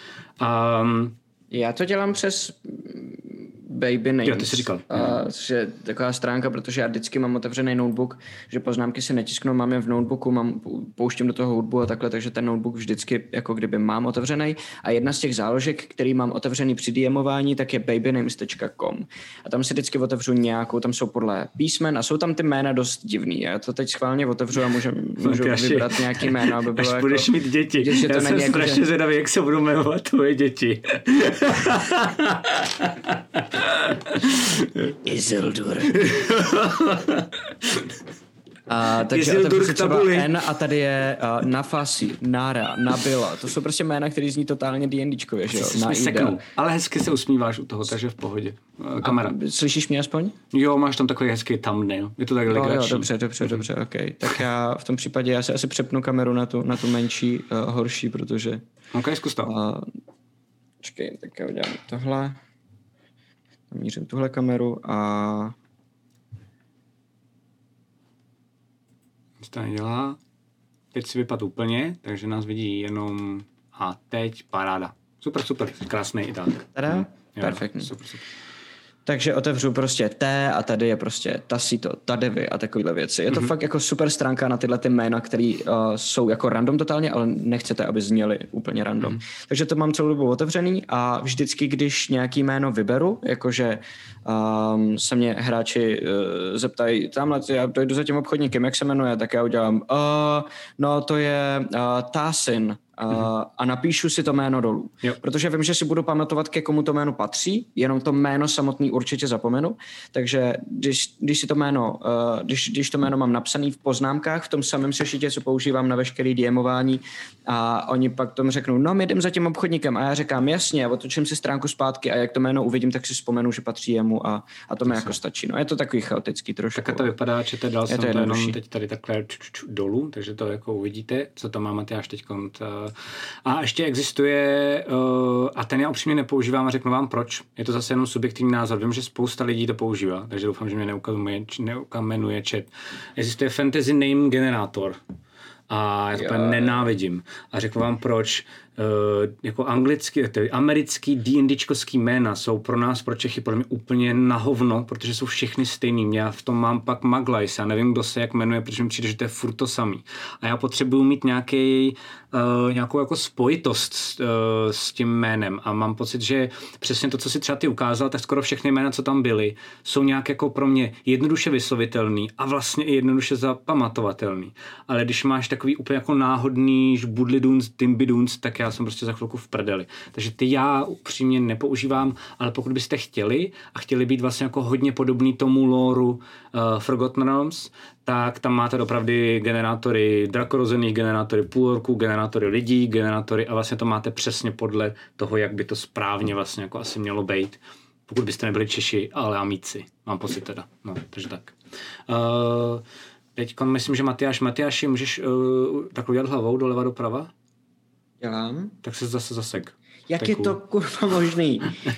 Já to dělám přes Baby Names. Jo, ty jsi říkal. Že je taková stránka, protože já vždycky mám otevřený notebook, že poznámky si netisknu, mám je v notebooku, pouštím do toho hudbu a takhle, takže ten notebook vždycky jako kdyby mám otevřený. A jedna z těch záložek, který mám otevřený při DMování, tak je babynames.com. A tam si vždycky otevřu nějakou, tam jsou podle písmen a jsou tam ty jména dost divný. Já to teď schválně otevřu a můžu vybrat nějaký jméno, aby bylo až jako... budeš mít děti. Já jsem strašně zvědavý, jak se budou jmenovat tvoje děti. Isildur. Takže otevřu si třeba N a tady je Nafasi, Nara, Nabila. To jsou prostě jména, které zní totálně D&Dčkově, že jo? Ale hezky se usmíváš u toho, takže v pohodě. Kamera. Slyšíš mě aspoň? Jo, máš tam takový hezký thumbnail. Je to tak legrační. Dobře, ok. Tak já v tom případě, já si asi přepnu kameru na tu menší, horší, protože... Ok, zkus to. Počkej, tak já udělám tohle. Mířím tuhle kameru a... Nic to nedělá. Teď si vypadl úplně, takže nás vidí jenom... A teď paráda. Super, krásný i tak. Tada? Perfektní. Super. Takže otevřu prostě T a tady je prostě Tasito, Tadevy a takovéhle věci. Je to fakt jako super stránka na tyhle ty jména, které jsou jako random totálně, ale nechcete, aby zněly úplně random. Takže to mám celou dobu otevřený a vždycky, když nějaký jméno vyberu, jakože se mě hráči zeptají, tamhle já dojdu za tím obchodníkem, jak se jmenuje, tak já udělám, no to je Tasin. A napíšu si to jméno dolů. Jo. Protože vím, že si budu pamatovat, ke komu to jméno patří, jenom to jméno samotný určitě zapomenu. Takže když to jméno mám napsané v poznámkách, v tom samém sešitě, co používám na veškeré DMování, a oni pak tomu řeknou, no my jdem za tím obchodníkem. A já říkám, jasně, a otočím si stránku zpátky a jak to jméno uvidím, tak si vzpomenu, že patří jemu a to mi jako stačí. No je to takový chaotický trošku. Tak to vypadá, že dal jsem to jenom teď tady takhle dolů, takže to jako uvidíte, co tam máme až teď kont. A ještě existuje, a ten já upřímně nepoužívám a řeknu vám proč. Je to zase jenom subjektivní názor. Vím, že spousta lidí to používá, takže doufám, že mě neukamenuje chat. Existuje Fantasy Name Generator. A já to nenávidím. A řeknu vám proč. jako anglický, americký D&Dčkovský jména jsou pro nás, pro Čechy, podle mě úplně na hovno, protože jsou všechny stejný. Já v tom mám pak Maglajs, já nevím, kdo se jak jmenuje, protože mi přijde, že to je furt to samý. A já potřebuju mít nějakou jako spojitost s tím jménem a mám pocit, že přesně to, co si třeba ty ukázal, tak skoro všechny jména, co tam byly, jsou nějak jako pro mě jednoduše vyslovitelný a vlastně i jednoduše zapamatovatelný. Ale když máš takový úplně jako náhodný žbudliduns, timbiduns, tak já jsem prostě za chvilku v prdeli. Takže ty já upřímně nepoužívám, ale pokud byste chtěli a chtěli být vlastně jako hodně podobný tomu loreu Forgotten Realms, tak tam máte opravdu generátory drakorozených, generátory půlorků, generátory lidí, generátory a vlastně to máte přesně podle toho, jak by to správně vlastně jako asi mělo být. Pokud byste nebyli Češi, ale amíci. Mám pocit teda. No, takže tak. Teď myslím, že Matyáši, můžeš takhle dělat hlavou doleva doprava? Dělám. Tak se zase zasek. Jak je to kurva možný?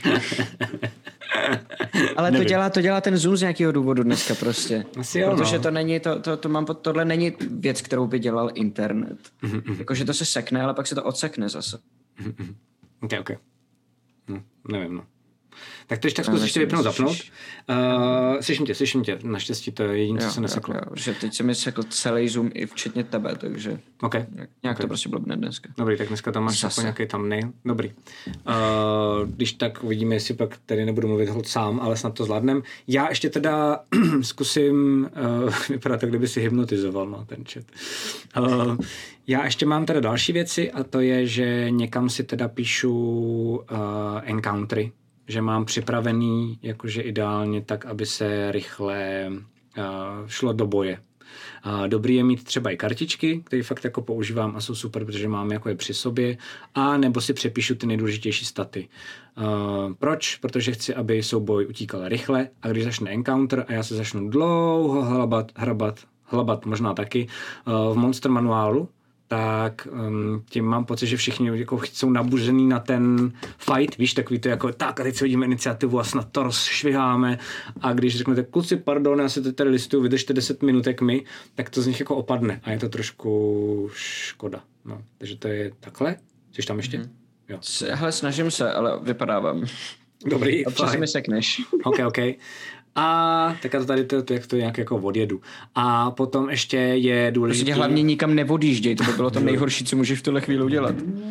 Ale to dělá ten Zoom z nějakého důvodu dneska prostě. Asi jo, protože no. to není, tohle není věc, kterou by dělal internet. Jakože to se sekne, ale pak se to odsekne zase. Ok. Nevím, no. Tak to ještě tak zkusíš ty vypnout, zapnout. Slyším tě. Naštěstí to je jediné, co se neseklo. Jo, protože teď se mi sekl celý Zoom i včetně tebe, takže nějak to prostě blbne dneska. Dobrý, tak dneska tam máš jako nějaký thumbnail. Dobrý. Když tak uvidíme, jestli pak tady nebudu mluvit hod sám, ale snad to zvládnem. Já ještě teda zkusím, vypadá to, kdyby si hypnotizoval, no, ten chat. Já ještě mám teda další věci a to je, že někam si teda píšu encountery, že mám připravený jakože ideálně tak, aby se rychle šlo do boje. Dobrý je mít třeba i kartičky, které fakt jako používám a jsou super, protože mám jako je při sobě, a nebo si přepíšu ty nejdůležitější staty. Proč? Protože chci, aby souboj utíkal rychle a když začne encounter a já se začnu dlouho hlabat možná taky v Monster manuálu, tak tím mám pocit, že všichni jako jsou nabuřený na ten fight, víš, takový to jako tak a teď si hodíme iniciativu a snad to rozšviháme a když řeknete kluci, pardon, já si to tady listuju, vydržte 10 minutek mi, tak to z nich jako opadne a je to trošku škoda. No, takže to je takhle. Jsi tam ještě? Jo. Hele, snažím se, ale vypadávám. Dobrý, občas si mi sekneš. Ok. A tak to tady to nějak jako odjedu. A potom ještě je důležité... Prostě hlavně nikam neodjížděj, to by bylo to nejhorší, co můžeš v tuhle chvíli udělat.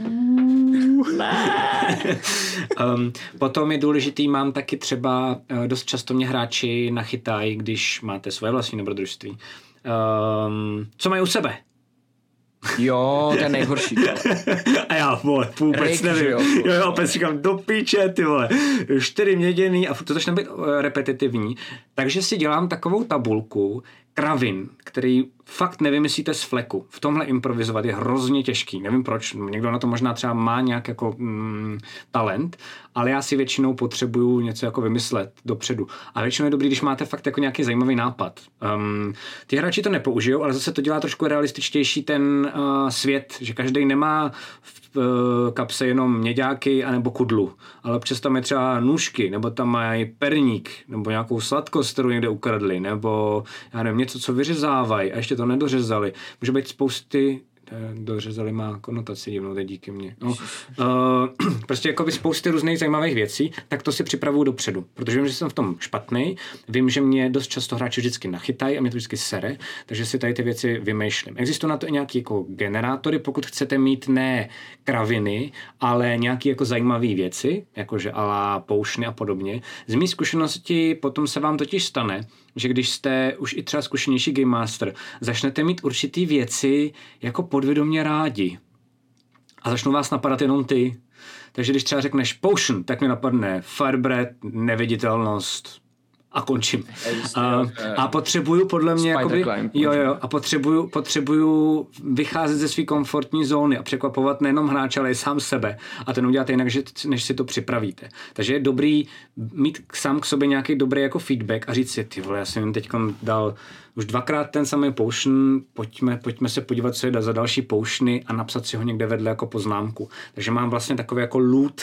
Potom je důležitý, mám taky třeba, dost často mě hráči nachytají, když máte svoje vlastní dobrodružství. Co mají u sebe? Jo, to je nejhorší. A já, vole, vůbec nevím. Jo, opět říkám, do píče, ty vole. 4 měděný a to začne být repetitivní. Takže si dělám takovou tabulku kravin, který fakt nevymyslíte z fleku. V tomhle improvizovat je hrozně těžký. Nevím proč, někdo na to možná třeba má nějak jako talent, ale já si většinou potřebuju něco jako vymyslet dopředu. A většinou je dobrý, když máte fakt jako nějaký zajímavý nápad. Ty hráči to nepoužijou, ale zase to dělá trošku realističtější ten svět, že každý nemá v kapse jenom měďáky anebo kudlu, ale občas tam je třeba nůžky, nebo tam mají perník, nebo nějakou sladkost, kterou někde ukradli, nebo já nevím, něco, co vyřezávají a ještě to nedořezali. Může být spousty, dořezali má konotaci divnou, teď díky mně. No, prostě jako by spousty různých zajímavých věcí, tak to si připravuju dopředu, protože vím, že jsem v tom špatný, vím, že mě dost často hráči vždycky nachytají a mě to vždycky sere, takže si tady ty věci vymýšlím. Existují na to i nějaké jako generátory, pokud chcete mít ne kraviny, ale nějaké jako zajímavé věci, jakože ala poušny a podobně. Z mý zkušenosti potom se vám totiž stane, že když jste už i třeba zkušenější Game Master, začnete mít určitý věci jako podvědomě rádi. A začnou vás napadat jenom ty. Takže když třeba řekneš potion, tak mi napadne firebreath, neviditelnost a končím. A potřebuju podle mě jakoby, a potřebuju vycházet ze své komfortní zóny a překvapovat nejenom hráče, ale i sám sebe. A ten udělat jinak, než si to připravíte. Takže je dobrý mít sám k sobě nějaký dobrý jako feedback a říct si, ty vole, já jsem jim teď dal už 2krát ten samý potion, pojďme se podívat, co je za další potiony a napsat si ho někde vedle jako poznámku. Takže mám vlastně takový jako loot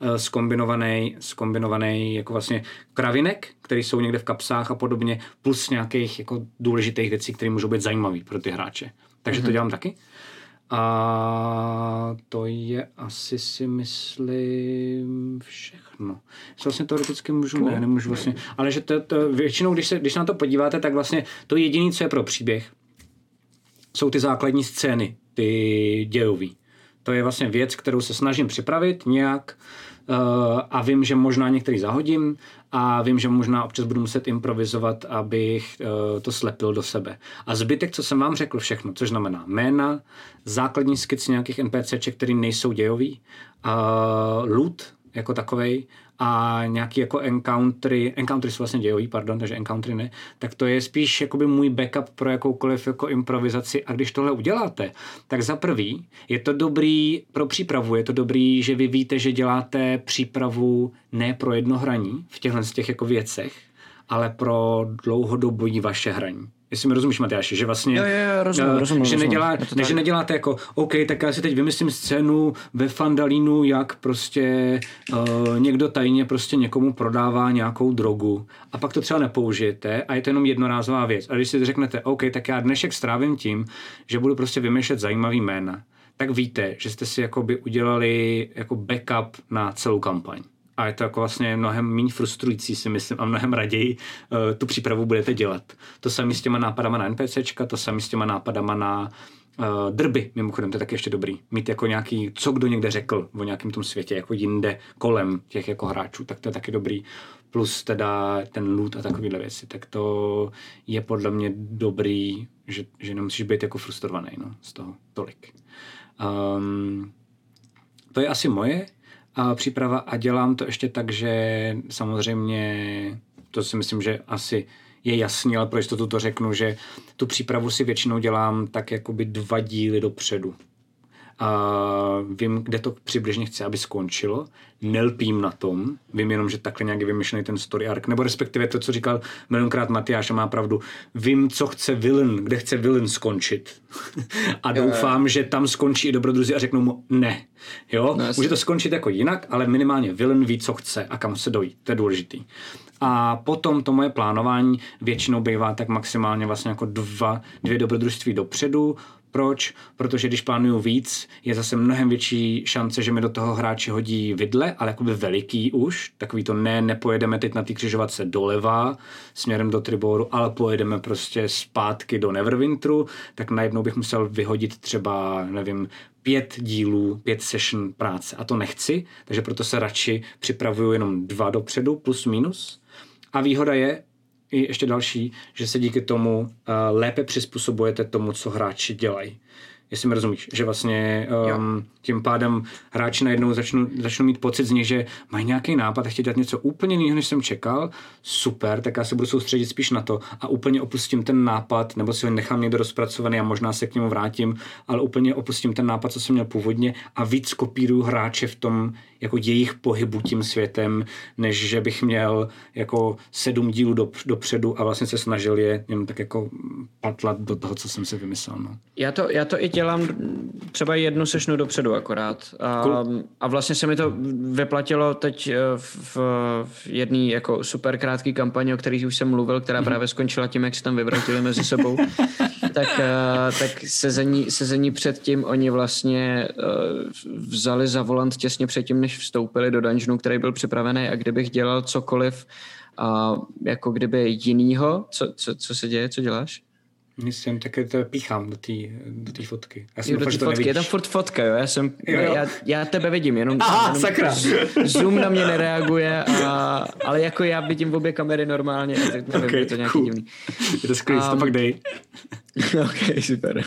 zkombinovaný jako vlastně kravinek, které jsou někde v kapsách a podobně, plus nějakých jako důležitých věcí, které můžou být zajímavý pro ty hráče. Takže to dělám taky. A to je asi si myslím všechno. Vlastně teoreticky můžu, nemůžu vlastně, ale že to většinou, když se na to podíváte, tak vlastně to jediné, co je pro příběh, jsou ty základní scény, ty dějový. To je vlastně věc, kterou se snažím připravit nějak a vím, že možná některý zahodím a vím, že možná občas budu muset improvizovat, abych to slepil do sebe. A zbytek, co jsem vám řekl, všechno, což znamená jména, základní skici nějakých NPCček, který nejsou dějový, loot jako takovej a nějaký jako encountery jsou vlastně dějový, takže encountery ne, tak to je spíš jakoby můj backup pro jakoukoliv jako improvizaci a když tohle uděláte, tak za prvý je to dobrý pro přípravu, je to dobrý, že vy víte, že děláte přípravu ne pro jedno hraní v těchto z těch jako věcech, ale pro dlouhodobý vaše hraní. Jestli mi rozumíš, Matyáši, že vlastně rozumím, že neděláte jako OK, tak já si teď vymyslím scénu ve Fandalínu, jak prostě někdo tajně prostě někomu prodává nějakou drogu a pak to třeba nepoužijete a je to jenom jednorázová věc. A když si řeknete OK, tak já dnešek strávím tím, že budu prostě vymýšlet zajímavý jména, tak víte, že jste si jakoby udělali jako backup na celou kampaň. A je to jako vlastně mnohem méně frustrující, si myslím, a mnohem raději tu přípravu budete dělat. To samé s těma nápadama na NPCčka, to samé s těma nápadama na drby, mimochodem, to je taky ještě dobrý. Mít jako nějaký, co kdo někde řekl o nějakém tom světě, jako jinde kolem těch jako hráčů, tak to je taky dobrý. Plus teda ten loot a takovýhle věci, tak to je podle mě dobrý, že nemusíš být jako frustrovaný, no, z toho tolik. To je asi moje příprava a dělám to ještě tak, že samozřejmě, to si myslím, že asi je jasný, ale pro jistotu to řeknu, že tu přípravu si většinou dělám tak jakoby 2 díly dopředu. Vím, kde to přibližně chci, aby skončilo, nelpím na tom, vím jenom, že takhle nějak je vymyšlený ten story arc, nebo respektive to, co říkal milionkrát Matyáš a má pravdu, vím, co chce villain, kde chce villain skončit a doufám, že tam skončí i dobrodruzi a řeknou mu ne, jo, může to skončit jako jinak, ale minimálně villain ví, co chce a kam se dojít, to je důležitý. A potom to moje plánování většinou bývá tak maximálně vlastně jako 2 dobrodružství dopředu. Proč? Protože když plánuju víc, je zase mnohem větší šance, že mi do toho hráči hodí vidle, ale jakoby veliký už. Takový to nepojedeme teď na té křižovatce doleva směrem do Triboru, ale pojedeme prostě zpátky do Neverwinteru, tak najednou bych musel vyhodit třeba, nevím, 5 dílů, 5 session práce. A to nechci, takže proto se radši připravuju jenom 2 dopředu, plus minus. A výhoda je, i ještě další, že se díky tomu lépe přizpůsobujete tomu, co hráči dělají. Jestli mi rozumíš, že vlastně tím pádem hráči najednou začnou mít pocit z nich, že mají nějaký nápad a chtějí dělat něco úplně jiného, než jsem čekal, super, tak já se budu soustředit spíš na to a úplně opustím ten nápad, nebo si ho nechám někdo rozpracovaný a možná se k němu vrátím, ale úplně opustím ten nápad, co jsem měl původně a víc kopíruju hráče v tom, jako jejich pohybu tím světem, než že bych měl jako 7 dílů dopředu a vlastně se snažil je jenom tak jako patlat do toho, co jsem si vymyslel. No. Já to i dělám třeba 1 sešnu dopředu akorát. A vlastně se mi to vyplatilo teď v jedné jako super krátké kampani, o kterých už jsem mluvil, která právě skončila tím, jak se tam vyvratili mezi sebou. tak sezení předtím oni vlastně vzali za volant těsně předtím, než vstoupili do dungeonu, který byl připravený a kdybych dělal cokoliv jako kdyby jinýho, co se děje, co děláš? Myslím, tak to píchám do té fotky. Já jsem doufal, že to nevidíš. Je tam furt fotka, jo? Já tebe vidím, jenom sakra. Zoom na mě nereaguje, ale jako já vidím v obě kamery normálně, tak nevím, je to nějaký divný. Je to skvělý, to pak dej. Ok, super.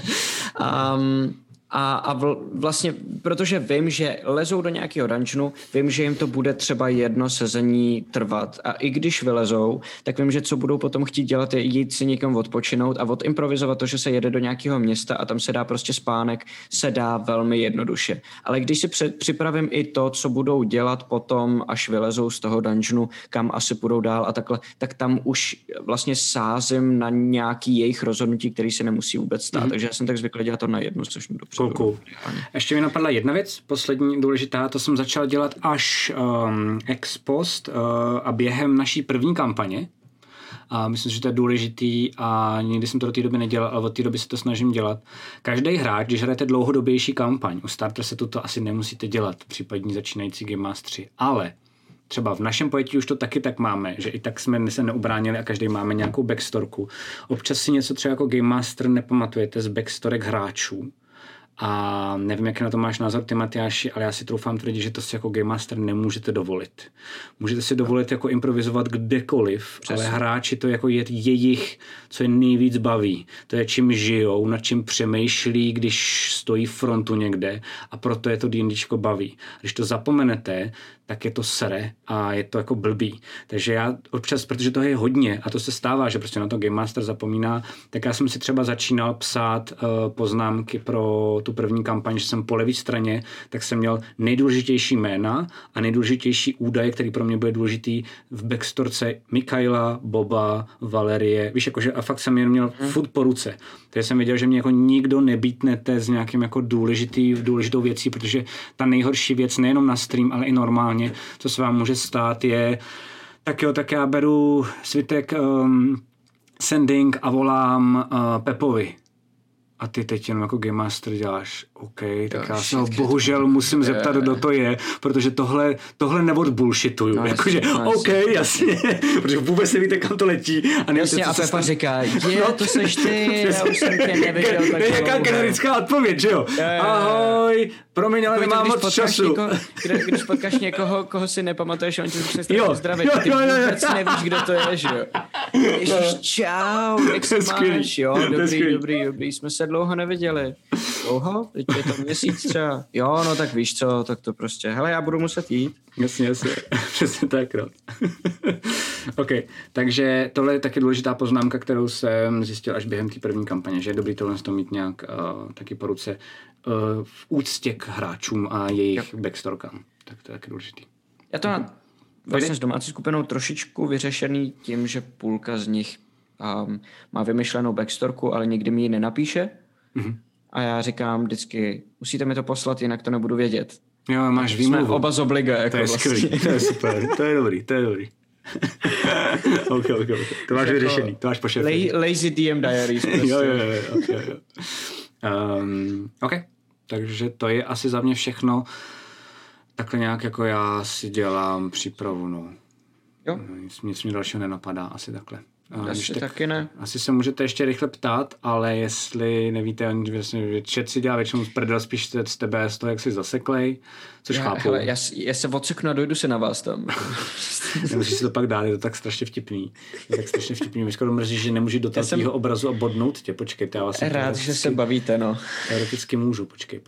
Vlastně, protože vím, že lezou do nějakého dungeonu, vím, že jim to bude třeba 1 sezení trvat a i když vylezou, tak vím, že co budou potom chtít dělat je jít si někam odpočinout a odimprovizovat to, že se jede do nějakého města a tam se dá prostě spánek, se dá velmi jednoduše. Ale když si připravím i to, co budou dělat potom, až vylezou z toho dungeonu, kam asi půjdou dál a takhle, tak tam už vlastně sázím na nějaký jejich rozhodnutí, který se nemusí vůbec stát. Takže já jsem tak zvyklý dělat to na 1 sešnu dopředu. Cool. Ještě mi napadla jedna věc, poslední důležitá, to jsem začal dělat až ex post a během naší první kampaně. a myslím, že to je důležitý a nikdy jsem to do té doby nedělal, ale od té doby se to snažím dělat. Každý hráč, když hrajete dlouhodobější kampaň, u Starter Setu to asi nemusíte dělat, případně začínající Game Mastery, ale třeba v našem pojetí už to taky tak máme, že i tak jsme se neubránili a každý máme nějakou backstorku. Občas si něco třeba jako Game Master nepamatujete z backstorek hráčů. A nevím, jaký na to máš názor ty, Matyáši, ale já si troufám tvrdit, že to si jako Game Master nemůžete dovolit. Můžete si dovolit jako improvizovat kdekoliv, přesně. Ale hráči to jako je jejich, co je nejvíc baví. To je čím žijou, nad čím přemýšlí, když stojí frontu někde a proto je to D&Dčko baví. Když to zapomenete, tak je to sere a je to jako blbý. Takže já občas, protože toho je hodně a to se stává, že prostě na to Game Master zapomíná, tak já jsem si třeba začínal psát poznámky pro tu první kampaň, že jsem po levé straně, tak jsem měl nejdůležitější jména a nejdůležitější údaje, který pro mě byly důležitý v backstorce Mikaela, Boba, Valerie, víš, jakože a fakt jsem jen měl furt po ruce. Takže jsem věděl, že mě jako nikdo nebítnete s nějakým jako důležitou věcí, protože ta nejhorší věc nejenom na stream, ale i normálně, co se vám může stát, je tak jo, tak já beru svitek sending a volám Pepovi. A ty teď jenom jako Game Master děláš, OK, tak já se ho bohužel musím zeptat, kdo to je, protože tohle neodbullshituju. No, jakože, OK, jasně, protože vůbec nevíte, kam to letí. A jasně, a Pepa říká, to seš ty, já už jsem tě neviděl. To je jaká generická odpověď, že jo? Ahoj, promiň, ale nemám moc času. Když potkáš někoho, koho si nepamatuješ, on tě začne strašně zdravit. Ty vůbec nevíš, kdo to je, že jo? Ježiš, čau, jak se máš, jo? Dobrý, jsme se dlouho neviděli. Dlouho? Teď je to měsíc třeba. Jo, no tak víš co, tak to prostě. Hele, já budu muset jít. Jasně. Přesně tak, no. OK, takže tohle je taky důležitá poznámka, kterou jsem zjistil až během té první kampaně, že je dobrý tohle to mít nějak taky po ruce v úctě k hráčům a jejich backstorkám. Tak to je taky důležitý. Já to mám vlastně s domácí skupinou trošičku vyřešený tím, že půlka z nich má vymyšlenou backstorku, ale nikdy mi ji nenapíše. Mm-hmm. A já říkám vždycky, musíte mi to poslat, jinak to nebudu vědět. Jo, máš výmluvu. Jsme oba z obliga. Jako to je vlastně. skvělý, to je super, to je dobrý. OK. To máš vyřešený, to máš po šéfě. Lazy DM diaries. Prostě. Jo. OK, takže to je asi za mě všechno. Takhle nějak jako já si dělám přípravu, no. Jo. Nic mě dalšího nenapadá, asi takhle. Asi taky ne. Asi se můžete ještě rychle ptát, ale jestli nevíte, vlastně chat si dělá většinou prdel spíš z tebe, z toho, jak jsi zaseklej, což chápu. Hele, já se odseknu a dojdu si na vás tam. Nemusíš si to pak dát, je to tak strašně vtipný. Mě skoro mrzí, že nemůžu do tvýho obrazu a bodnout tě. Počkejte, já vlastně rád, že se bavíte, no. Teoreticky můžu, počkej.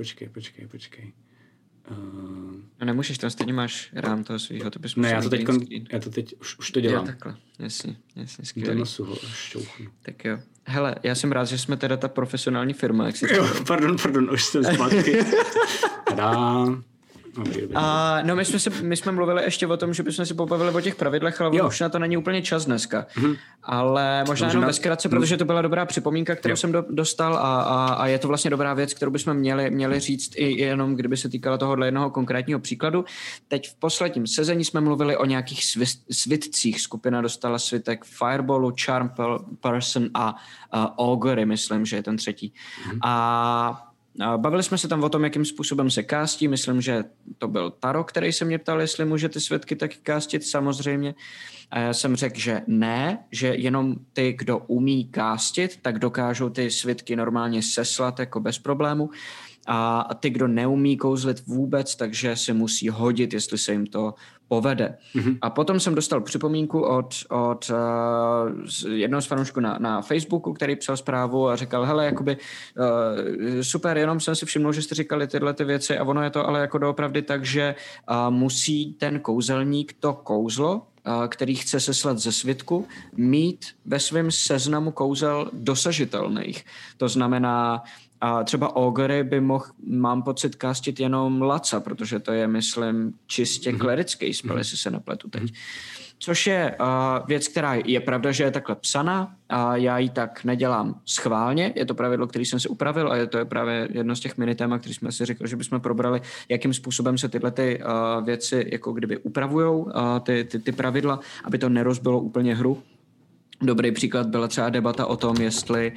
No nemůžeš, tam stejně máš rám toho svýho, to bys musel. Ne, já to teď už to dělám. Jo, takhle, jasně, skvělý. Do nosu ho šťouchnu. Tak jo. Hele, já jsem rád, že jsme teda ta profesionální firma, jak si jo, pardon, už jsem zpátky. Tadá. No my jsme mluvili ještě o tom, že bychom si pobavili o těch pravidlech, ale už na to není úplně čas dneska. Mm-hmm. Ale možná jenom bezkrátce, protože to byla dobrá připomínka, kterou jsem dostal a je to vlastně dobrá věc, kterou bychom měli říct i jenom, kdyby se týkala tohohle jednoho konkrétního příkladu. Teď v posledním sezení jsme mluvili o nějakých svitcích. Skupina dostala svitek Fireballu, Charm Person a Augury, myslím, že je ten třetí. Mm-hmm. A bavili jsme se tam o tom, jakým způsobem se kástí. Myslím, že to byl Taro, který se mě ptal, jestli může ty světky taky kástit, samozřejmě. A já jsem řekl, že ne, že jenom ty, kdo umí kástit, tak dokážou ty světky normálně seslat jako bez problému. A ty, kdo neumí kouzlit vůbec, takže se musí hodit, jestli se jim to povede. Mm-hmm. A potom jsem dostal připomínku od jednoho z fanoušků na Facebooku, který psal zprávu a říkal, hele, jakoby super, jenom jsem si všiml, že jste říkali tyhle ty věci a ono je to ale jako doopravdy tak, že musí ten kouzelník to kouzlo, který chce seslat ze svitku, mít ve svém seznamu kouzel dosažitelných. To znamená, a třeba Augury by mohl, mám pocit, kastit jenom Laca, protože to je, myslím, čistě klerický spell, jestli se nepletu teď. Což je věc, která je pravda, že je takhle psaná a já ji tak nedělám schválně. Je to pravidlo, který jsem si upravil a to je právě jedno z těch minitéma, který jsme si řekli, že bychom probrali, jakým způsobem se tyhle ty věci jako kdyby upravujou ty pravidla, aby to nerozbilo úplně hru. Dobrý příklad byla třeba debata o tom, jestli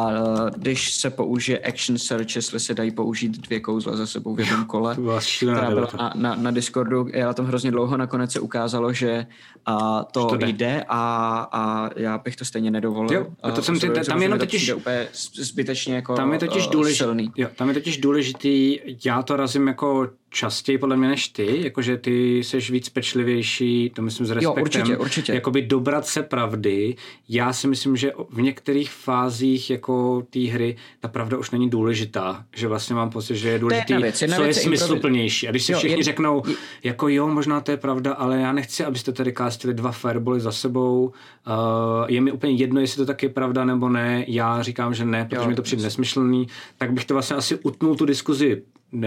když se použije action search, jestli se dají použít 2 kouzla za sebou v jednom kole. Která byla na Discordu. Já na tom hrozně dlouho, nakonec se ukázalo, že to jde a já bych to stejně nedovolil. Jo, a to jsem tam jenom totiž úplně zbytečně jako tam je totiž silný. Jo, tam je totiž důležitý, já to razím jako častěji podle mě než ty, jakože ty seš víc pečlivější, to myslím s respektem. Jo, určitě. Jakoby dobrat se pravdy. Já si myslím, že v některých fázích jako té hry ta pravda už není důležitá, že vlastně mám pocit, že je důležitý, co je smysluplnější. A když si všichni řeknou, jako jo, možná to je pravda, ale já nechci, abyste tady kástili 2 fireboly za sebou, je mi úplně jedno, jestli to taky je pravda nebo ne, já říkám, že ne, protože mi to přijde nesmyslný, tak bych to vlastně asi utnul tu diskuzi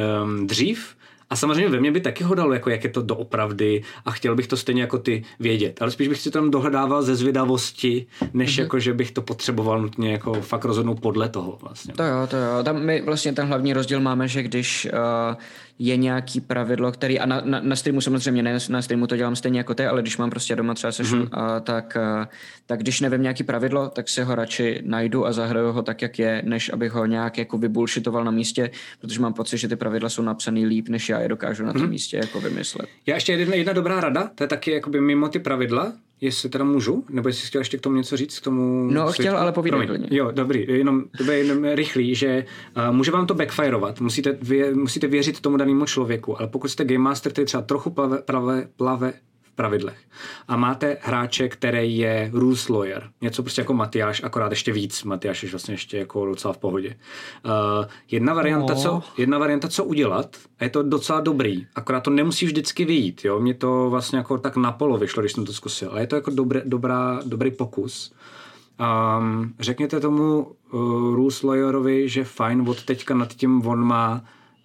dřív. A samozřejmě ve mně by taky hodalo, jako jak je to doopravdy a chtěl bych to stejně jako ty vědět. Ale spíš bych si tam dohledával ze zvědavosti, než jako, že bych to potřeboval nutně jako fakt rozhodnout podle toho vlastně. To jo. Tam my vlastně ten hlavní rozdíl máme, že když je nějaký pravidlo, který, a na streamu samozřejmě, ne na streamu to dělám stejně jako ty, ale když mám prostě doma třeba session, tak když nevím nějaký pravidlo, tak si ho radši najdu a zahraju ho tak, jak je, než abych ho nějak jako vybullshitoval na místě, protože mám pocit, že ty pravidla jsou napsaný líp, než já je dokážu na tom místě jako vymyslet. Já ještě jedna dobrá rada, to je taky jakoby mimo ty pravidla, jestli teda můžu, nebo jestli chtěl ještě k tomu něco říct, k tomu... No, chtěl, ale povídej klidně. Jo, dobrý, jenom rychlý, že může vám to backfireovat, musíte věřit tomu danému člověku, ale pokud jste game master, který třeba trochu plave v pravidlech a máte hráče, který je rules lawyer, něco prostě jako Matyáš, akorát ještě víc, Matyáš je vlastně ještě jako docela v pohodě. Jedna varianta, co udělat, a je to docela dobrý, akorát to nemusí vždycky vyjít, jo, mě to vlastně jako tak napolo vyšlo, když jsem to zkusil, ale je to jako dobrý pokus. Řekněte tomu rules lawyerovi, že fajn, od teďka nad tím on má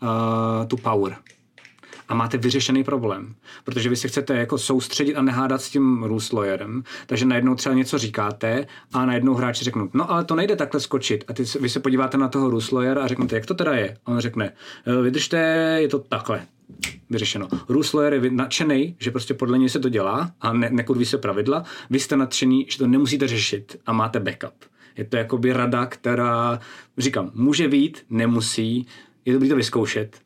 tu power. A máte vyřešený problém, protože vy se chcete jako soustředit a nehádat s tím rules lawyerem, takže najednou třeba něco říkáte a najednou hráči řeknou, no ale to nejde takhle skočit a vy se podíváte na toho rules lawyera a řeknete, jak to teda je? A on řekne, vydržte, je to takhle. Vyřešeno. Rules lawyer je nadšený, že prostě podle něj se to dělá a nekurví se pravidla, vy jste nadšený, že to nemusíte řešit a máte backup. Je to jakoby rada, která, říkám, může vyjít, nemusí, je dobrý to vyzkoušet,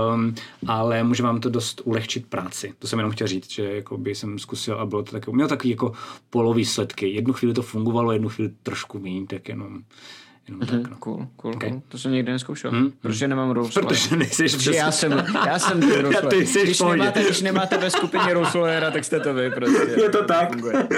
ale může vám to dost ulehčit práci. To jsem jenom chtěl říct, že jakoby jsem zkusil a bylo to takové, mělo takový jako polovýsledky. Jednu chvíli to fungovalo, jednu chvíli trošku méně, tak jenom tak. No. Cool. To jsem nikdy neskoušel. Protože nemám rules. Protože nejseš protože já jsem ten rules. Když nemáte ve skupině rules, tak jste to vy prostě. Je to tak.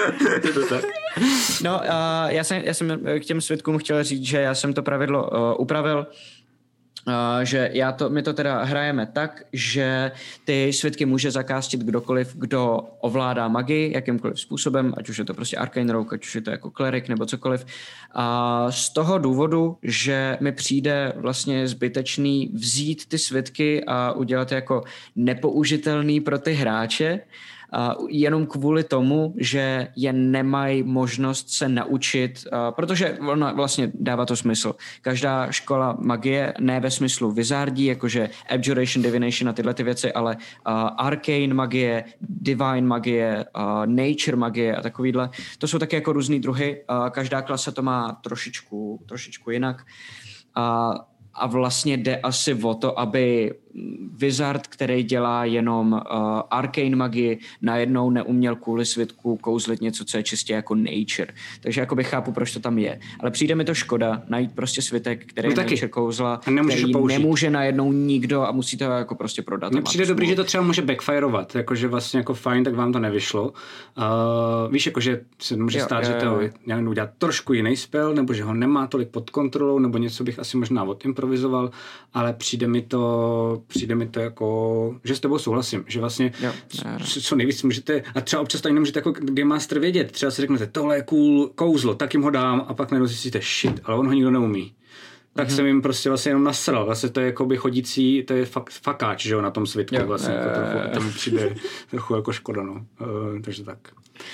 No, já jsem k těm svědkům chtěl říct, že já jsem to pravidlo upravil, že my to teda hrajeme tak, že ty svědky může zakástit kdokoliv, kdo ovládá magii jakýmkoliv způsobem, ať už je to prostě Arcane Rogue, ať už je to jako klerik nebo cokoliv. A z toho důvodu, že mi přijde vlastně zbytečný vzít ty svědky a udělat jako nepoužitelný pro ty hráče, jenom kvůli tomu, že je nemají možnost se naučit, protože ona vlastně dává to smysl. Každá škola magie, ne ve smyslu wizardí, jakože abjuration, divination a tyhle ty věci, ale arcane magie, divine magie, nature magie a takovýhle. To jsou taky jako různý druhy. Každá klasa to má trošičku jinak. A vlastně jde asi o to, aby wizard, který dělá jenom arcane magii, najednou neuměl kvůli svědku kouzlit něco, co je čistě jako nature. Takže jakoby chápu, proč to tam je. Ale přijde mi to škoda najít prostě světek, který nature kouzla, který nemůže najednou nikdo a musí to jako prostě prodat. Mně přijde dobrý, že to třeba může backfireovat, jakože vlastně jako fajn, tak vám to nevyšlo. Víš, jakože se může stát, že to nějak udělat trošku jiný spell, nebo že ho nemá tolik pod kontrolou, nebo něco bych asi možná odimprovizoval, ale přijde mi to jako, že s tebou souhlasím, že vlastně co nejvíc můžete, a třeba občas to nemůžete jako Game Master vědět, třeba si řeknete, tohle je cool kouzlo, tak jim ho dám a pak najednou zjistíte, shit, ale on ho nikdo neumí. Tak jsem jim prostě vlastně jenom nasral, vlastně to je jako by chodící, to je fakáč, že jo, na tom světku vlastně, jako trochu, to mi přijde trochu jako škoda, no, takže tak.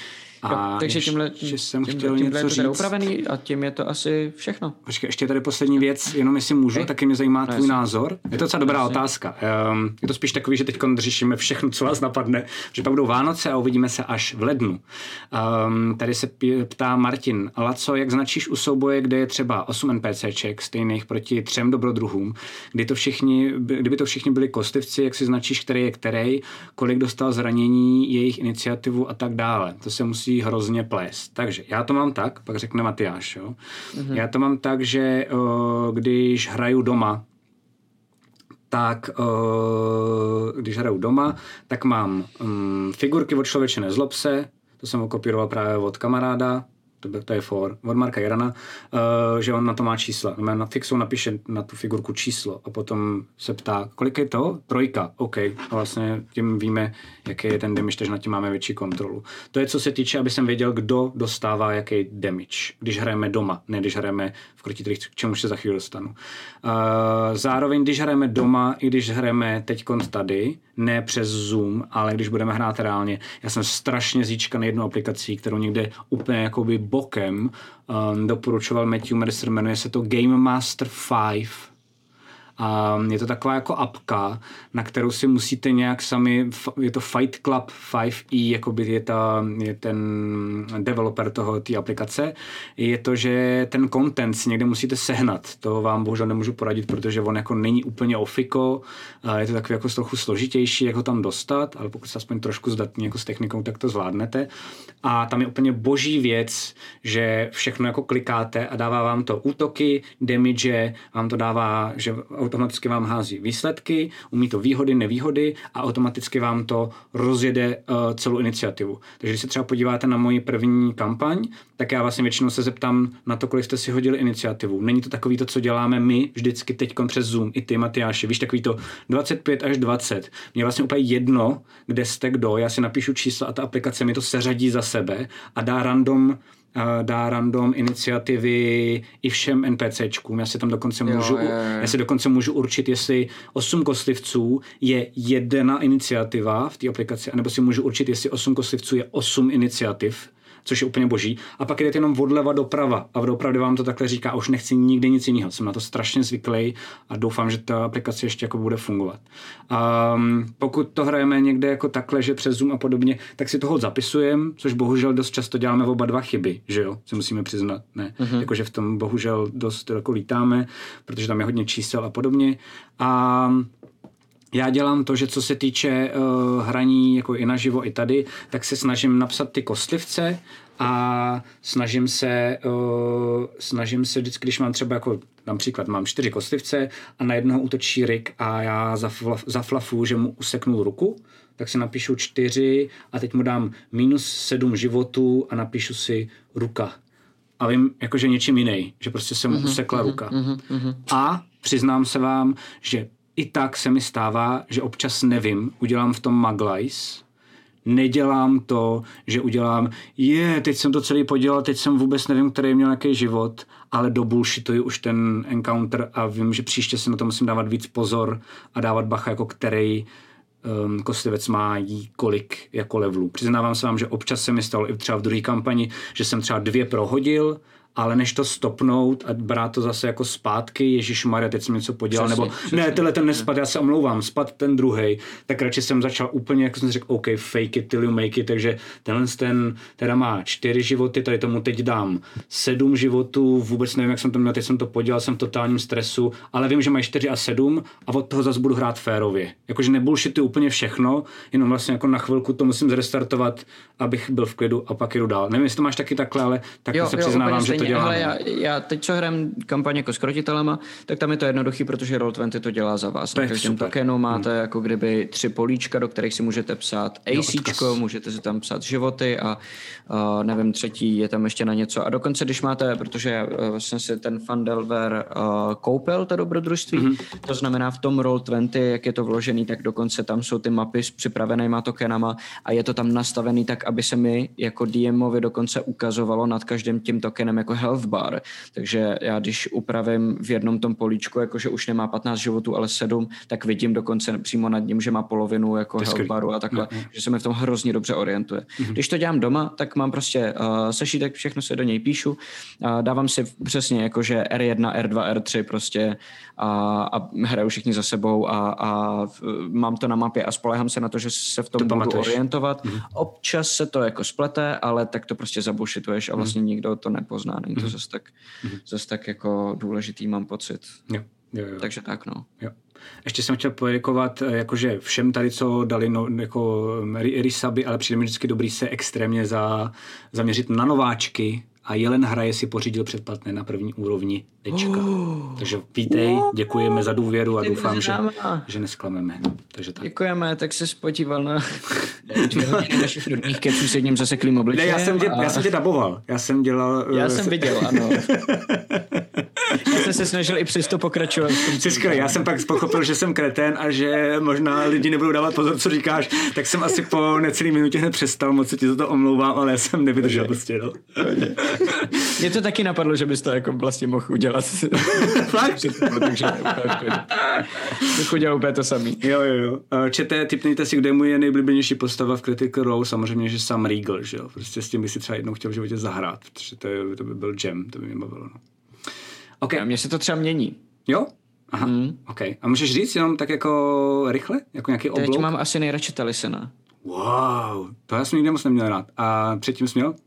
A takže tímhle je to upravený a tím je to asi všechno. Počkej, ještě tady poslední věc, jenom jestli můžu, taky mě zajímá tvůj názor. Je to docela dobrá otázka. Je to spíš takový, že teď řešíme všechno, co vás napadne, že pak budou Vánoce a uvidíme se až v lednu. Tady se ptá Martin, Laco, jak značíš u souboje, kde je třeba 8 NPCček stejných proti 3 dobrodruhům, kdyby to všichni byli kostlivci, jak si značíš, který je který, kolik dostal zranění, jejich iniciativu a tak dále. To se musí hrozně plést. Takže já to mám tak, pak řekne Matyáš. Jo? Mm-hmm. Já to mám tak, že když hraju doma, tak mám figurky od Člověče nezlob se, to jsem okopíroval právě od kamaráda, to je od Marka Jarana, že on na to má čísla. Na fixu napíše na tu figurku číslo a potom se ptá, kolik je to? 3. OK. A vlastně tím víme, jaký je ten damage, takže nad tím máme větší kontrolu. To je, co se týče, aby jsem věděl, kdo dostává jaký damage, když hrajeme doma, ne když hrajeme v krotitelích, k čemu se za chvíli dostanu. Zároveň, když hrajeme doma, i když hrajeme teďkon tady, ne přes Zoom, ale když budeme hrát reálně, já jsem strašně zíčkaný jednou aplikací, kterou někde úplně jakoby bokem doporučoval Matthew Mercer, jmenuje se to Game Master 5. Je to taková jako apka, na kterou si musíte nějak sami, je to Fight Club 5e, jakoby je ten developer té aplikace. Je to, že ten content si někde musíte sehnat. To vám bohužel nemůžu poradit, protože on jako není úplně ofiko. Je to takový jako trochu složitější, jak ho tam dostat, ale pokud se aspoň trošku zdatní jako s technikou, tak to zvládnete. A tam je úplně boží věc, že všechno jako klikáte a dává vám to útoky, damage, vám to dává, že automaticky vám hází výsledky, umí to výhody, nevýhody a automaticky vám to rozjede celou iniciativu. Takže když se třeba podíváte na moji první kampaň, tak já vlastně většinou se zeptám na to, kolik jste si hodili iniciativu. Není to takový to, co děláme my vždycky teďkon přes Zoom, i ty, Matyáši, víš, takový to 25 až 20. Mně vlastně úplně jedno, kde jste kdo, já si napíšu čísla a ta aplikace mi to seřadí za sebe a dá random iniciativy i všem NPCčkům. Já si tam dokonce můžu určit, jestli 8 kostlivců je 1 iniciativa v té aplikaci, anebo si můžu určit, jestli 8 kostlivců je 8 iniciativ, což je úplně boží. A pak jdete jenom odleva doprava a opravdu vám to takhle říká a už nechci nikdy nic jiného. Jsem na to strašně zvyklý a doufám, že ta aplikace ještě jako bude fungovat. Pokud to hrajeme někde jako takhle, že přes Zoom a podobně, tak si toho zapisujeme, což bohužel dost často děláme oba dva chyby, že jo, se musíme přiznat. Ne, jakože v tom bohužel dost jako lítáme, protože tam je hodně čísel a podobně. Já dělám to, že co se týče hraní jako i naživo, i tady, tak se snažím napsat ty kostlivce a snažím se vždycky, když mám třeba jako například mám 4 kostlivce a na jednoho útočí Rick a já zaflafu, že mu useknul ruku, tak si napíšu 4 a teď mu dám -7 životů a napíšu si ruka. A vím jakože něčím jiný, že prostě se mu usekla ruka. A přiznám se vám, že i tak se mi stává, že občas nevím, udělám v tom Maglice, nedělám to, že udělám, teď jsem to celý podělal, teď jsem vůbec nevím, který měl jaký život, ale do bullshituju už ten encounter a vím, že příště si na to musím dávat víc pozor a dávat bacha, jako který kostlivec má kolik jako levelů. Přiznávám se vám, že občas se mi stalo i třeba v druhé kampani, že jsem třeba 2 prohodil, ale než to stopnout a brát to zase jako zpátky, ježišmarja, teď jsem něco podělal, nebo ne, tenhle ten nespad, já se omlouvám, spad ten druhej, tak radši jsem začal úplně, jak jsem si řekl, OK, fake it till you make it, takže tenhle ten teda má 4 životy, tady tomu teď dám 7 životů, vůbec nevím, jak jsem to měl, teď jsem to podělal, jsem v totálním stresu, ale vím, že mají 4 a 7 a od toho zase budu hrát férově. Jakože nebullshituju úplně všechno, jenom vlastně jako na chvilku to musím zrestartovat, abych byl v klidu a pak jdu dál. Nevím, jestli to máš taky takhle, ale tak se přiznávám, že to dělám. Ale já teď, co hrajem kampaně jako s krotitelema, tak tam je to jednoduchý, protože Roll20 to dělá za vás. Na každém tokenu máte jako kdyby 3 políčka, do kterých si můžete psát ACčko, můžete si tam psát životy a nevím, třetí je tam ještě na něco. A dokonce, když máte, protože jsem si ten Fandelver koupil, to dobrodružství, to znamená v tom Roll20, jak je to vložený, tak dokonce tam jsou ty mapy s připravenýma tokenama a je to tam nastavený tak, aby se mi jako DMovi dokonce ukazovalo nad každým tím tokenem jako jako health bar, takže já když upravím v jednom tom políčku, jakože už nemá 15 životů, ale 7, tak vidím dokonce přímo nad ním, že má polovinu jako health baru a takhle, že se mi v tom hrozně dobře orientuje. Když to dělám doma, tak mám prostě sešítek, všechno se do něj píšu, dávám si přesně jakože R1, R2, R3 prostě a hraju všichni za sebou a mám to na mapě a spolehám se na to, že se v tom budu orientovat. Občas se to jako splete, ale tak to prostě zabušituješ a vlastně nikdo to nepozná. Není to zase tak jako důležitý, mám pocit. Jo. Takže tak, no. Jo. Ještě jsem chtěl poděkovat jakože všem tady, co dali jako resuby, ale přijde mi vždycky dobrý se extrémně zaměřit na nováčky a Jelen hraje si pořídil předplatné na první úrovni tečka. Takže vítej, děkujeme za důvěru a doufám, že nesklameme. Takže tak. Děkujeme, tak se podíval na 2 hodiny našich rudných keců s jedním zaseklým obličejem. Ne, já jsem tě daboval. Já jsem viděl, ano. Já jsem se snažil i přesto pokračovat. Já jsem pak pochopil, že jsem kretén a že možná lidi nebudou dávat pozor, co říkáš, tak jsem asi po necelý minutě hned přestal, moc se ti za to omlouvám, ale já jsem nevydržel prostě. No. Mě to taky napadlo, že bys to jako vlastně mohl udělat. Fakt? Takže bych udělal úplně to samý. Jo. Čete, tipnejte si, kde mu je nejblíbenější postava v Critical Role, samozřejmě, že Sam Riegel, že jo. Prostě s tím by si třeba jednou chtěl v životě zahrát, protože to by byl jam, to by mě bavilo. No. Okay. A mně se to třeba mění. Jo? Aha, OK. A můžeš říct jenom tak jako rychle? Jako nějaký oblouk? Teď mám asi nejradši Talisena. Wow, to já jsem nikdy moc neměl rád. A předtím jsi měl?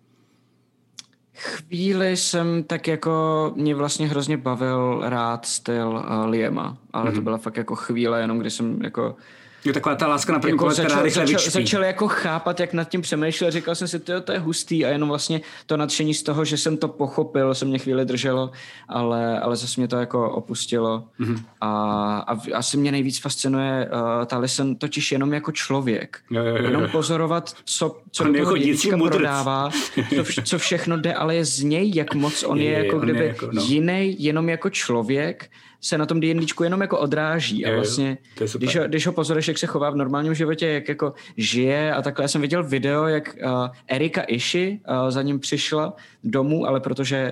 Chvíli jsem tak jako, mě vlastně hrozně bavil rád styl Liama, ale to byla fakt jako chvíle, jenom kdy jsem jako... Jo, taková ta láska na první pohled, která rychle vyčpí. Začal jako chápat, jak nad tím přemýšlel, říkal jsem si, to je hustý a jenom vlastně to nadšení z toho, že jsem to pochopil, se mě chvíli drželo, ale zase mě to jako opustilo. A asi mě nejvíc fascinuje Taliesin totiž jenom jako člověk. Jo. Jenom pozorovat, co do toho jednička prodává, co všechno jde, ale je z něj, jak moc on je jako kdyby jiný, jenom jako člověk, se na tom D&Dčku jenom jako odráží a vlastně, když ho pozoruješ, jak se chová v normálním životě, jak jako žije a takhle. Já jsem viděl video, jak Erika Ishii za ním přišla domů, ale protože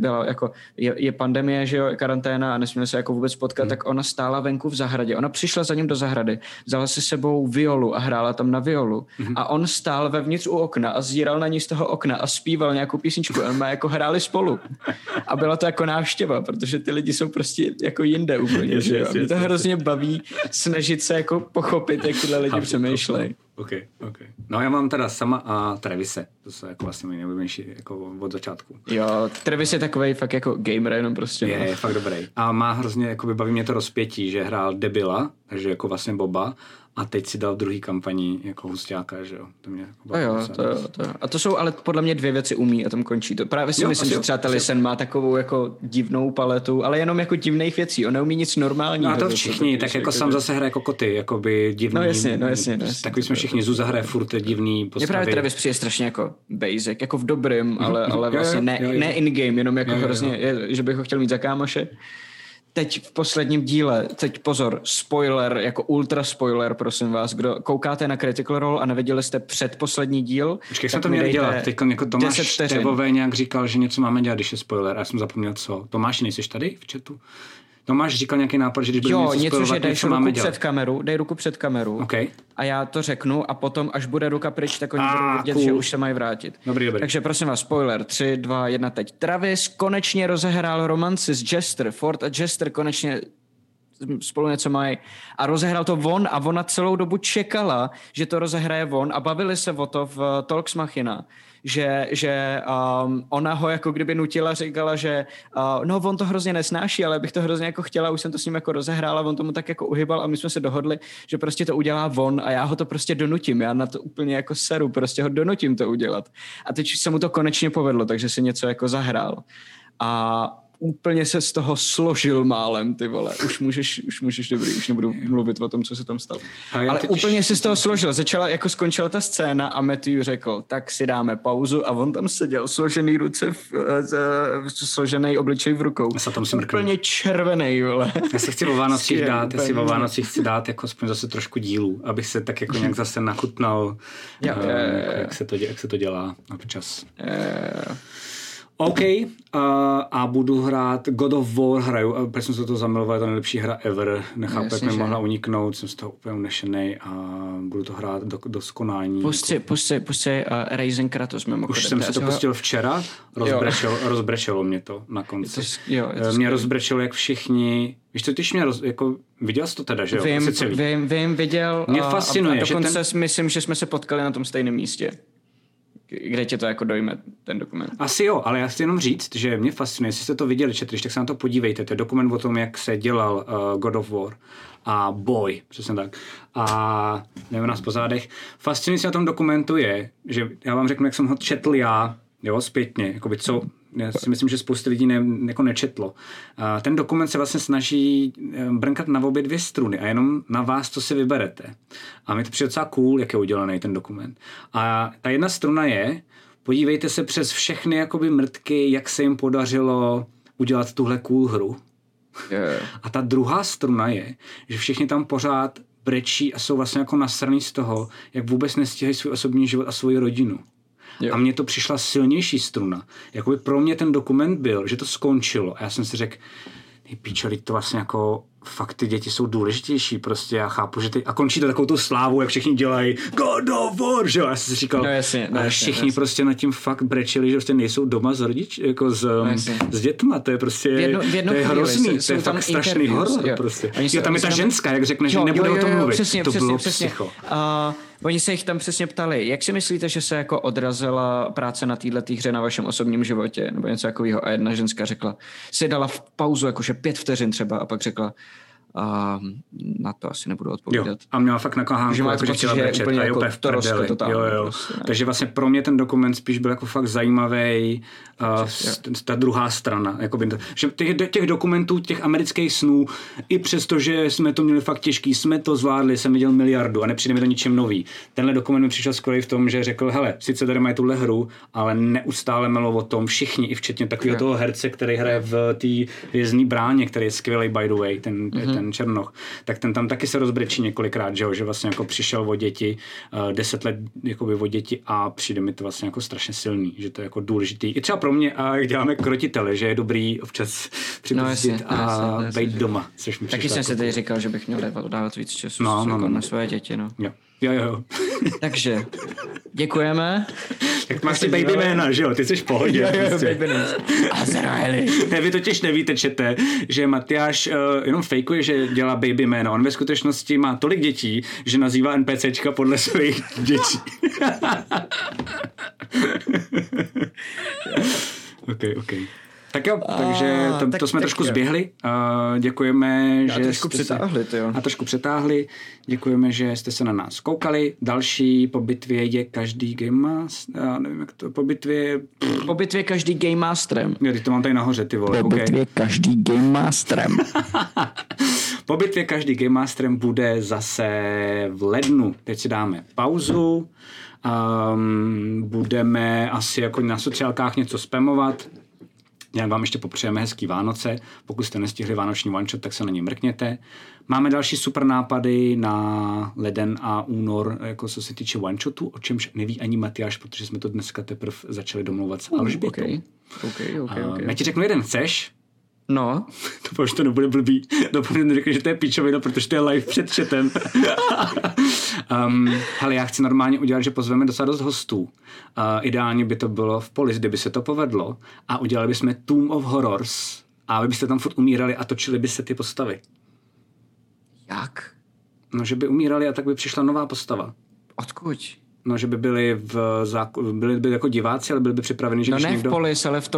je pandemie, že jo, karanténa a nesměli se jako vůbec potkat, tak ona stála venku v zahradě. Ona přišla za ním do zahrady, vzala si sebou violu a hrála tam na violu. A on stál vevnitř u okna a zíral na ní z toho okna a zpíval nějakou písničku. A my jako hráli spolu. A byla to jako návštěva, protože ty lidi jsou prostě jako jinde úplně, že jo. A mě to hrozně baví snažit se jako pochopit, jak tyhle lidi přemýšlejí. OK. No já mám teda Sama a Travise. To jsou jako vlastně moji nejbližší jako od začátku. Jo, Travis je takovej fakt jako gamer jenom prostě. Je fakt dobrý. A má hrozně, jako baví mě to rozpětí, že hrál Debila, takže jako vlastně Boba. A teď si dal v druhý kampani jako husťáka, že jo. To mě jako to jo. A to jsou ale podle mě 2 věci umí a tam končí to. Právě si myslím, že třeba Taliesin má takovou jako divnou paletu, ale jenom jako divných věcí. On neumí nic normálního. No a to všichni, tak jako Sam zase hraje jako koty, jakoby divný. No jasně. Takový jsme všichni, Zuza hraje furt divný postavy. Mě právě Travis přijde strašně jako basic, jako v dobrým, ale vlastně ne in-game, jenom jako hrozně, že bych ho chtěl mít za kámoše. Teď v posledním díle, teď pozor, spoiler, jako ultra spoiler, prosím vás, kdo koukáte na Critical Role a neviděli jste předposlední díl. Počkej, jsme to měli dělat, teď jako Tomáš Tebové nějak říkal, že něco máme dělat, když je spoiler, a já jsem zapomněl co. Tomáš, nejseš tady v chatu? Tomáš říkal nějaký nápad, že když bude něco spoilovat, něco máme dělat. Dej ruku před kameru okay. A já to řeknu a potom, až bude ruka pryč, tak oni budou vidět, že už se mají vrátit. Dobrý. Takže prosím vás, spoiler, 3, 2, 1, teď. Travis konečně rozehrál romanci s Jester, Ford a Jester konečně spolu něco mají a rozehrál to on a ona celou dobu čekala, že to rozehraje on a bavili se o to v Talks Machina, že ona ho jako kdyby nutila, říkala, že no on to hrozně nesnáší, ale bych to hrozně jako chtěla, už jsem to s ním jako rozehrála, on tomu tak jako uhybal a my jsme se dohodli, že prostě to udělá on a já ho to prostě donutím, já na to úplně jako seru, prostě ho donutím to udělat. A teď se mu to konečně povedlo, takže si něco jako zahrál. A úplně se z toho složil málem, ty vole. Už můžeš dobrý, už nebudu mluvit o tom, co se tam stalo. Ale úplně se z toho složil. Skončila ta scéna a Matthew řekl, tak si dáme pauzu a on tam seděl, složený ruce, složený obličej v rukou. Úplně červený, vole. Já se chci o Vánocích dát jako aspoň zase trošku dílu, abych se tak jako nějak zase nachutnal, jak se to dělá občas. OK, a budu hrát God of War, hraju, protože jsem se to zamiloval, je to nejlepší hra ever, nechápu, jak mi mohla uniknout, jsem z toho úplně unešený a budu to hrát do skonání. Pusť Raisin Kratos mimochodem. Už jsem se to pustil včera, rozbrečelo mě to na konci. Mě rozbrečelo, jak všichni, víš co, když mě jako, viděl jsi to teda, že jo? Vím, viděl. Mě fascinuje, a dokonce myslím, že jsme se potkali na tom stejném místě. Kde tě to jako dojme, ten dokument? Asi jo, ale já chci jenom říct, že mě fascinuje, jestli jste to viděli, četli, tak se na to podívejte, to je dokument o tom, jak se dělal God of War a Boy, přesně tak, a nevím nás po zádech. Fascinující na tom dokumentu je, že já vám řeknu, jak jsem ho četl já, jo, zpětně, jakoby co, já si myslím, že spousta lidí jako nečetlo. Ten dokument se vlastně snaží brnkat na obě dvě struny a jenom na vás, co si vyberete. A mi to přijde docela cool, jak je udělaný ten dokument. A ta jedna struna je, podívejte se přes všechny jakoby mrtky, jak se jim podařilo udělat tuhle cool hru. Yeah. A ta druhá struna je, že všichni tam pořád brečí a jsou vlastně jako nasraný z toho, jak vůbec nestíhají svůj osobní život a svoji rodinu. Jo. A mně to přišla silnější struna. Jakoby pro mě ten dokument byl, že to skončilo. A já jsem si řekl, píčo, to vlastně jako fakt ty děti jsou důležitější, prostě já chápu, že a končí to takovou tu slávu, jak všichni dělají God of War, že jo? Já jsem si říkal, všichni prostě nad tím fakt brečeli, že prostě nejsou doma s rodiči, jako s dětma, to je prostě, to je hrozný, to je fakt strašný horor, prostě. Jo, tam je ta ženská, jak řekne, že nebude o tom mluvit, přesně, to bylo psycho. Oni se jich tam přesně ptali, jak si myslíte, že se jako odrazila práce na této hře na vašem osobním životě, nebo něco takového, a jedna ženská řekla, si dala v pauzu jakože 5 vteřin třeba a pak řekla, na to asi nebudu odpovídat. Jo, a měla fakt nakahánku, jako, že chtěla brečet a je úplně v prdeli. Jo. Prostě, takže vlastně pro mě ten dokument spíš byl jako fakt zajímavý, ta druhá strana. Jakoby, že těch dokumentů, těch amerických snů, i přesto, že jsme to měli fakt těžký, jsme to zvládli, jsem viděl miliardu a nepřijde mi to ničem nový. Tenhle dokument mi přišel skoro v tom, že řekl, hele, sice tady mají tuhle hru, ale neustále melo o tom všichni, i včetně takového toho herce, který hraje v té Hvězdné bráně, který je skvělý by the way, ten Černoch, tak ten tam taky se rozbrečí několikrát, že vlastně jako přišel o děti, 10 let jakoby o děti a přijde mi to vlastně jako strašně silný, že to je jako důležitý. I třeba pro mě, a jak děláme krotitele, že je dobrý občas připustit a být doma. Taky jsem si tady říkal, že bych měl dávat víc času na své děti. No. Jo. Takže děkujeme. Tak máš si baby jména, že jo? Ty jsi v pohodě. Jo, Azraeli. Ne, vy totiž nevíte, čete, že Matyáš jenom fejkuje, že dělá baby jméno. On ve skutečnosti má tolik dětí, že nazývá NPCčka podle svých dětí. OK. Tak jo, takže to jsme trošku zběhli. Děkujeme, že trošku přetáhli. Děkujeme, že jste se na nás koukali. Další po bitvě je každý Game Master. Nevím, jak to po bitvě... Po bitvě každý Game Masterem. Jo, teď to mám tady nahoře, ty vole. Po bitvě každý Game Masterem. Po bitvě každý Game Masterem bude zase v lednu. Teď si dáme pauzu. Budeme asi jako na sociálkách něco spamovat. Nějak vám ještě popřejeme hezký Vánoce. Pokud jste nestihli vánoční one-shot, tak se na ně mrkněte. Máme další super nápady na leden a únor, jako co se týče one-shotu, o čemž neví ani Matyáš, protože jsme to dneska teprve začali domlouvat s Alžbětou. Okay. Já ti řeknu jeden, chceš? No. To už to nebude blbý. Dopoledne řekl, že to je píčovina, protože to je live před chatem. Hele, já chci normálně udělat, že pozveme docela dost hostů. Ideálně by to bylo v Polis, kdyby se to povedlo. A udělali bychom Tomb of Horrors. A vy byste tam furt umírali a točili by se ty postavy. Jak? No, že by umírali a tak by přišla nová postava. Odkud? No, že by byli byli by jako diváci, ale byli by připraveni, že no ne někdo... v Polis, ale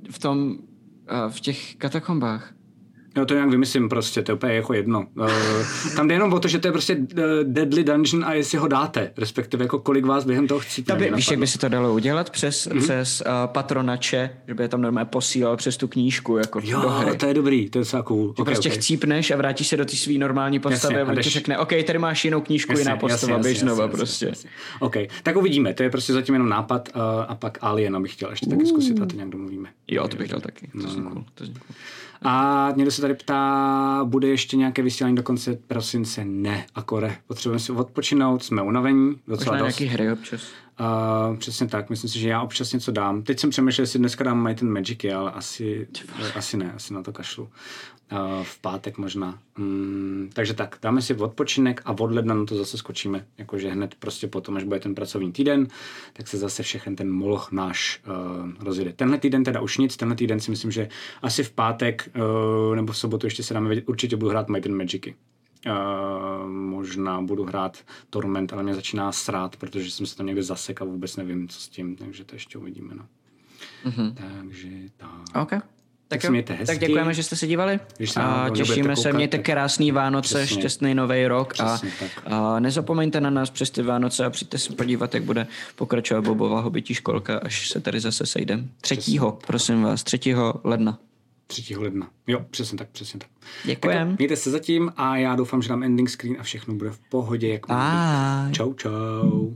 v těch katakombách. Jo, to nějak vymyslím prostě, to je úplně jako jedno. Tam jde jenom o to, že to je prostě deadly dungeon a jestli ho dáte, respektive jako kolik vás během toho chcípne. Víš, jak by se to dalo udělat přes patronače, že by je tam normálně posílal přes tu knížku jako do hry. Jo, to je dobrý, to je docela cool. Že prostě chcípneš a vrátíš se do té svý normální postavy a on ti řekne, OK, tady máš jinou knížku, jiná postava, běž znova prostě. OK, tak uvidíme, to je prostě zatím jenom nápad a pak Alien bych chtěl ještě taky zkusit a to nějak domluvíme. Jo, to bych chtěl taky, to je cool. A někdo se tady ptá, bude ještě nějaké vysílání do konce prosince? Ne, akore. Potřebujeme si odpočinout, jsme unavení. Možná nějaký hry občas. Přesně tak, myslím si, že já občas něco dám. Teď jsem přemýšlel, jestli dneska dám Might and Magicy, ale asi ne, asi na to kašlu. V pátek možná. Takže tak, dáme si odpočinek a od ledna na to zase skočíme. Jakože hned prostě potom, až bude ten pracovní týden, tak se zase všechen ten moloch náš rozjede. Tenhle týden teda už nic, tenhle týden si myslím, že asi v pátek nebo v sobotu ještě se dáme vědět, určitě budu hrát Might and Magicy. Možná budu hrát Torment, ale mě začíná srát, protože jsem se tam někde zasek a vůbec nevím, co s tím, takže to ještě uvidíme. No. Takže tak. Okay. Tak děkujeme, že jste se dívali a těšíme se, mějte krásný Vánoce, šťastný nový rok a nezapomeňte na nás přes ty Vánoce a přijďte se podívat, jak bude pokračovat Bobova hobbytí školka, až se tady zase sejdeme. 3. prosím vás, 3. ledna. 3. ledna. Jo, přesně tak. Děkujem. Mějte se zatím a já doufám, že dám ending screen a všechno bude v pohodě, jak má být. Čau.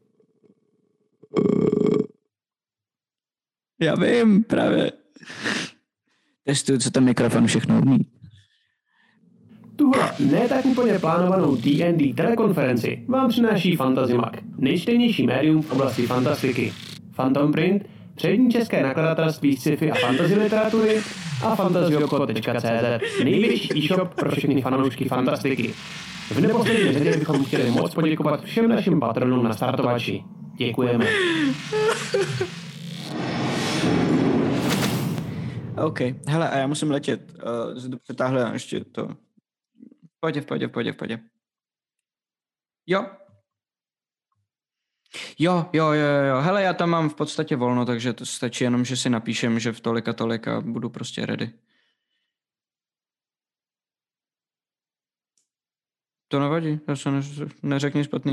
Já vím, právě. Testuju, co ten mikrofon všechno umí. Tuhle ne tak úplně plánovanou D&D telekonferenci vám přináší Fantazimak, nejčtenější médium v oblasti fantastiky. Phantom Print, přední české nakladatelství sci-fi a fantasy literatury a fantasyobchod.cz, největší e-shop pro všechny fanoušky fantastiky. V neposlední řadě bychom chtěli moc poděkovat všem našim patronům na startovači. Děkujeme. OK, hele, a já musím letět. Jsem to přetáhl ještě to. V pohodě. Jo. Hele, já tam mám v podstatě volno, takže to stačí jenom, že si napíšem, že v tolik a budu prostě ready. To nevadí, já se neřekni špatný.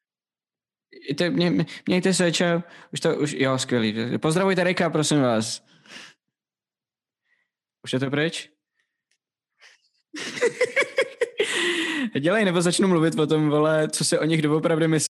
Mějte se, čau. Jo, skvělý. Pozdravujte Rika, prosím vás. Už je to pryč? Dělej, nebo začnu mluvit o tom, vole, co se o nich doopravdy myslí.